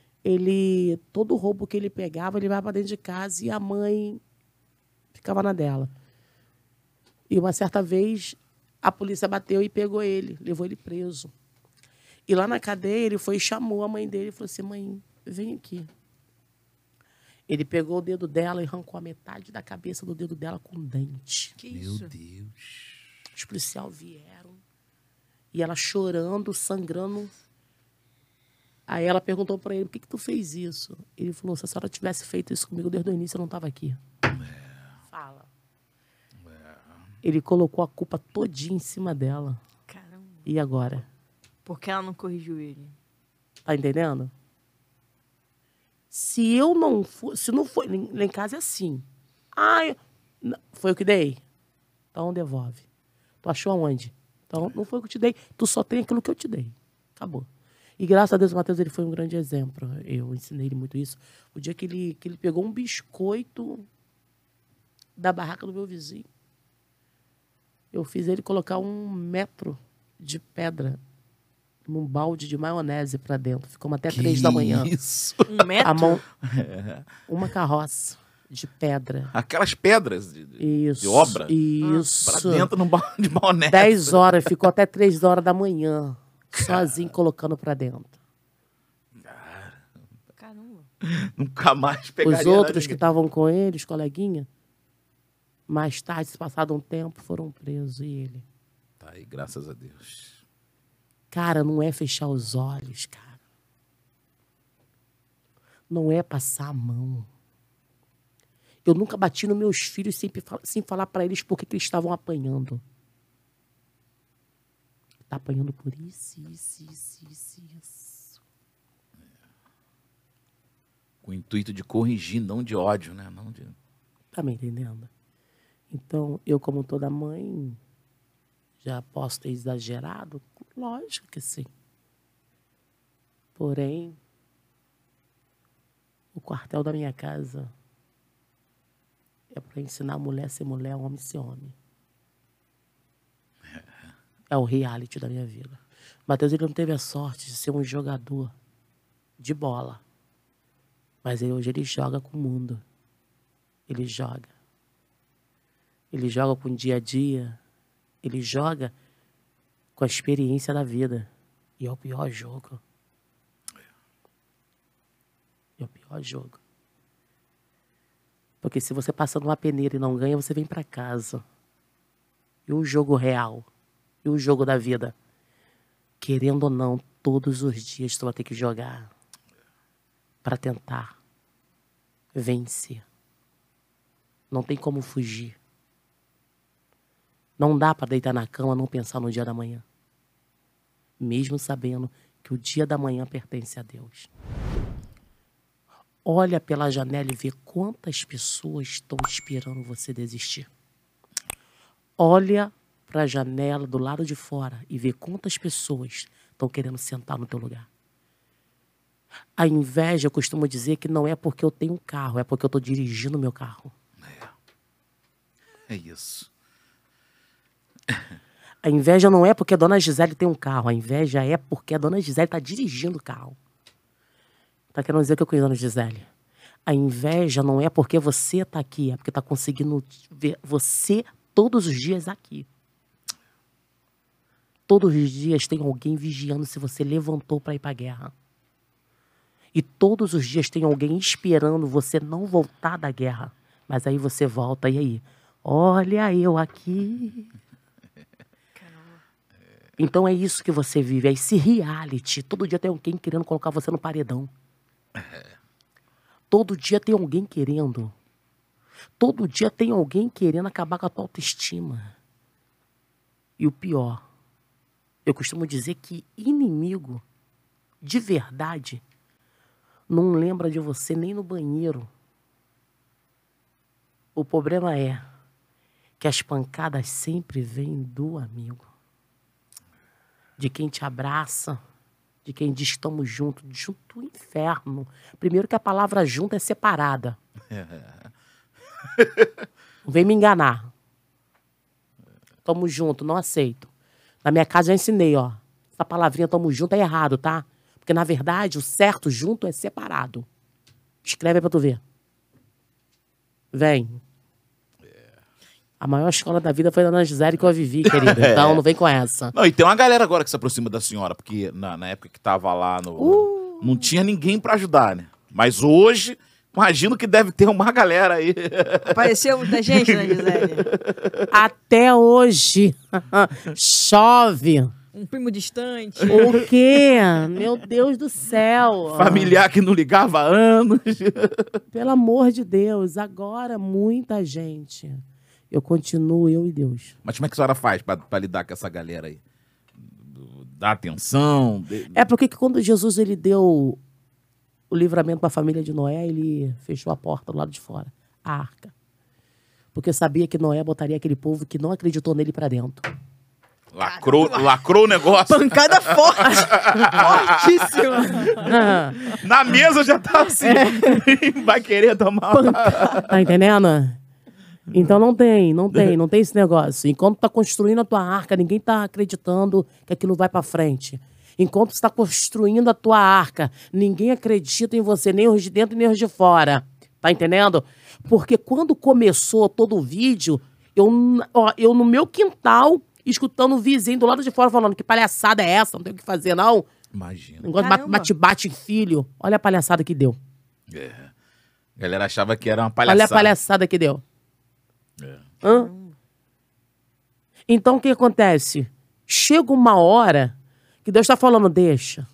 todo roubo que ele pegava, ele vai para dentro de casa e a mãe ficava na dela. E uma certa vez, a polícia bateu e pegou ele, levou ele preso. E lá na cadeia, ele foi e chamou a mãe dele e falou assim, mãe, vem aqui. Ele pegou o dedo dela e arrancou a metade da cabeça do dedo dela com dente. Que isso? Meu Deus. Os policiais vieram e ela chorando, sangrando. Aí ela perguntou para ele, por que tu fez isso? Ele falou, se a senhora tivesse feito isso comigo desde o início, eu não estava aqui. Fala. Ele colocou a culpa todinha em cima dela. Caramba. E agora? Porque ela não corrigiu ele. Tá entendendo? Se eu não for... Se não for... Lá em casa é assim. Foi eu que dei? Então devolve. Tu achou aonde? Então não foi o que eu te dei. Tu só tem aquilo que eu te dei. Acabou. E graças a Deus o Matheus ele foi um grande exemplo. Eu ensinei ele muito isso. O dia que ele pegou um biscoito da barraca do meu vizinho. Eu fiz ele colocar 1 metro de pedra num balde de maionese pra dentro. Ficamos até 3 da manhã. Isso. 1 metro? Uma carroça de pedra. Aquelas pedras Isso. de obra. Isso. Pra dentro num balde de maionese. 10 horas, ficou até 3 horas da manhã. Sozinho colocando pra dentro. Caramba. Nunca mais pegaria. Os outros que estavam com ele, os coleguinhas, mais tarde, se passado um tempo, foram presos. E ele? Tá aí, graças a Deus. Cara, não é fechar os olhos, cara. Não é passar a mão. Eu nunca bati nos meus filhos sem falar para eles por que eles estavam apanhando. Tá apanhando por isso. Com o intuito de corrigir, não de ódio, né? Não de... Tá me entendendo? Então, eu, como toda mãe, já posso ter exagerado? Lógico que sim. Porém, o quartel da minha casa é para ensinar a mulher a ser mulher, homem a ser homem. É o reality da minha vida. Matheus, ele não teve a sorte de ser um jogador de bola. Mas hoje ele joga com o mundo. Ele joga. Ele joga com o dia a dia. Ele joga com a experiência da vida. E é o pior jogo. É o pior jogo. Porque se você passa numa peneira e não ganha, você vem para casa. E o jogo real? E o jogo da vida? Querendo ou não, todos os dias tu vai ter que jogar para tentar vencer. Não tem como fugir. Não dá para deitar na cama e não pensar no dia da manhã. Mesmo sabendo que o dia da manhã pertence a Deus. Olha pela janela e vê quantas pessoas estão esperando você desistir. Olha para a janela do lado de fora e ver quantas pessoas estão querendo sentar no teu lugar. A inveja, eu costumo dizer que não é porque eu tenho um carro, é porque eu estou dirigindo o meu carro. É isso. A inveja não é porque a dona Gisele tem um carro, a inveja é porque a dona Gisele está dirigindo o carro. Tá querendo dizer que eu conheço a dona Gisele? A inveja não é porque você está aqui, é porque está conseguindo ver você todos os dias aqui. Todos os dias tem alguém vigiando se você levantou para ir para a guerra. E todos os dias tem alguém esperando você não voltar da guerra. Mas aí você volta, e aí? Olha eu aqui. Então é isso que você vive, é esse reality. Todo dia tem alguém querendo colocar você no paredão. Todo dia tem alguém querendo. Todo dia tem alguém querendo acabar com a tua autoestima. E o pior, eu costumo dizer que inimigo, de verdade, não lembra de você nem no banheiro. O problema é que as pancadas sempre vêm do amigo. De quem te abraça, de quem diz estamos juntos, junto ao inferno. Primeiro que a palavra junto é separada. Não vem me enganar. Tamo junto, não aceito. Na minha casa já ensinei, ó. Essa palavrinha tamo junto é errado, tá? Porque, na verdade, o certo junto é separado. Escreve aí pra tu ver. Vem. A maior escola da vida foi da Ana Gisele que eu vivi, querida. Então, não vem com essa. Não, e tem uma galera agora que se aproxima da senhora, porque na época que tava lá, não tinha ninguém pra ajudar, né? Mas hoje, imagino que deve ter uma galera aí. Apareceu muita gente, Ana Gisele? Até hoje. Chove. Um primo distante. O quê? Meu Deus do céu. Familiar que não ligava há anos. Pelo amor de Deus, agora muita gente. Eu continuo, eu e Deus. Mas como é que a senhora faz pra lidar com essa galera aí? Dá atenção? É porque quando Jesus ele deu o livramento para a família de Noé, ele fechou a porta do lado de fora, a arca. Porque sabia que Noé botaria aquele povo que não acreditou nele para dentro. Lacrou o negócio. Pancada forte. Fortíssima. Na mesa já tá assim. Vai querer tomar. Tá entendendo? Então não tem esse negócio. Enquanto tá construindo a tua arca, ninguém tá acreditando que aquilo vai para frente. Enquanto você está construindo a tua arca, ninguém acredita em você, nem os de dentro nem os de fora. Tá entendendo? Porque quando começou todo o vídeo, eu no meu quintal, escutando o vizinho do lado de fora falando que palhaçada é essa, não tem o que fazer não. Imagina. Negócio bate em filho. Olha a palhaçada que deu. É. A galera achava que era uma palhaçada. Olha a palhaçada que deu. Hã? Então o que acontece? Chega uma hora que Deus está falando, deixa.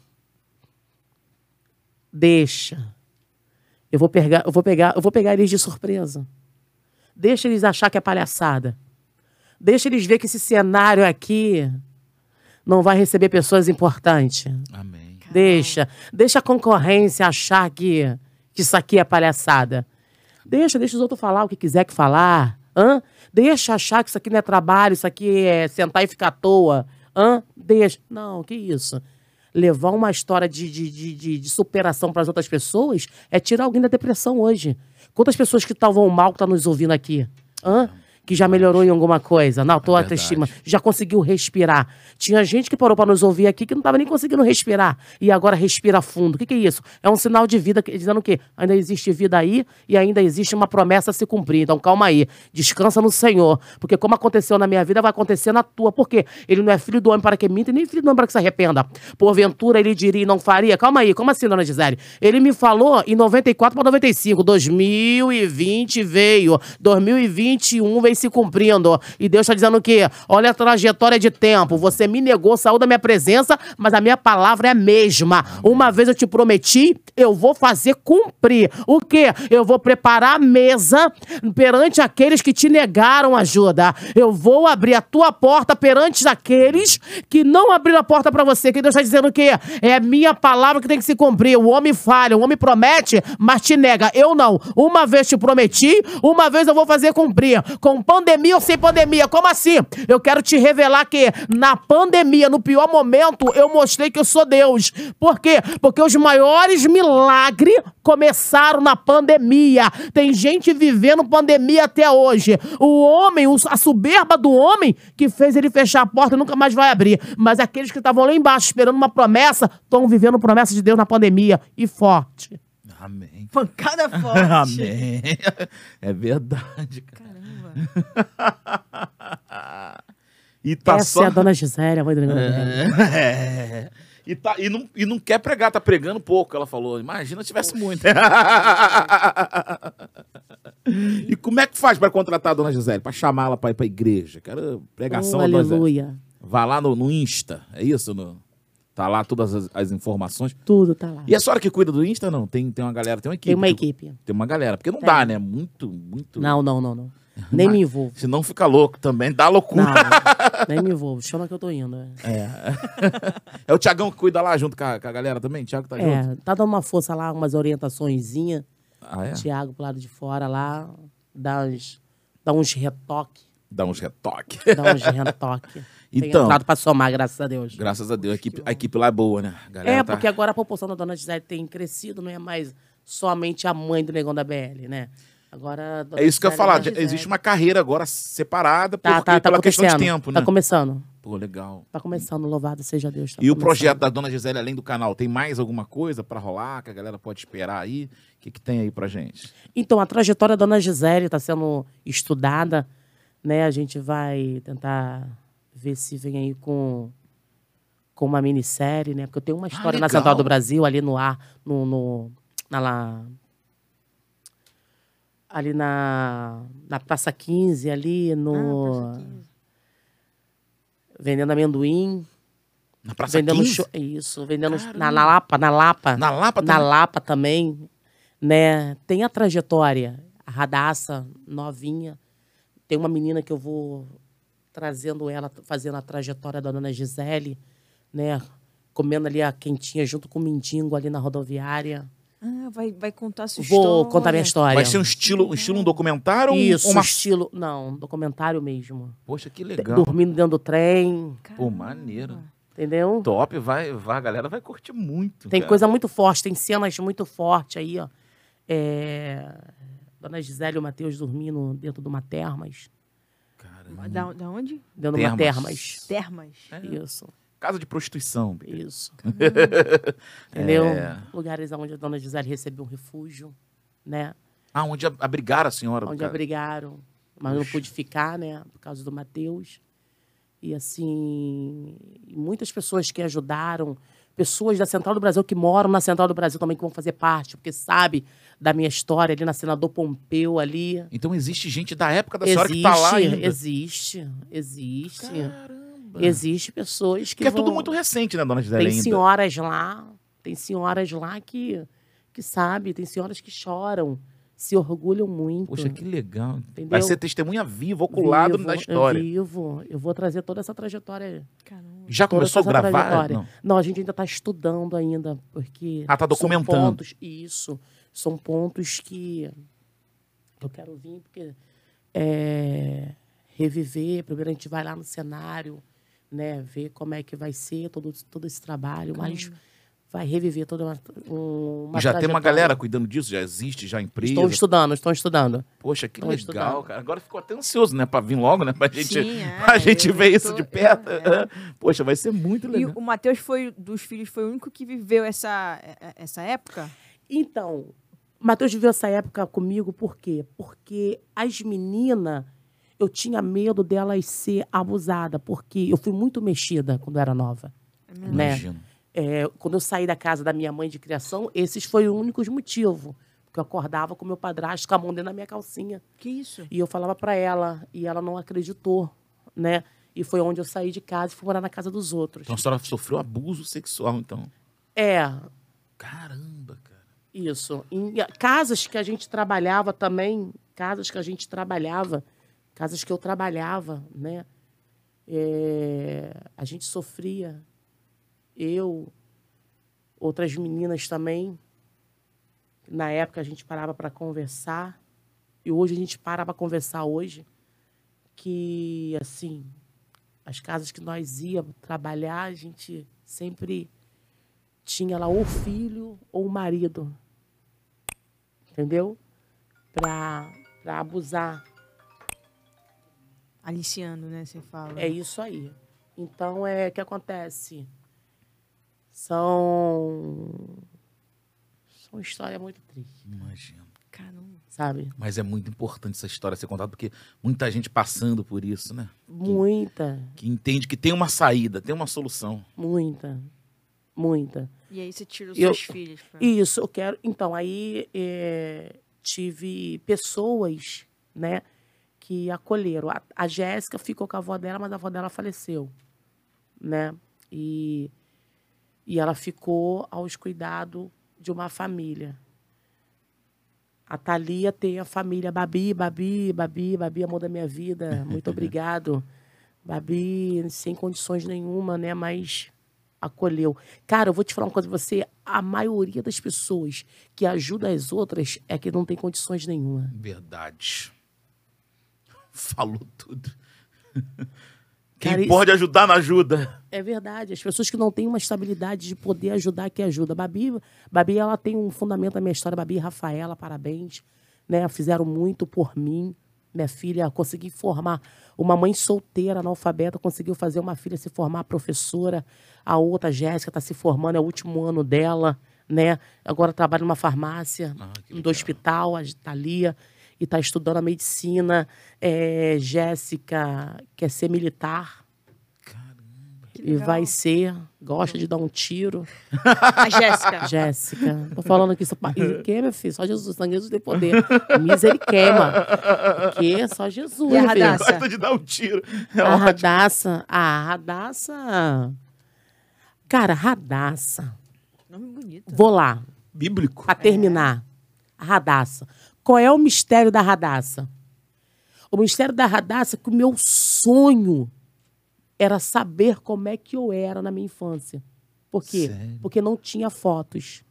Eu vou pegar eles de surpresa. Deixa eles achar que é palhaçada. Deixa eles ver que esse cenário aqui não vai receber pessoas importantes. Amém. Deixa a concorrência achar que isso aqui é palhaçada. Deixa os outros falar o que quiser que falar. Deixa achar que isso aqui não é trabalho, isso aqui é sentar e ficar à toa. Deixa. Não, que isso? Levar uma história de superação para as outras pessoas é tirar alguém da depressão hoje. Quantas pessoas que estavam mal, que estão nos ouvindo aqui? Que já melhorou em alguma coisa, na tua autoestima, já conseguiu respirar. Tinha gente que parou para nos ouvir aqui que não estava nem conseguindo respirar. E agora respira fundo. O que é isso? É um sinal de vida, dizendo o quê? Ainda existe vida aí e ainda existe uma promessa a se cumprir. Então calma aí, descansa no Senhor. Porque como aconteceu na minha vida, vai acontecer na tua. Por quê? Ele não é filho do homem para que minta e nem filho do homem para que se arrependa. Porventura ele diria e não faria? Calma aí, como assim, dona Gisele? Ele me falou em 94 para 95. 2020 veio. 2021 veio se cumprindo. E Deus está dizendo o quê? Olha a trajetória de tempo. Você me negou, saiu da minha presença, mas a minha palavra é a mesma. Uma vez eu te prometi, eu vou fazer cumprir. O quê? Eu vou preparar a mesa perante aqueles que te negaram ajuda. Eu vou abrir a tua porta perante aqueles que não abriram a porta para você. Que Deus está dizendo o quê? É a minha palavra que tem que se cumprir. O homem falha, o homem promete, mas te nega. Eu não. Uma vez te prometi, uma vez eu vou fazer cumprir. Com com pandemia ou sem pandemia. Como assim? Eu quero te revelar que na pandemia, no pior momento, eu mostrei que eu sou Deus. Por quê? Porque os maiores milagres começaram na pandemia. Tem gente vivendo pandemia até hoje. O homem, a soberba do homem que fez ele fechar a porta nunca mais vai abrir. Mas aqueles que estavam lá embaixo esperando uma promessa, estão vivendo promessa de Deus na pandemia. E forte. Amém. Pancada forte. Amém. É verdade, cara. Caramba. E tá Essa só... é a dona Gisélia, a mãe do negócio. É. E não quer pregar, tá pregando pouco, ela falou. Imagina se tivesse muito. E como é que faz para contratar a dona Gisele? Para chamá-la para ir para a igreja? Quero pregação da dona Gisele. Aleluia. Vá lá no Insta, é isso? Tá lá todas as informações. Tudo tá lá. E a senhora que cuida do Insta, não? Tem uma galera, tem uma equipe. Tem uma equipe. Tem uma galera, porque não dá, né? Muito. Não. Nem me envolvo. Senão fica louco também, dá loucura. Não, nem me envolvo. Chama que eu tô indo. É o Tiagão que cuida lá junto com a galera também? Tiago tá junto? Tá dando uma força lá, umas orientaçõezinhas. Ah, é? Tiago pro lado de fora lá, dá uns retoques. Dá uns retoques. Tem Então, entrado pra somar, graças a Deus. graças a Deus, a equipe lá é boa, né? A galera Porque agora a proporção da dona Gisele tem crescido, não é mais somente a mãe do Negão da BL, né? Agora, É isso que eu ia falar. Gisele. Existe uma carreira agora separada Tá pela questão de tempo, né? Tá começando. Pô, legal. Tá começando, louvado seja Deus. Tá E o começando. projeto da dona Gisele, além do canal, tem mais alguma coisa pra rolar que a galera pode esperar aí? O que tem aí pra gente? Então, a trajetória da dona Gisele está sendo estudada, né? A gente vai tentar ver se vem aí com uma minissérie, né? Porque eu tenho uma história na legal. Central do Brasil, ali no ar, ali na Praça 15, ali no... Praça 15. Vendendo amendoim. Na Praça Vendendo 15? Isso, vendendo Caramba. na Lapa. Na Lapa Na também? Lapa também, né? Tem a trajetória, a Radassa, novinha. Tem uma menina que eu vou trazendo ela, fazendo a trajetória da dona Gisele, né? Comendo ali a quentinha junto com o mendigo ali na rodoviária. Ah, vai contar a sua história. Vou contar minha história. Vai ser um estilo um documentário Isso, ou uma... estilo... Não, documentário mesmo. Poxa, que legal. Dormindo dentro do trem, Pô, maneiro. entendeu? Top, a galera vai curtir muito. Tem cara. coisa muito forte, tem cenas muito fortes aí, ó. Dona Gisele e o Matheus dormindo dentro de uma termas. Caramba. Da onde? Dentro de uma termas. Termas. Isso, Casa de prostituição. isso. Entendeu? Lugares onde a dona Gisele recebeu um refúgio, né? Ah, onde abrigaram a senhora. Onde cara. abrigaram, mas não pude ficar, né? Por causa do Matheus. E assim, muitas pessoas que ajudaram, pessoas da Central do Brasil que moram na Central do Brasil também que vão fazer parte, porque sabe da minha história ali na Senador Pompeu ali. Então existe gente da época da senhora que tá lá ainda. Existe. Caramba. Existe pessoas que Porque é vão... tudo muito recente, né, dona Gisele? Tem ainda. senhoras lá que sabe, tem senhoras que choram, se orgulham muito. Poxa, que legal. Entendeu? Vai ser testemunha viva, oculado na história. Eu vou trazer toda essa trajetória. Caramba. Já começou a toda essa gravar? trajetória. Não, a gente ainda está estudando ainda, porque... Ah, tá documentando. São pontos, isso. São pontos que eu quero vir, porque reviver. Primeiro a gente vai lá no cenário, né? Ver como é que vai ser todo esse trabalho, mas vai reviver toda uma E já tem uma trajetória. galera cuidando disso? Já existe, já empresa? Estão estudando. Poxa, que Estão legal, estudando. cara. Agora ficou até ansioso, né? Pra vir logo, né? Pra gente, Sim, pra gente ver isso tô- de perto. Poxa, vai ser muito E legal. o Matheus dos filhos foi o único que viveu essa época? Então, o Matheus viveu essa época comigo, por quê? Porque as meninas, eu tinha medo delas ser abusadas, porque eu fui muito mexida quando eu era nova. Né? Imagino. Quando eu saí da casa da minha mãe de criação, esses foram os únicos motivos. Porque eu acordava com meu padrasto com a mão dentro da minha calcinha. Que isso? E eu falava para ela, e ela não acreditou, né? E foi onde eu saí de casa e fui morar na casa dos outros. Então a senhora sofreu abuso sexual, então. Caramba, cara. Isso. Em casas que a gente trabalhava também, casas que eu trabalhava, né? A gente sofria. Eu, outras meninas também. Na época a gente parava para conversar. E hoje a gente para conversar hoje. que, assim, as casas que nós íamos trabalhar, a gente sempre tinha lá ou filho ou marido, entendeu? Para abusar. Aliciando, né? Você fala. É isso aí. Então, o que acontece? São histórias muito tristes. Imagino. Caramba. Sabe? Mas é muito importante essa história ser contada, porque muita gente passando por isso, né? Muita. Que entende que tem uma saída, tem uma solução. Muita. E aí você tira os seus filhos. Isso, eu quero... Então, aí tive pessoas, né, que acolheram. A Jéssica ficou com a avó dela, mas a avó dela faleceu, né? E ela ficou aos cuidados de uma família. A Thalia tem a família Babi, amor da minha vida, muito obrigado. Babi, sem condições nenhuma, né, mas acolheu. Cara, eu vou te falar uma coisa pra você, a maioria das pessoas que ajudam as outras é que não tem condições nenhuma. Verdade. Falou tudo. Quem pode ajudar, não ajuda. É verdade. As pessoas que não têm uma estabilidade de poder ajudar, que ajuda. Babi, ela tem um fundamento da minha história. Babi e Rafaela, parabéns. Né? Fizeram muito por mim. Minha filha, consegui formar uma mãe solteira, analfabeta, conseguiu fazer uma filha se formar professora. A outra, Jéssica, está se formando, é o último ano dela. Né? Agora trabalha numa farmácia, do hospital, a Thalia, e está estudando a medicina. Jéssica quer ser militar. E vai ser, gosta de dar um tiro. A Jéssica. Jéssica. Tô falando aqui, e que, meu filho? Só Jesus, sangue Jesus tem poder. Misericórdia. Que só Jesus. E a Radassa? Gosta de dar um tiro. A Radassa. Cara, Radassa. Nome bonito. Vou lá. Bíblico. Pra terminar. A Radassa. Qual é o mistério da Radassa? O mistério da Radassa é que o meu sonho era saber como é que eu era na minha infância. Por quê? Sério? Porque não tinha fotos.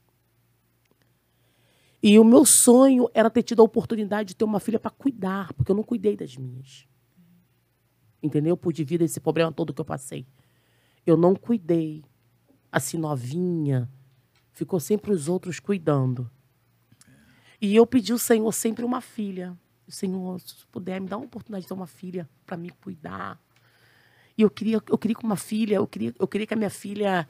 E o meu sonho era ter tido a oportunidade de ter uma filha para cuidar, porque eu não cuidei das minhas. Entendeu? Por devido a esse problema todo que eu passei. Eu não cuidei. Assim, novinha. Ficou sempre os outros cuidando. E eu pedi ao Senhor sempre uma filha. Senhor, se puder, me dá uma oportunidade de ter uma filha para me cuidar. E eu queria com uma filha, eu queria que a minha filha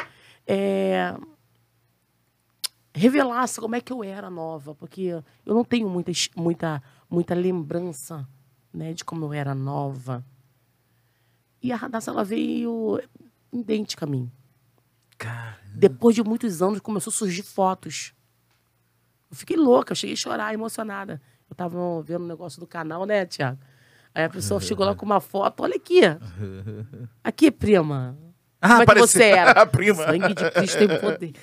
revelasse como é que eu era nova, porque eu não tenho muita lembrança, né, de como eu era nova. E a Radassa, ela veio idêntica a mim. Caramba. Depois de muitos anos, começou a surgir fotos. Eu fiquei louca, eu cheguei a chorar, emocionada. Eu estava vendo um negócio do canal, né, Tiago? Aí a pessoa chegou lá com uma foto, olha aqui. Aqui, prima. Como é que você era? A prima. Sangue de Cristo tem poder.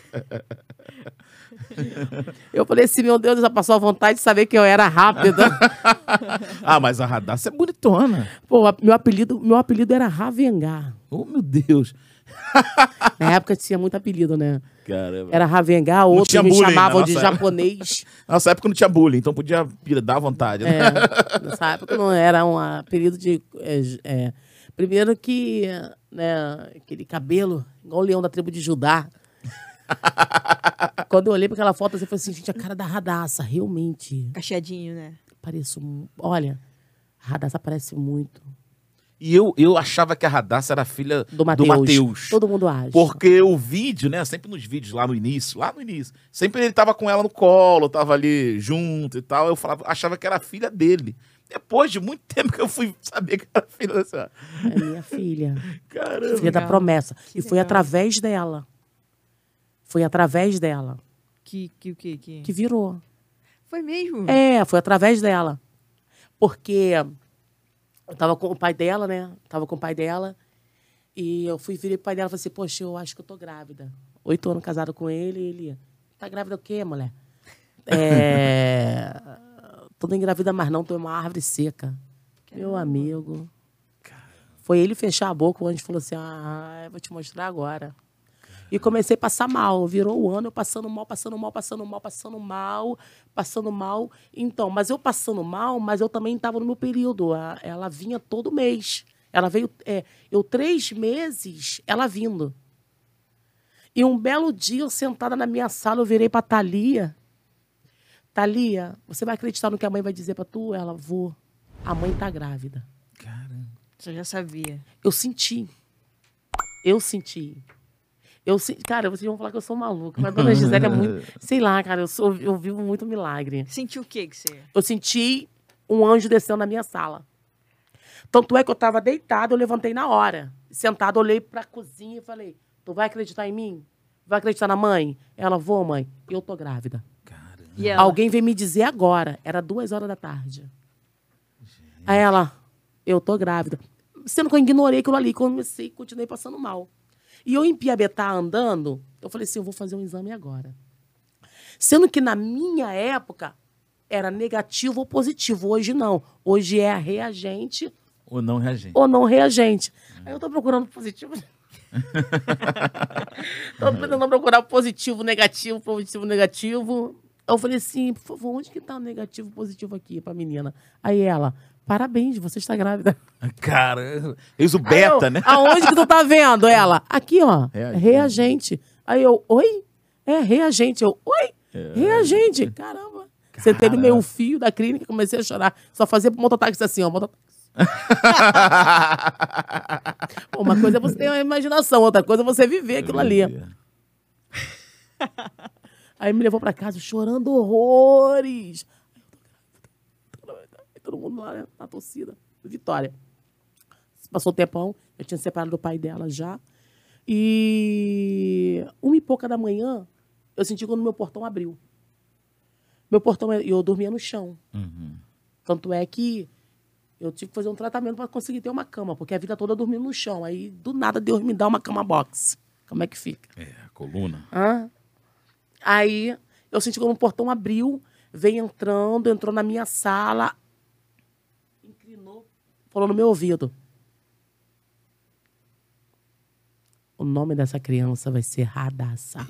Eu falei assim, meu Deus, já passou a vontade de saber que eu era rápida. Mas a Radassa é bonitona. Pô, meu apelido era Ravengá. Oh, meu Deus. Na época tinha muito apelido, né? Caramba. Era Ravengá, outros me chamavam de época. Japonês. Nessa época não tinha bullying, então podia dar à vontade. Né? Nessa época não era um apelido de... primeiro que, né, aquele cabelo, igual o leão da tribo de Judá. Quando eu olhei para aquela foto, eu falei assim, gente, a cara da Radassa, realmente. Cacheadinho, né? Pareço... Olha, a Radassa parece muito. E eu achava que a Radassa era filha do Mateus. Todo mundo acha. Porque o vídeo, né? Sempre nos vídeos lá no início, sempre ele tava com ela no colo, tava ali junto e tal. Eu achava que era filha dele. Depois de muito tempo que eu fui saber que era filha dessa. É minha filha. Caramba. Filha da promessa. Que e foi legal. através dela. Foi através dela. Que Que virou. Foi mesmo? Foi através dela. Porque eu tava com o pai dela, né? E eu virei pro pai dela e falei assim, poxa, eu acho que eu tô grávida. 8 anos casada com ele, e ele... Tá grávida o quê, mulher? Tô engravida mais não, tô uma árvore seca. Meu amigo. Foi ele fechar a boca, o anjo falou assim, eu vou te mostrar agora. E comecei a passar mal. Virou o ano, eu passando mal. Então, mas eu passando mal, mas eu também estava no meu período. Ela vinha todo mês. Ela veio... eu 3 meses, ela vindo. E um belo dia, eu sentada na minha sala, eu virei pra Thalia. Thalia, você vai acreditar no que a mãe vai dizer pra tu? Ela, vou. A mãe tá grávida. Caramba. Você já sabia. Eu senti. Cara, vocês vão falar que eu sou maluca, mas a dona Gisele é muito... Sei lá, cara, eu vivo muito milagre. Sentiu o que você... Eu senti um anjo descendo na minha sala. Tanto é que eu tava deitada, eu levantei na hora. Sentada, olhei pra cozinha e falei, tu vai acreditar em mim? Vai acreditar na mãe? Ela, vou, mãe. Eu tô grávida. E ela? Alguém veio me dizer agora. Era 2h da tarde. Gente. Aí ela, eu tô grávida. Sendo que eu ignorei aquilo ali, comecei e continuei passando mal. E eu em Piabetá andando, eu falei assim, eu vou fazer um exame agora. Sendo que na minha época era negativo ou positivo. Hoje não. Hoje é reagente. Ou não reagente. Ou não reagente. Aí eu tô procurando positivo. Tô tentando procurar positivo, negativo. Eu falei assim, por favor, onde que tá o negativo, positivo aqui pra menina? Aí ela, parabéns, você está grávida. Cara, fez o beta, né? Aonde que tu tá vendo? Ela, aqui, ó, reagente. Aí eu, oi? Reagente. Eu, oi? Reagente. Caramba. Sentei no meio fio da clínica, comecei a chorar. Só fazia pro mototáxi assim, ó, mototáxi. Uma coisa é você ter uma imaginação, outra coisa é você viver aquilo ali. Aí me levou pra casa chorando horrores. Aí todo mundo lá, né, na torcida. Vitória. Passou um tempão, eu tinha separado do pai dela já. E 1h pouca da manhã, eu senti quando meu portão abriu. Meu portão, eu dormia no chão. Uhum. Tanto é que eu tive que fazer um tratamento para conseguir ter uma cama, porque a vida toda eu dormi no chão. Aí, do nada, Deus me dá uma cama box. Como é que fica? A coluna. Aí, eu senti quando o portão abriu, entrou na minha sala, inclinou, falou no meu ouvido. O nome dessa criança vai ser Radassa.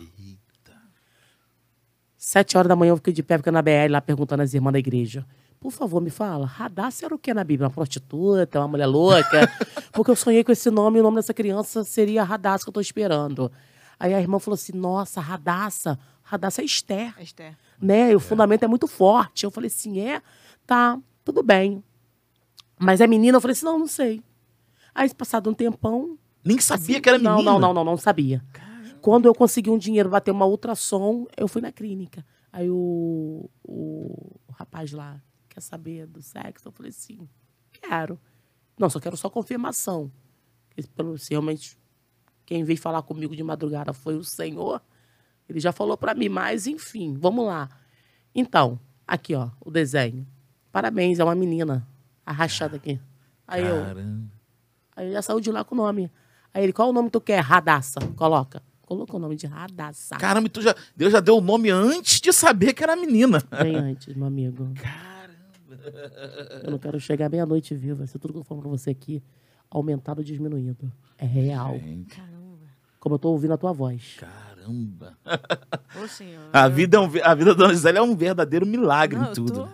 7h da manhã eu fiquei de pé, ficando na BL lá, perguntando às irmãs da igreja. Por favor, me fala, Radassa era o que na Bíblia? Uma prostituta, uma mulher louca? Porque eu sonhei com esse nome e o nome dessa criança seria Radassa, que eu tô esperando. Aí a irmã falou assim, nossa, Radassa é Esther. Esther. Né? E o fundamento é muito forte. Eu falei assim, tá, tudo bem. Mas é menina? Eu falei assim, não sei. Aí, passado um tempão... Nem sabia que era menina? Não sabia. Caramba. Quando eu consegui um dinheiro, bater uma ultrassom, eu fui na clínica. Aí o rapaz lá, quer saber do sexo? Eu falei assim, quero. Não, só quero confirmação. Se realmente quem veio falar comigo de madrugada foi o Senhor, ele já falou pra mim, mas enfim, vamos lá. Então, aqui ó, o desenho. Parabéns, é uma menina arrachada aqui. Aí eu já saiu de lá com o nome. Aí ele, qual o nome tu quer? Radassa. Colocou o nome de Radassa. Caramba, Deus já deu o nome antes de saber que era menina. Bem antes, meu amigo. Caramba. Eu não quero chegar meia-noite viva. Isso tudo que eu falo pra você aqui, aumentado ou diminuído. É real. Gente. Caramba. Como eu tô ouvindo a tua voz. Caramba. Ô, senhor. A vida da Dona Gisele é um verdadeiro milagre em tudo.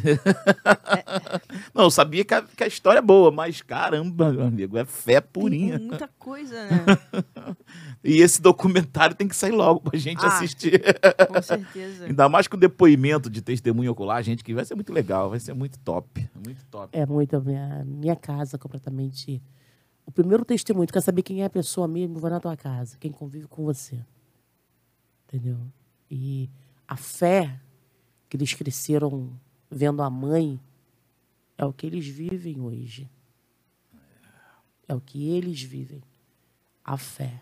Não, eu sabia que a história é boa, mas caramba, meu amigo, é fé purinha. Tem muita coisa, né? E esse documentário tem que sair logo pra gente assistir. Com certeza. Ainda mais com o depoimento de testemunho ocular, gente, que vai ser muito legal, vai ser muito top. Muito top. É muito minha casa completamente. O primeiro testemunho, tu quer saber quem é a pessoa mesmo, vai na tua casa, quem convive com você. Entendeu? E a fé que eles cresceram vendo a mãe, é o que eles vivem hoje. É o que eles vivem. A fé.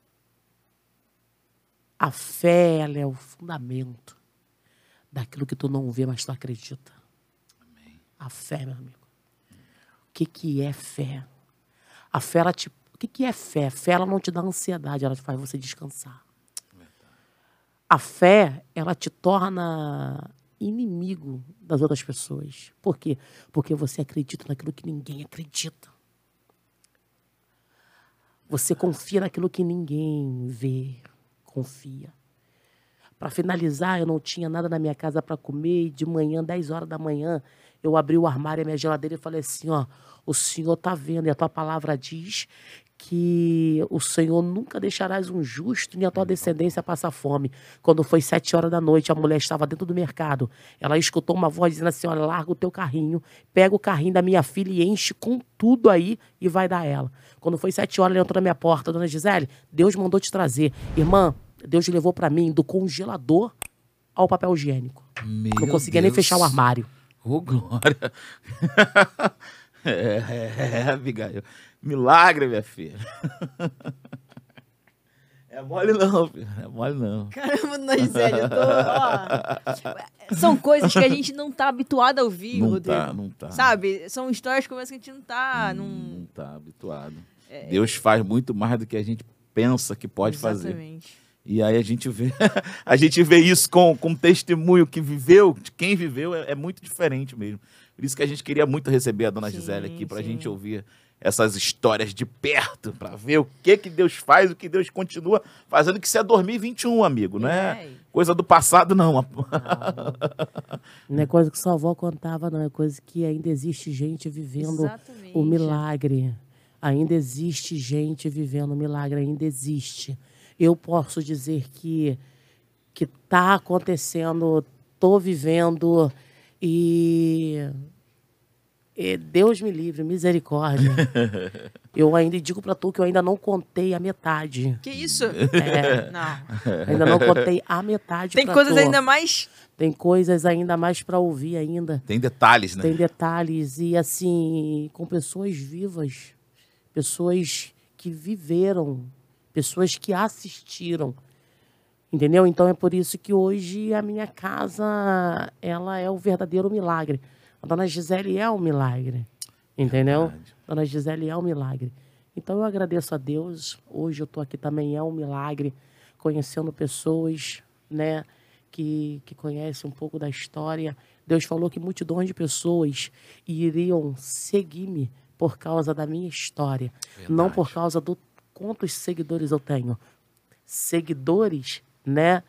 A fé, ela é o fundamento daquilo que tu não vê, mas tu acredita. Amém. A fé, meu amigo. O que é fé? A fé, ela te... O que é fé? A fé, ela não te dá ansiedade, ela faz você descansar. A fé, ela te torna inimigo das outras pessoas. Por quê? Porque você acredita naquilo que ninguém acredita. Você confia naquilo que ninguém vê. Confia. Para finalizar, eu não tinha nada na minha casa para comer. E de manhã, 10 horas da manhã, eu abri o armário, a minha geladeira, e falei assim, ó, o Senhor está vendo, e a tua palavra diz que o Senhor nunca deixarás um justo nem a tua descendência passar fome. Quando foi 7 horas da noite, a mulher estava dentro do mercado. Ela escutou uma voz dizendo assim, olha, larga o teu carrinho, pega o carrinho da minha filha e enche com tudo aí e vai dar ela. Quando foi 7 horas, ela entrou na minha porta, dona Gisele, Deus mandou te trazer. Irmã, Deus levou para mim do congelador ao papel higiênico. Não conseguia nem fechar o armário. Ô, glória. Abigail. Milagre, minha filha. É mole não, filho. É mole não. Caramba, dona Gisele, eu tô... Ó, são coisas que a gente não tá habituado a ouvir, Rodrigo. Não tá. Sabe? São histórias como essa que a gente não tá... Não tá habituado. Deus faz muito mais do que a gente pensa que pode fazer. Exatamente. E aí a gente vê isso com testemunho que viveu, de quem viveu, é muito diferente mesmo. Por isso que a gente queria muito receber a dona Gisele aqui, pra gente ouvir essas histórias de perto, pra ver o que Deus faz, o que Deus continua fazendo, que isso é 2021, amigo, não é coisa do passado, não. Não é coisa que sua avó contava, não. É coisa que ainda existe gente vivendo o milagre. Ainda existe gente vivendo o milagre, ainda existe. Eu posso dizer que tá acontecendo, tô vivendo e Deus me livre, misericórdia. Eu ainda digo pra tu que eu ainda não contei a metade. Que isso? Não. Ainda não contei a metade. Tem coisas ainda mais... Tem coisas ainda mais pra ouvir ainda. Tem detalhes, né? Tem detalhes e assim, com pessoas vivas, pessoas que viveram, pessoas que assistiram, entendeu? Então é por isso que hoje a minha casa, ela é o verdadeiro milagre. A dona Gisele é um milagre, entendeu? Dona Gisele é um milagre. Então eu agradeço a Deus, hoje eu estou aqui também, é um milagre, conhecendo pessoas, né, que conhecem um pouco da história. Deus falou que multidões de pessoas iriam seguir-me por causa da minha história, não por causa do quantos seguidores eu tenho. Seguidores, né?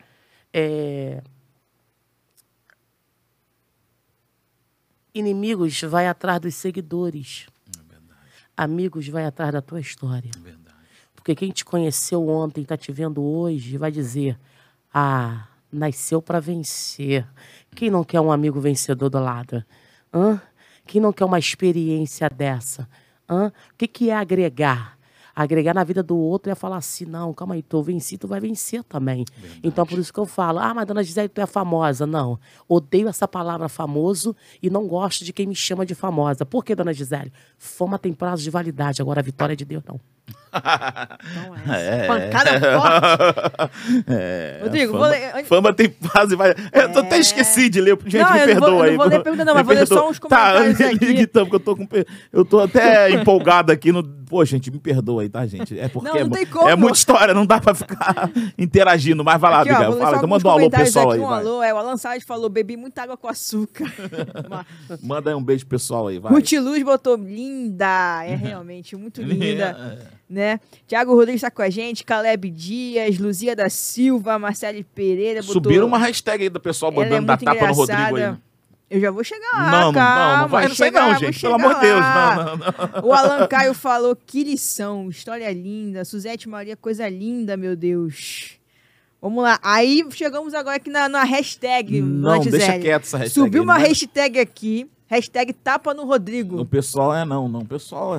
Inimigos vai atrás dos seguidores. Amigos vai atrás da tua história. Porque quem te conheceu ontem, está te vendo hoje, vai dizer, nasceu para vencer. Quem não quer um amigo vencedor do lado? Quem não quer uma experiência dessa? O que é agregar? Agregar na vida do outro é falar assim, não, calma aí, eu venci, tu vai vencer também. Verdade. Então, por isso que eu falo, mas dona Gisele, tu é famosa. Não, odeio essa palavra famoso e não gosto de quem me chama de famosa. Por que, dona Gisele? Fama tem prazo de validade, agora a vitória é de Deus, não. Então pancada forte. Rodrigo, fama, vou ler... Fama tem prazo e validade. Eu até esqueci de ler, gente, me perdoa aí. Não vou ler pergunta não, mas vou ler só uns comentários aqui. Então, porque eu tô até empolgado aqui no... Pô, gente, me perdoa aí, tá, gente? É porque é muita história, não dá pra ficar interagindo. Mas vai lá, Abigail, fala. Então manda um alô pessoal aí, vai. O Alan Salles falou, bebi muita água com açúcar. Manda aí um beijo pessoal aí, vai. Ruth Luz botou, linda, realmente muito linda. Né? Tiago Rodrigues tá com a gente, Caleb Dias, Luzia da Silva, Marcele Pereira. Subiram uma hashtag aí do pessoal mandando dar tapa no Rodrigo aí. Eu já vou chegar lá, calma. Não vai não, gente. Pelo amor de Deus, não. O Alan Caio falou, que lição, história linda. Suzete Maria, coisa linda, meu Deus. Vamos lá. Aí chegamos agora aqui na hashtag. Não, deixa quieto essa hashtag. Subiu uma hashtag aqui. Hashtag tapa no Rodrigo. O pessoal o pessoal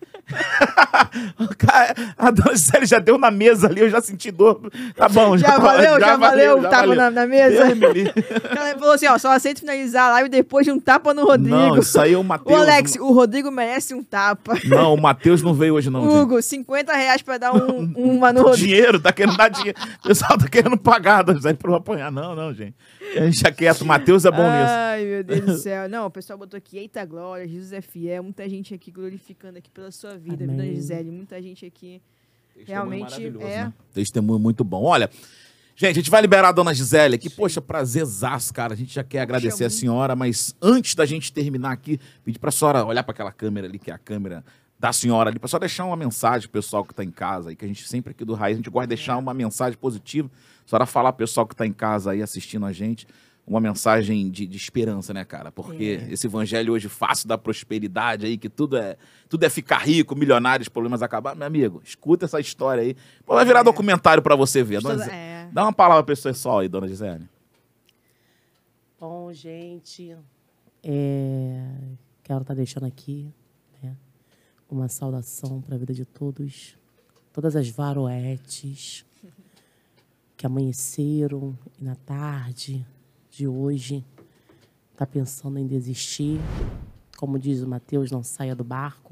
a dona Gisele já deu na mesa ali, eu já senti dor. Tá bom, já valeu o tapa na mesa. Ela falou assim, só aceito finalizar a live depois de um tapa no Rodrigo. Não, isso aí é o Matheus. O Alex, o Rodrigo merece um tapa. Não, o Matheus não veio hoje não, Hugo, gente. R$50 pra dar uma no Rodrigo. Dinheiro, tá querendo dar dinheiro. O pessoal tá querendo pagar, pra eu apanhar. Não, gente. Deixa quieto, o Matheus é bom nisso. Ai, meu Deus do céu. Não, o pessoal botou aqui, eita glória, Jesus é fiel. Muita gente aqui glorificando aqui pela sua vida, dona Gisele. Muita gente aqui realmente né? Testemunho muito bom. Olha, gente, a gente vai liberar a dona Gisele aqui. Poxa, prazerzaço, cara. A gente já quer agradecer a senhora, mas antes da gente terminar aqui, pedir pra senhora olhar para aquela câmera ali, que é a câmera da senhora ali, para só deixar uma mensagem pro pessoal que está em casa aí, que a gente sempre aqui do Raiz, a gente gosta de deixar uma mensagem positiva. A senhora falar pro pessoal que está em casa aí assistindo a gente, uma mensagem de esperança, né, cara? Porque esse evangelho hoje fácil da prosperidade aí, que tudo é ficar rico, milionário, os problemas acabar. Meu amigo, escuta essa história aí. Pô, vai virar documentário para você ver. Dá uma palavra para esse pessoal aí, dona Gisele. Bom, gente, quero estar deixando aqui, né, uma saudação para a vida de todos, todas as varoetes que amanheceram e na tarde de hoje tá pensando em desistir. Como diz o Mateus, não saia do barco.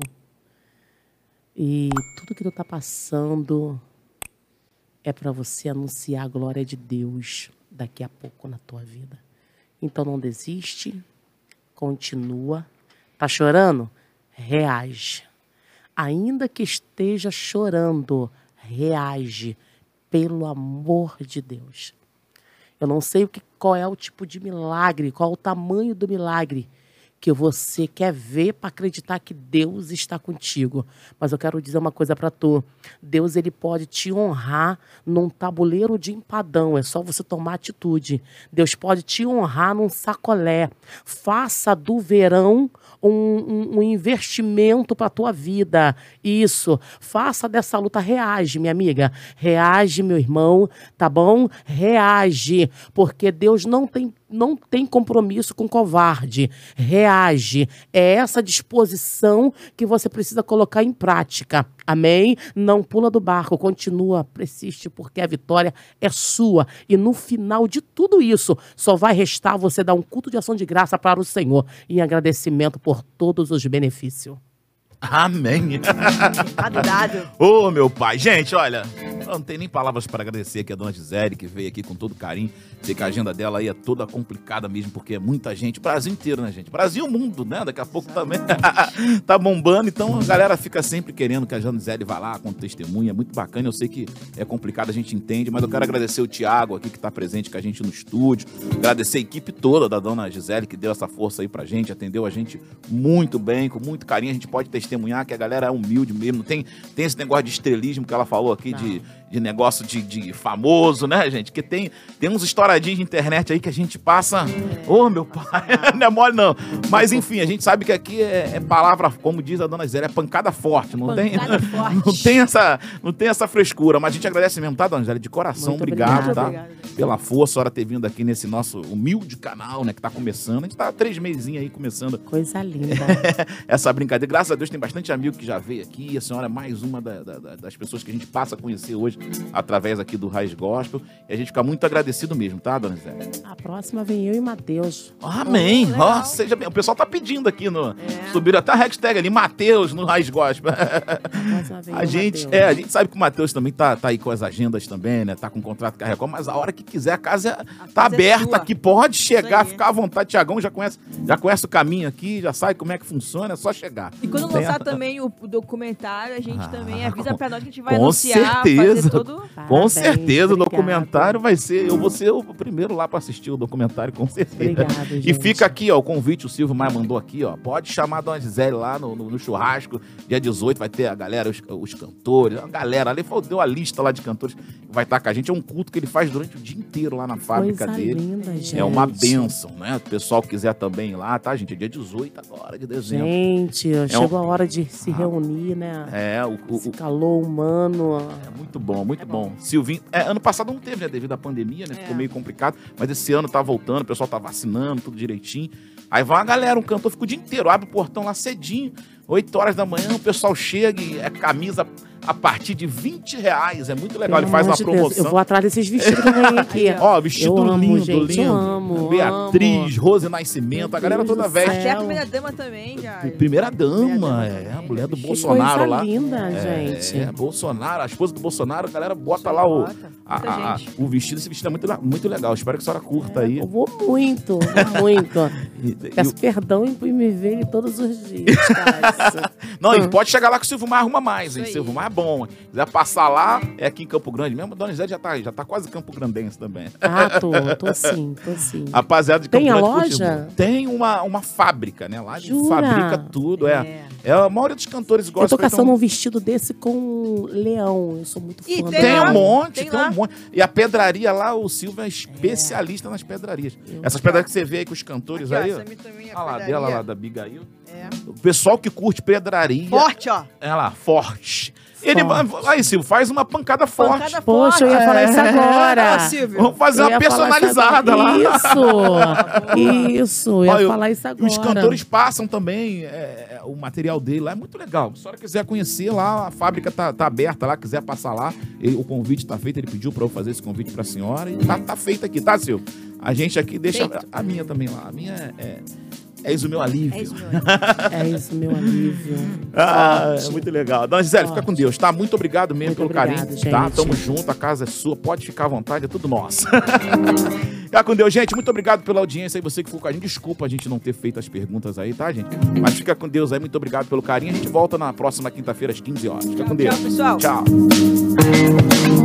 E tudo que tu tá passando é para você anunciar a glória de Deus daqui a pouco na tua vida. Então não desiste, continua. Tá chorando? Reage. Ainda que esteja chorando, reage, pelo amor de Deus. Eu não sei qual é o tipo de milagre, qual é o tamanho do milagre que você quer ver para acreditar que Deus está contigo. Mas eu quero dizer uma coisa para tu. Deus, ele pode te honrar num tabuleiro de empadão. É só você tomar atitude. Deus pode te honrar num sacolé. Faça do verão um investimento para a tua vida. Isso. Faça dessa luta. Reage, minha amiga. Reage, meu irmão. Tá bom? Reage. Porque Deus não tem compromisso com covarde. Reage. É essa disposição que você precisa colocar em prática. Amém? Não pula do barco. Continua, persiste, porque a vitória é sua. E no final de tudo isso, só vai restar você dar um culto de ação de graça para o Senhor em agradecimento por todos os benefícios. Amém. Adorado. Ô, meu pai. Gente, olha, eu não tenho nem palavras para agradecer aqui a dona Gisele, que veio aqui com todo carinho. Sei que a agenda dela aí é toda complicada mesmo, porque é muita gente. Brasil inteiro, né, gente? Brasil e o mundo, né? Daqui a pouco também tá bombando. Então a galera fica sempre querendo que a dona Gisele vá lá com testemunha. É muito bacana. Eu sei que é complicado, a gente entende, mas eu quero agradecer o Thiago aqui, que tá presente com a gente no estúdio. Agradecer a equipe toda da dona Gisele, que deu essa força aí pra gente, atendeu a gente muito bem, com muito carinho. A gente pode testemunhar que a galera é humilde mesmo. Não tem esse negócio de estrelismo que ela falou aqui, de negócio de famoso, né, gente? Que tem uns estouradinhos de internet aí que a gente passa... Ô, meu pai, não é mole não. Mas, enfim, a gente sabe que aqui é palavra, como diz a dona Gisele, é pancada forte. Não tem essa frescura. Mas a gente agradece mesmo, tá, dona Gisele? De coração, muito obrigado, tá? Obrigada. Pela força, a senhora ter vindo aqui nesse nosso humilde canal, né, que tá começando. A gente tá há 3 mesinhos aí começando. Coisa linda. Essa brincadeira. Graças a Deus tem bastante amigo que já veio aqui. A senhora é mais uma das pessoas que a gente passa a conhecer hoje através aqui do Raiz Gospel. E a gente fica muito agradecido mesmo, tá, dona Zé? A próxima vem eu e Mateus. Amém. Ó, seja bem. O pessoal tá pedindo aqui subiram até a hashtag ali, Mateus no Raiz Gospel. A gente sabe que o Mateus também tá aí com as agendas também, né? Tá com contrato com a Record, mas a hora que quiser, a casa tá aberta aqui, pode chegar, ficar à vontade. Tiagão já conhece o caminho aqui, já sabe como é que funciona, é só chegar. E quando lançar também o documentário, a gente também avisa pra nós que a gente vai com anunciar, certeza, fazer todo... Com certeza, o documentário vai ser... Eu vou ser o primeiro lá pra assistir o documentário, com certeza. Obrigado, gente. E fica aqui, ó, o convite, o Silvio Maia mandou aqui, ó. Pode chamar a dona Gisele lá no churrasco, dia 18, vai ter a galera, os cantores, a galera ali, deu a lista lá de cantores que vai estar com a gente. É um culto que ele faz durante o dia inteiro lá na fábrica dele. Linda, gente. É uma bênção, né? O pessoal que quiser também ir lá, tá, gente? É dia 18 agora de dezembro. Gente, chegou a hora de se reunir, né? Esse calor humano. É muito bom, muito bom. Silvinho, ano passado não teve, né? Devido à pandemia, né? Ficou meio complicado, mas esse ano tá voltando, o pessoal tá vacinando, tudo direitinho. Aí vai uma galera, um cantor fica o dia inteiro, abre o portão lá cedinho, 8 horas da manhã, o pessoal chega e é camisa a partir de R$20. É muito legal, ele faz uma promoção. Eu vou atrás desses vestidos que eu ganhei aqui. Ó, vestido lindo, gente, lindo. Eu amo, Beatriz, Rose Nascimento, a galera toda veste. Até a primeira-dama também, já. Primeira-dama, a mulher do Bolsonaro coisa lá. Linda, gente. Bolsonaro, a esposa do Bolsonaro, a galera bota lá o vestido. Esse vestido é muito legal. Espero que a senhora curta aí. Eu vou muito. Peço perdão e me ver todos os dias, cara. Não, e pode chegar lá que o Silvio Maia arruma mais, hein? Silvio Maia é bom. Se quiser passar lá, é aqui em Campo Grande mesmo. A dona Zé já tá quase Campo Grandense também. Tô sim. Rapaziada de Campo Grande. Tem a loja? Tem uma fábrica, né? Lá de fabrica tudo, A maioria dos cantores gospel... Eu tô caçando um vestido desse com leão. Eu sou muito fã. Tem um monte. E a pedraria lá, o Silvio é especialista nas pedrarias. Essas pedrarias que você vê aí com os cantores aqui, aí. Olha lá dela, lá da Abigail. É. O pessoal que curte pedraria... Forte, ó. É lá, forte. Aí, Silvio, faz uma pancada forte. Poxa, eu ia falar isso agora. Silvio. Vamos fazer uma personalizada lá. Isso. Eu ia falar isso agora. Os cantores passam também o material dele lá. É muito legal. Se a senhora quiser conhecer lá, a fábrica tá aberta lá, quiser passar lá. O convite tá feito. Ele pediu para eu fazer esse convite para a senhora. E tá feito aqui, tá, Silvio? A gente aqui deixa a minha também lá. A minha é isso o meu alívio. É isso o meu alívio. É muito legal. Dona Gisele, fica com Deus, tá? Muito obrigado mesmo pelo carinho. Gente. Tá? Tamo junto, a casa é sua, pode ficar à vontade, é tudo nosso. Fica com Deus, gente. Muito obrigado pela audiência aí, você que ficou com a gente. Desculpa a gente não ter feito as perguntas aí, tá, gente? Mas fica com Deus aí, muito obrigado pelo carinho. A gente volta na próxima quinta-feira às 15 horas. Fica com Deus. Tchau, pessoal. Tchau.